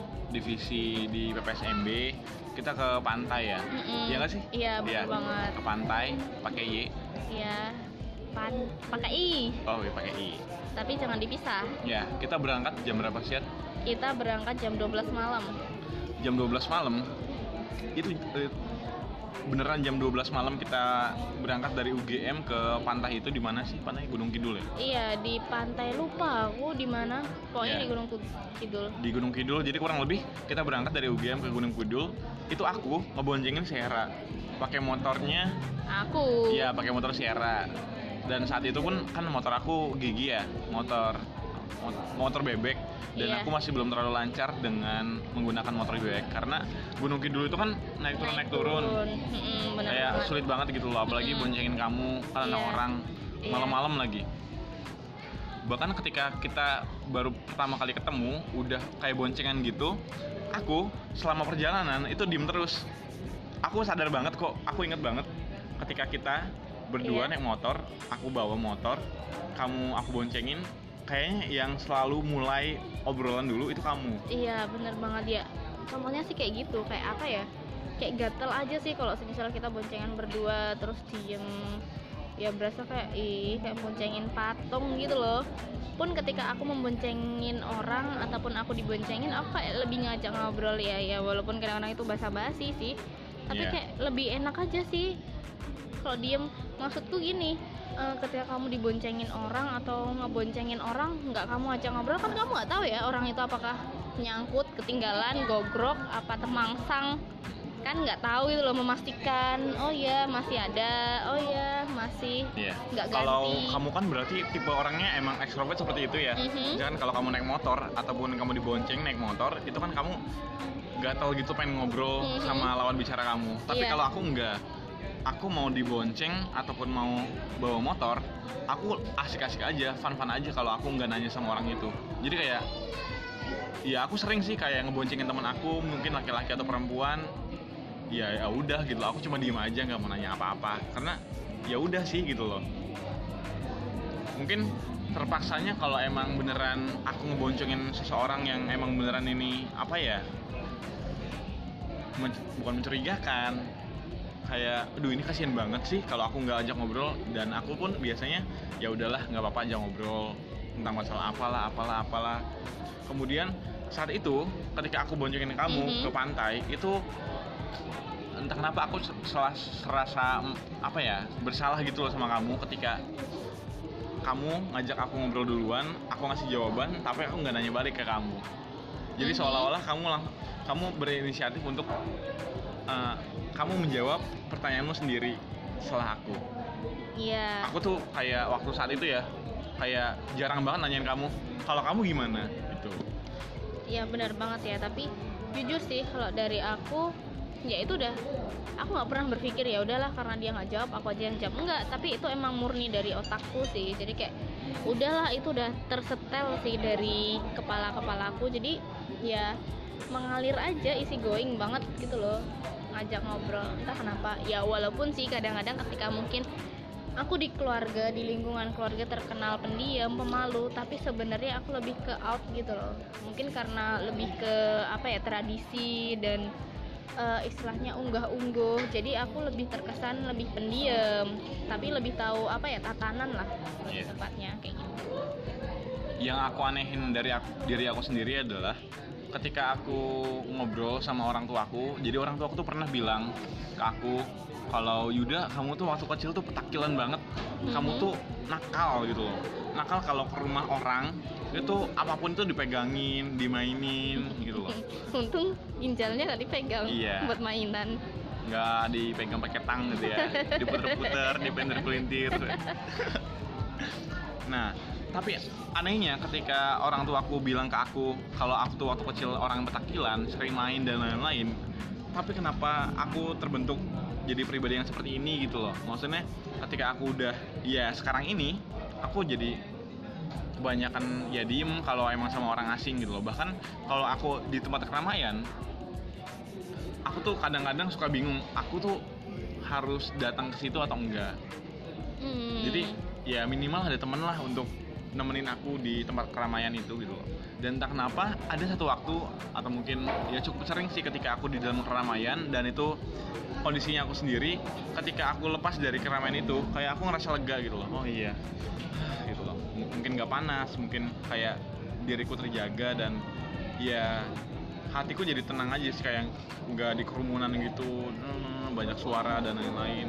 divisi di P P S M B, kita ke pantai ya. Iya nggak sih? Iya, betul ya, banget. Ke pantai pakai Y. Iya. Pan pakai I. Oh, iya pakai I. Tapi jangan dipisah. Ya, kita berangkat jam berapa sih? Kita berangkat jam dua belas malam. Jam dua belas malam. Itu eh, beneran jam dua belas malam kita berangkat dari U G M ke pantai itu. Di mana sih pantai? Gunung Kidul ya? Iya, di pantai, lupa aku di mana. Pokoknya yeah. di Gunung Kidul. Di Gunung Kidul. Jadi kurang lebih kita berangkat dari U G M ke Gunung Kidul. Itu aku ngeboncengin Sierra. Pakai motornya aku. Iya, pakai motor Sierra. Dan saat itu pun kan motor aku gigi ya, motor motor bebek. Dan iya. aku masih belum terlalu lancar dengan menggunakan motor bebek karena Gunung Kidul itu kan naik turun naik turun, Hmm, kayak banget. sulit banget gitu loh, apalagi hmm. boncengin kamu kan anak iya. orang iya. malam-malam lagi. Bahkan ketika kita baru pertama kali ketemu udah kayak boncengan gitu, aku selama perjalanan itu diem terus. Aku sadar banget kok, aku inget banget ketika kita berdua iya. naik motor, aku bawa motor, kamu aku boncengin. Kayaknya yang selalu mulai obrolan dulu itu kamu. Iya, bener banget ya. Contohnya sih kayak gitu, kayak apa ya? Kayak gatel aja sih kalau misalnya kita boncengan berdua terus diem. Ya berasa kayak ih, kayak boncengin patung gitu loh. Pun ketika aku memboncengin orang ataupun aku diboncengin, aku kayak lebih ngajak ngobrol ya. Ya walaupun kadang-kadang itu basa-basi sih. Tapi yeah. kayak lebih enak aja sih kalau diem. Maksudku gini, Uh, ketika kamu diboncengin orang atau ngeboncengin orang, nggak kamu ajak ngobrol, kan kamu nggak tahu ya orang itu apakah nyangkut, ketinggalan, gogrok, apa temangsang, kan nggak tahu itu loh. Memastikan, oh ya masih ada, oh ya masih nggak yeah. ganti. Kalau kamu kan berarti tipe orangnya emang ekstrovert seperti itu ya. Mm-hmm. Jangan kalau kamu naik motor ataupun kamu dibonceng naik motor, itu kan kamu gatal gitu pengen ngobrol mm-hmm. sama lawan bicara kamu. Tapi yeah. kalau aku enggak, aku mau dibonceng ataupun mau bawa motor, aku asik-asik aja, fun-fun aja kalau aku nggak nanya sama orang itu. Jadi kayak, ya aku sering sih kayak ngeboncengin teman aku, mungkin laki-laki atau perempuan. Ya ya udah gitu, aku cuma diem aja, nggak mau nanya apa-apa, karena ya udah sih gitu loh. Mungkin terpaksanya kalau emang beneran aku ngeboncengin seseorang yang emang beneran ini apa ya, men- bukan mencurigakan. Kayak, aduh ini kasihan banget sih kalau aku nggak ajak ngobrol. Dan aku pun biasanya ya udahlah nggak apa-apa ajak ngobrol tentang masalah apalah apalah apalah. Kemudian saat itu ketika aku boncengin kamu mm-hmm. ke pantai itu, entah kenapa aku serasa, serasa apa ya, bersalah gitu loh sama kamu ketika kamu ngajak aku ngobrol duluan, aku ngasih jawaban tapi aku nggak nanya balik ke kamu. Jadi mm-hmm. seolah-olah kamu lang- kamu berinisiatif untuk uh, kamu menjawab pertanyaanmu sendiri setelah aku. Iya. Aku tuh kayak waktu saat itu ya, kayak jarang banget nanyain kamu, kalau kamu gimana gitu. Iya benar banget ya, tapi jujur sih kalau dari aku, ya itu udah, aku nggak pernah berpikir ya udahlah karena dia nggak jawab aku aja yang jawab, enggak. Tapi itu emang murni dari otakku sih. Jadi kayak udahlah itu udah tersetel sih dari kepala kepalaku. Jadi ya mengalir aja, easy going banget gitu loh. Ngajak ngobrol, entah kenapa ya, walaupun sih kadang-kadang ketika mungkin aku di keluarga, di lingkungan keluarga terkenal pendiam, pemalu, tapi sebenarnya aku lebih ke out gitu loh. Mungkin karena lebih ke apa ya, tradisi dan uh, istilahnya unggah-ungguh. Jadi aku lebih terkesan lebih pendiam, tapi lebih tahu apa ya tatanan lah Iya. tepatnya kayak gitu. Yang aku anehin dari aku, diri aku sendiri adalah ketika aku ngobrol sama orang tuaku, jadi orang tuaku tuh pernah bilang ke aku kalau Yuda, kamu tuh waktu kecil tuh petakilan banget, kamu Mhm. tuh nakal gitu loh. Nakal kalau ke rumah orang itu apapun itu dipegangin, dimainin gitu loh. Untung ginjalnya tadi pegang Iya. buat mainan. Nggak dipegang pakai tang gitu ya, diputer-puter, dipelintir-pelintir. Nah, tapi anehnya ketika orang tua aku bilang ke aku kalau aku tuh waktu kecil orang petakilan, sering main dan lain-lain, tapi kenapa aku terbentuk jadi pribadi yang seperti ini gitu loh. Maksudnya ketika aku udah ya sekarang ini aku jadi kebanyakan ya diem kalau emang sama orang asing gitu loh. Bahkan kalau aku di tempat keramaian, aku tuh kadang-kadang suka bingung aku tuh harus datang ke situ atau enggak. Hmm. Jadi ya minimal ada temen lah untuk nemenin aku di tempat keramaian itu gitu loh. Dan entah kenapa ada satu waktu atau mungkin ya cukup sering sih ketika aku di dalam keramaian dan itu kondisinya aku sendiri, ketika aku lepas dari keramaian itu kayak aku ngerasa lega gitu loh. Oh iya gitu loh. M- mungkin gak panas, mungkin kayak diriku terjaga dan ya hatiku jadi tenang aja sih, kayak nggak di kerumunan gitu, hmm, banyak suara dan lain-lain.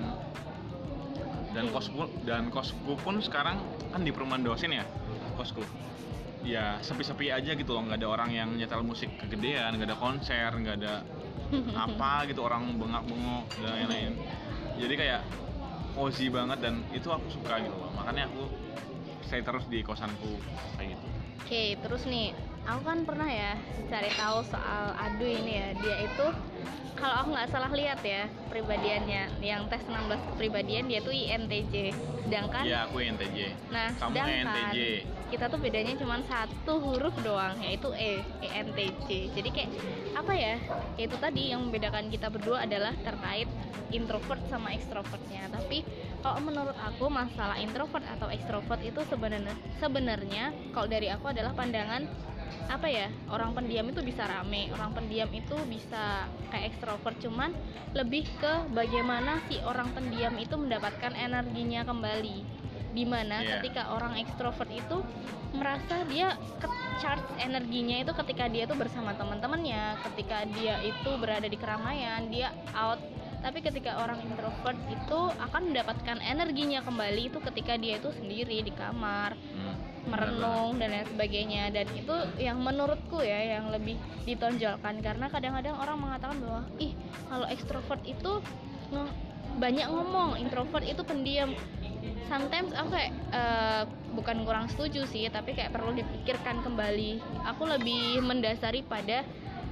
Dan kosku dan kosku pun sekarang kan di perumahan dosen ya, kosku ya sepi-sepi aja gitu loh, nggak ada orang yang nyetel musik kegedean, nggak ada konser, nggak ada apa gitu, orang bengak-bengok dan lain-lain. Jadi kayak cozy banget dan itu aku suka gitu loh, makanya aku stay terus di kosanku kayak gitu. Oke, terus nih, aku kan pernah ya cari tahu soal Adu ini ya. Dia itu kalau aku nggak salah lihat ya pribadiannya, yang tes enam belas kepribadian dia tuh I N T J. Sedangkan Iya, aku I N T J. nah, Kamu sedangkan E N T J. kita tuh bedanya cuma satu huruf doang, yaitu E, E N T J. Jadi kayak apa ya? Itu tadi yang membedakan kita berdua adalah terkait introvert sama extrovertnya. Tapi kalau menurut aku masalah introvert atau extrovert itu sebenarnya sebenarnya kalau dari aku adalah pandangan apa ya, orang pendiam itu bisa rame, orang pendiam itu bisa kayak ekstrovert, cuman lebih ke bagaimana si orang pendiam itu mendapatkan energinya kembali, dimana Iya. ketika orang ekstrovert itu merasa dia ke-charge energinya itu ketika dia itu bersama teman-temannya, ketika dia itu berada di keramaian, dia out. Tapi ketika orang introvert itu akan mendapatkan energinya kembali itu ketika dia itu sendiri di kamar, Hmm, merenung dan lain sebagainya. Dan itu yang menurutku ya yang lebih ditonjolkan, karena kadang-kadang orang mengatakan bahwa ih kalau ekstrovert itu nge- banyak ngomong, introvert itu pendiam. Sometimes aku kayak eh, bukan kurang setuju sih, tapi kayak perlu dipikirkan kembali. Aku lebih mendasari pada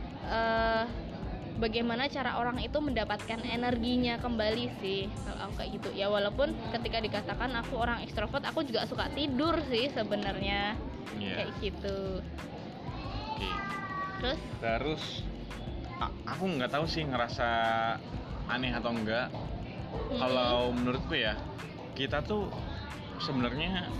eh, bagaimana cara orang itu mendapatkan energinya kembali sih, kalau aku kayak gitu ya. Walaupun ketika dikatakan aku orang ekstrovert, aku juga suka tidur sih sebenarnya. Iya. Kayak gitu. Oke. Terus Terus a- aku nggak tahu sih ngerasa aneh atau enggak. mm, Kalau menurutku ya, kita tuh sebenarnya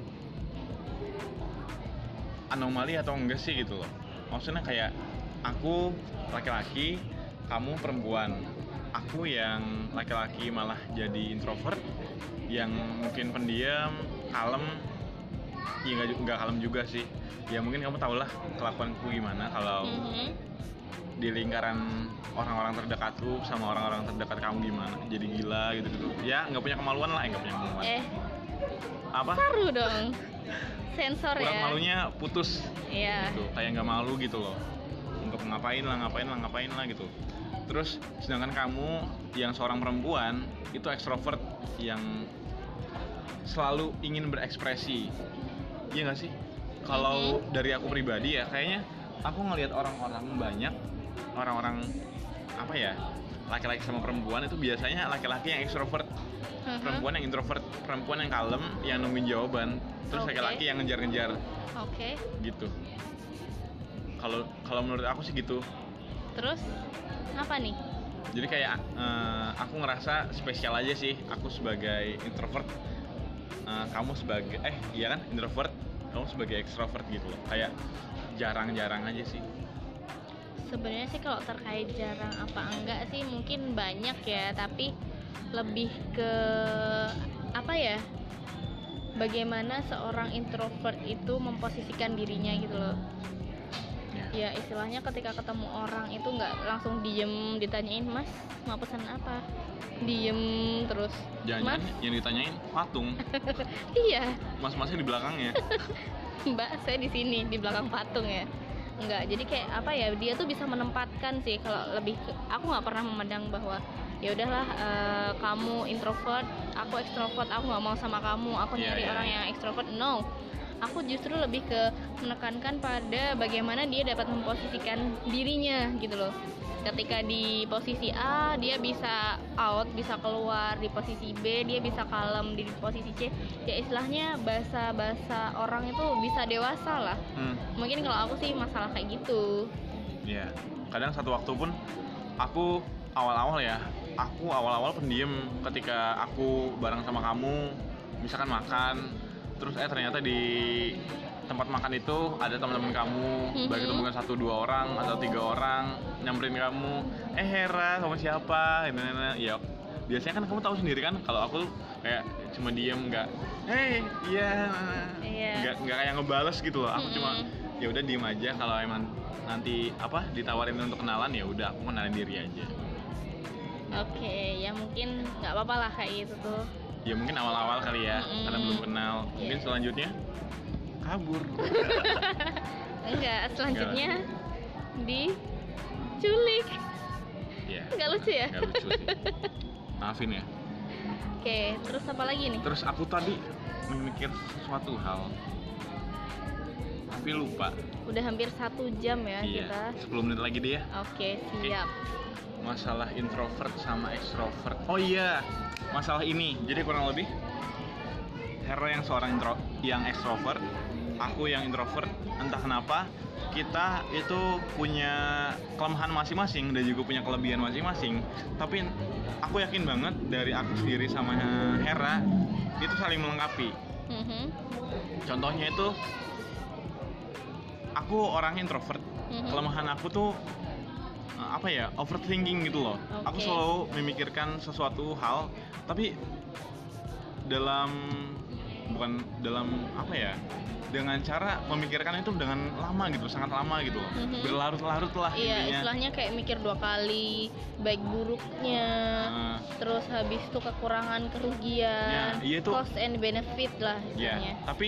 anomali atau enggak sih gitu loh. Maksudnya kayak aku laki-laki, kamu perempuan. Aku yang laki-laki malah jadi introvert, yang mungkin pendiam, kalem. Ya nggak nggak kalem juga sih. Ya mungkin kamu tahulah kelakuanku gimana kalau mhm. di lingkaran orang-orang terdekatku sama orang-orang terdekat kamu gimana, jadi gila gitu-gitu ya, nggak punya kemaluan lah, nggak punya kemaluan eh apa seru dong, sensor kurang ya. malunya putus Iya. gitu, kayak nggak malu gitu loh untuk ngapain lah ngapain lah ngapain lah gitu. Terus sedangkan kamu yang seorang perempuan itu ekstrovert yang selalu ingin berekspresi, iya nggak sih? Kalau dari aku pribadi ya kayaknya aku ngelihat orang-orang banyak, orang-orang apa ya, laki-laki sama perempuan itu biasanya laki-laki yang ekstrovert, Mhm. perempuan yang introvert, perempuan yang kalem yang nungguin jawaban, terus Oke. laki-laki yang ngejar-ngejar Oke. gitu. Kalau kalau menurut aku sih gitu. Terus apa nih? Jadi kayak eh, aku ngerasa spesial aja sih aku sebagai introvert, eh, kamu sebagai eh iya kan introvert, kamu sebagai ekstrovert gitu loh. Kayak jarang-jarang aja sih. Sebenarnya sih kalau terkait jarang apa enggak sih mungkin banyak ya, tapi lebih ke apa ya, bagaimana seorang introvert itu memposisikan dirinya gitu loh. Ya istilahnya ketika ketemu orang itu nggak langsung diem ditanyain, mas mau pesan apa, diem terus. Jangan mas yang ditanyain patung. iya Mas-masnya di belakangnya. mbak saya di sini di belakang patung ya. Enggak, jadi kayak apa ya, dia tuh bisa menempatkan sih. Kalau lebih ke, aku nggak pernah memandang bahwa ya udahlah uh, kamu introvert, aku ekstrovert, aku nggak mau sama kamu, aku Yeah, nyari yeah, orang yeah. yang ekstrovert. No, aku justru lebih ke menekankan pada bagaimana dia dapat memposisikan dirinya gitu loh. Ketika di posisi A dia bisa out, bisa keluar, di posisi B dia bisa kalem, di posisi C ya istilahnya bahasa-bahasa orang itu bisa dewasa lah. Hmm. Mungkin kalau aku sih masalah kayak gitu. Iya. Kadang satu waktu pun aku awal-awal ya, aku awal-awal pendiam ketika aku bareng sama kamu, misalkan makan, terus eh ternyata di tempat makan itu ada teman-teman kamu, Mm-hmm. baik itu mungkin satu dua orang atau tiga orang nyamperin kamu, eh Hera kamu siapa, gimana, ya biasanya kan kamu tahu sendiri kan kalau aku kayak cuma diem nggak, hey iya, Iya. nggak nggak kayak ngebales gitu loh, aku cuma Mm-mm. ya udah diem aja. Kalau emang nanti apa ditawarin untuk kenalan ya udah aku kenalin diri aja. Oke, ya mungkin nggak apa-apa lah kayak gitu tuh. Ya mungkin awal-awal kali ya, Mm-mm. karena belum kenal. Mungkin Iya. selanjutnya kabur. Enggak, selanjutnya diculik. Ya. Nggak lucu ya? Nggak lucu sih. Maafin ya. Oke, terus apa lagi nih? Terus aku tadi memikir sesuatu hal, tapi lupa. Udah hampir satu jam ya Iya. kita. sepuluh menit lagi deh ya. Oke, siap. Masalah introvert sama extrovert. Oh iya, masalah ini. Jadi kurang lebih Hera yang seorang intro, yang extrovert, aku yang introvert. Entah kenapa kita itu punya kelemahan masing-masing dan juga punya kelebihan masing-masing. Tapi aku yakin banget dari aku sendiri sama Hera itu saling melengkapi. Mhm. Contohnya itu aku orang introvert. Mhm. Kelemahan aku tuh uh, apa ya, overthinking gitu loh. Aku Oke. selalu memikirkan sesuatu hal, tapi dalam bukan dalam apa ya, dengan cara memikirkan itu dengan lama gitu, sangat lama gitu loh. Mhm. Berlarut-larut lah Iya, intinya. istilahnya kayak mikir dua kali, baik buruknya, Nah, terus habis itu kekurangan, kerugian, Ya, iya itu. cost and benefit lah ya, istilahnya. tapi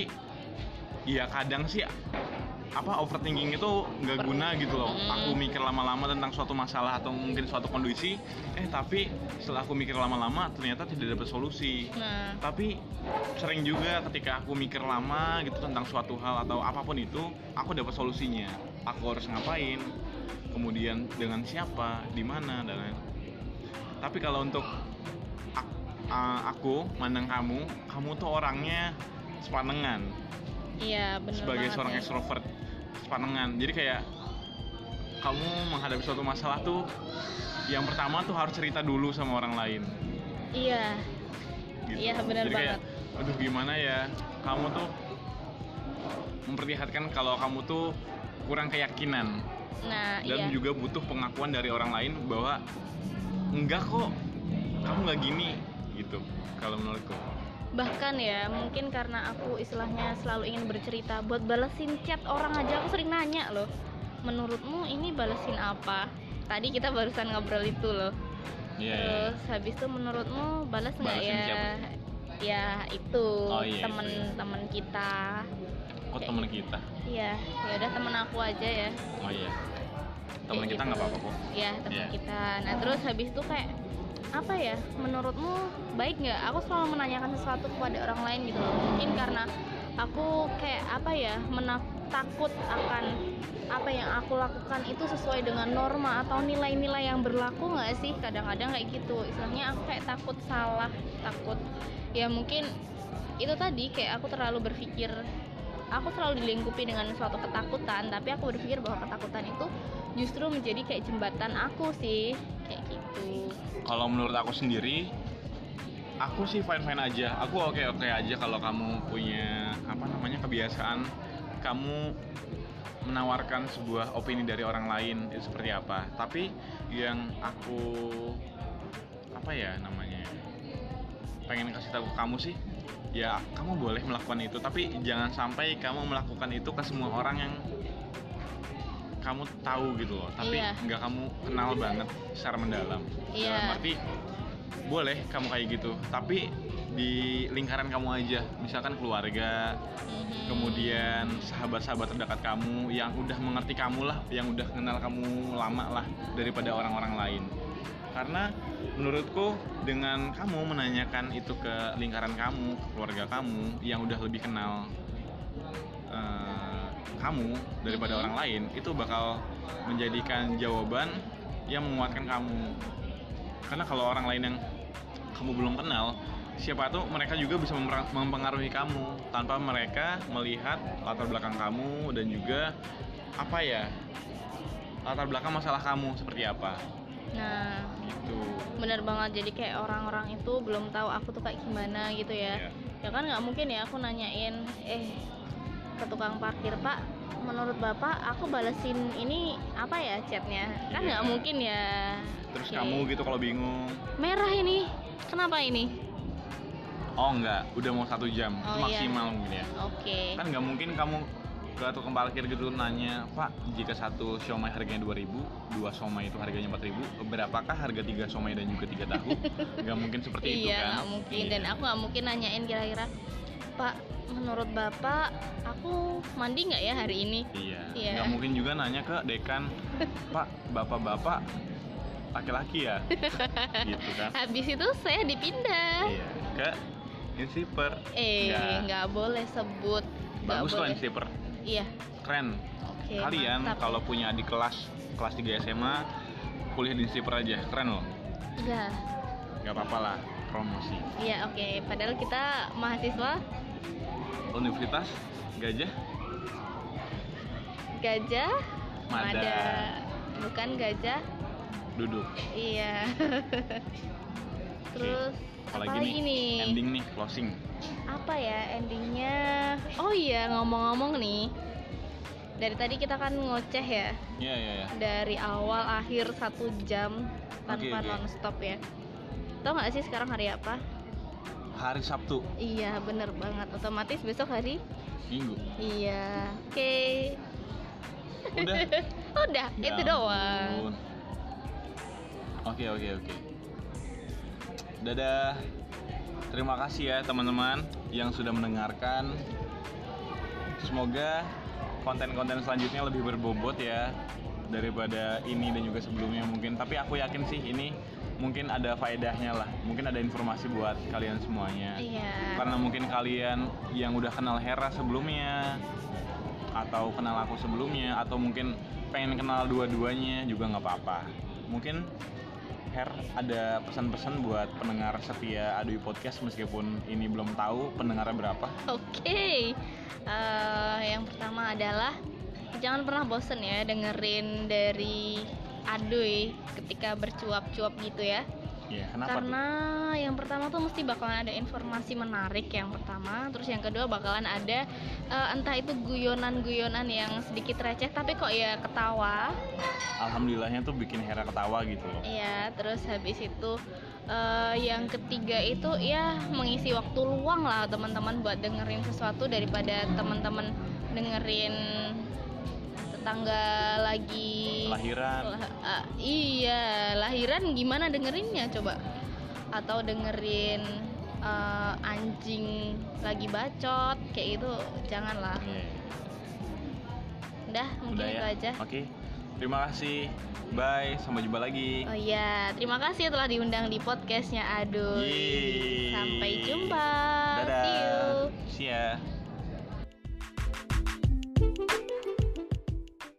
ya kadang sih apa overthinking itu nggak guna gitu loh. Mm. Aku mikir lama-lama tentang suatu masalah atau mungkin suatu kondisi, eh tapi setelah aku mikir lama-lama ternyata tidak dapat solusi. Nah, Tapi sering juga ketika aku mikir lama gitu tentang suatu hal atau apapun itu, aku dapat solusinya. Aku harus ngapain, kemudian dengan siapa, di mana dan lain. Tapi kalau untuk ak- uh, aku mandang kamu, kamu tuh orangnya sepanengan. iya bener Sebagai banget seorang ya. ekstrovert, sepanengan. Jadi kayak kamu menghadapi suatu masalah tuh yang pertama tuh harus cerita dulu sama orang lain. Iya, Gitu. Iya, benar Jadi kayak, banget. aduh gimana ya, kamu tuh memperlihatkan kalau kamu tuh kurang keyakinan nah dan iya. juga butuh pengakuan dari orang lain bahwa enggak kok, kamu nggak gini gitu. Kalau menurutku. Bahkan ya, mungkin karena aku istilahnya selalu ingin bercerita, buat balesin chat orang aja aku sering nanya loh, menurutmu ini balesin apa? Tadi kita barusan ngobrol itu loh. Iya. iya. Terus habis itu menurutmu balas nggak Balesin ya? siapa? Ya itu Oh, iya, itu temen-temen kita. Kok Kayak teman gitu. kita? Iya, ya udah temen aku aja ya. Oh iya. Teman Kayak kita gitu. nggak apa-apa kok. Iya, teman Iya. kita. Nah terus habis itu kayak apa ya? Menurutmu baik nggak? Aku selalu menanyakan sesuatu kepada orang lain gitu loh. Mungkin karena aku kayak apa ya? Menak- takut akan apa yang aku lakukan itu sesuai dengan norma atau nilai-nilai yang berlaku nggak sih? Kadang-kadang kayak gitu. Istilahnya aku kayak takut salah, takut ya mungkin itu tadi kayak aku terlalu berpikir, aku selalu dilingkupi dengan suatu ketakutan, tapi aku berpikir bahwa ketakutan itu justru menjadi kayak jembatan aku sih, kayak gitu. Kalau menurut aku sendiri, aku sih fine fine aja. Aku oke oke aja kalau kamu punya apa namanya kebiasaan kamu menawarkan sebuah opini dari orang lain itu seperti apa. Tapi yang aku apa ya namanya pengen kasih tahu ke kamu sih, ya kamu boleh melakukan itu, tapi jangan sampai kamu melakukan itu ke semua orang yang kamu tahu gitu loh, tapi Iya. nggak kamu kenal banget secara mendalam. Iya. Dalam arti boleh kamu kayak gitu, tapi di lingkaran kamu aja, misalkan keluarga, Mhm. kemudian sahabat-sahabat terdekat kamu yang udah mengerti kamu lah, yang udah kenal kamu lama lah daripada orang-orang lain. Karena menurutku dengan kamu menanyakan itu ke lingkaran kamu, ke keluarga kamu yang udah lebih kenal uh, kamu daripada Mhm. orang lain, itu bakal menjadikan jawaban yang menguatkan kamu. Karena kalau orang lain yang kamu belum kenal, siapa tuh mereka juga bisa memper- mempengaruhi kamu tanpa mereka melihat latar belakang kamu dan juga apa ya latar belakang masalah kamu seperti apa Nah, gitu. bener banget. Jadi kayak orang-orang itu belum tahu aku tuh kayak gimana gitu ya. Iya. Ya kan nggak mungkin ya aku nanyain, eh ke tukang parkir, Pak, menurut Bapak aku balesin ini apa ya chatnya? Kan Iya. nggak mungkin ya. Terus Oke. kamu gitu kalau bingung, Merah ini, kenapa ini? oh enggak, udah mau satu jam, Oh, itu maksimal iya. mungkin ya. Oke. Kan nggak mungkin kamu ke tukang parkir gitu nanya, Pak, jika satu siomay harganya dua ribu, dua somai itu harganya empat ribu, berapakah harga tiga somai dan juga tiga tahu? Nggak mungkin seperti itu Iya, kan? nggak mungkin. Iya. Dan aku nggak mungkin nanyain kira-kira, Pak, menurut Bapak aku mandi nggak ya hari ini? Iya. Iya. Nggak mungkin juga nanya ke dekan, Pak, bapak-bapak laki-laki ya, gitu kan? Habis itu saya dipindah. Iya. Ke insiper. Eh, Nggak. nggak boleh sebut. Nggak Bagus kok boleh. insiper. Iya. Keren. Oke. Kalian mantap. kalau punya adik kelas kelas tiga S M A, kuliah di insiper aja, keren loh. Iya. Nggak apa-apa lah, promosi. Iya, oke. Padahal kita mahasiswa Universitas Gajah Gajah Mada. Bukan gajah. Duduk. Iya. Terus apa Apalagi lagi nih, nih? ending nih, closing. Apa ya endingnya? Oh iya, ngomong-ngomong nih, dari tadi kita kan ngoceh ya, Iya, iya, iya. dari awal akhir satu jam tanpa Oke, oke. nonstop ya. Tau nggak sih sekarang hari apa? Hari Sabtu, Iya, bener banget. Otomatis besok hari. Minggu. Iya. Oke. Udah. Udah, Ya itu doang. ampun. Oke, oke, oke. Dadah. Terima kasih ya teman-teman yang sudah mendengarkan. Semoga konten-konten selanjutnya lebih berbobot ya daripada ini dan juga sebelumnya mungkin. Tapi aku yakin sih ini mungkin ada faedahnya lah. Mungkin ada informasi buat kalian semuanya. Iya. Karena mungkin kalian yang udah kenal Hera sebelumnya atau kenal aku sebelumnya atau mungkin pengen kenal dua-duanya juga nggak apa-apa. Mungkin Her ada pesan-pesan buat pendengar setia Adui Podcast meskipun ini belum tahu pendengarnya berapa. Oke, Eh, yang pertama adalah jangan pernah bosen ya dengerin dari Aduy ketika bercuap-cuap gitu ya. Ya, kenapa Karena yang pertama tuh mesti bakalan ada informasi menarik yang pertama, terus yang kedua bakalan ada eh, entah itu guyonan-guyonan yang sedikit receh tapi kok ya ketawa. tuh? Alhamdulillahnya tuh bikin Hera ketawa gitu loh. Iya, terus habis itu eh, yang ketiga itu ya mengisi waktu luang lah teman-teman buat dengerin sesuatu daripada teman-teman dengerin tetangga lagi Lahiran. lah- ah, iya, lahiran gimana dengerinnya coba? Atau dengerin eh, anjing lagi bacot kayak itu janganlah. Iya. Udah, mungkin Udah itu ya. aja. Oke. Terima kasih. Bye, sampai jumpa lagi. Oh iya, terima kasih telah diundang di podcastnya Aduy. Yeay. Sampai jumpa. Dadah. See you. See ya.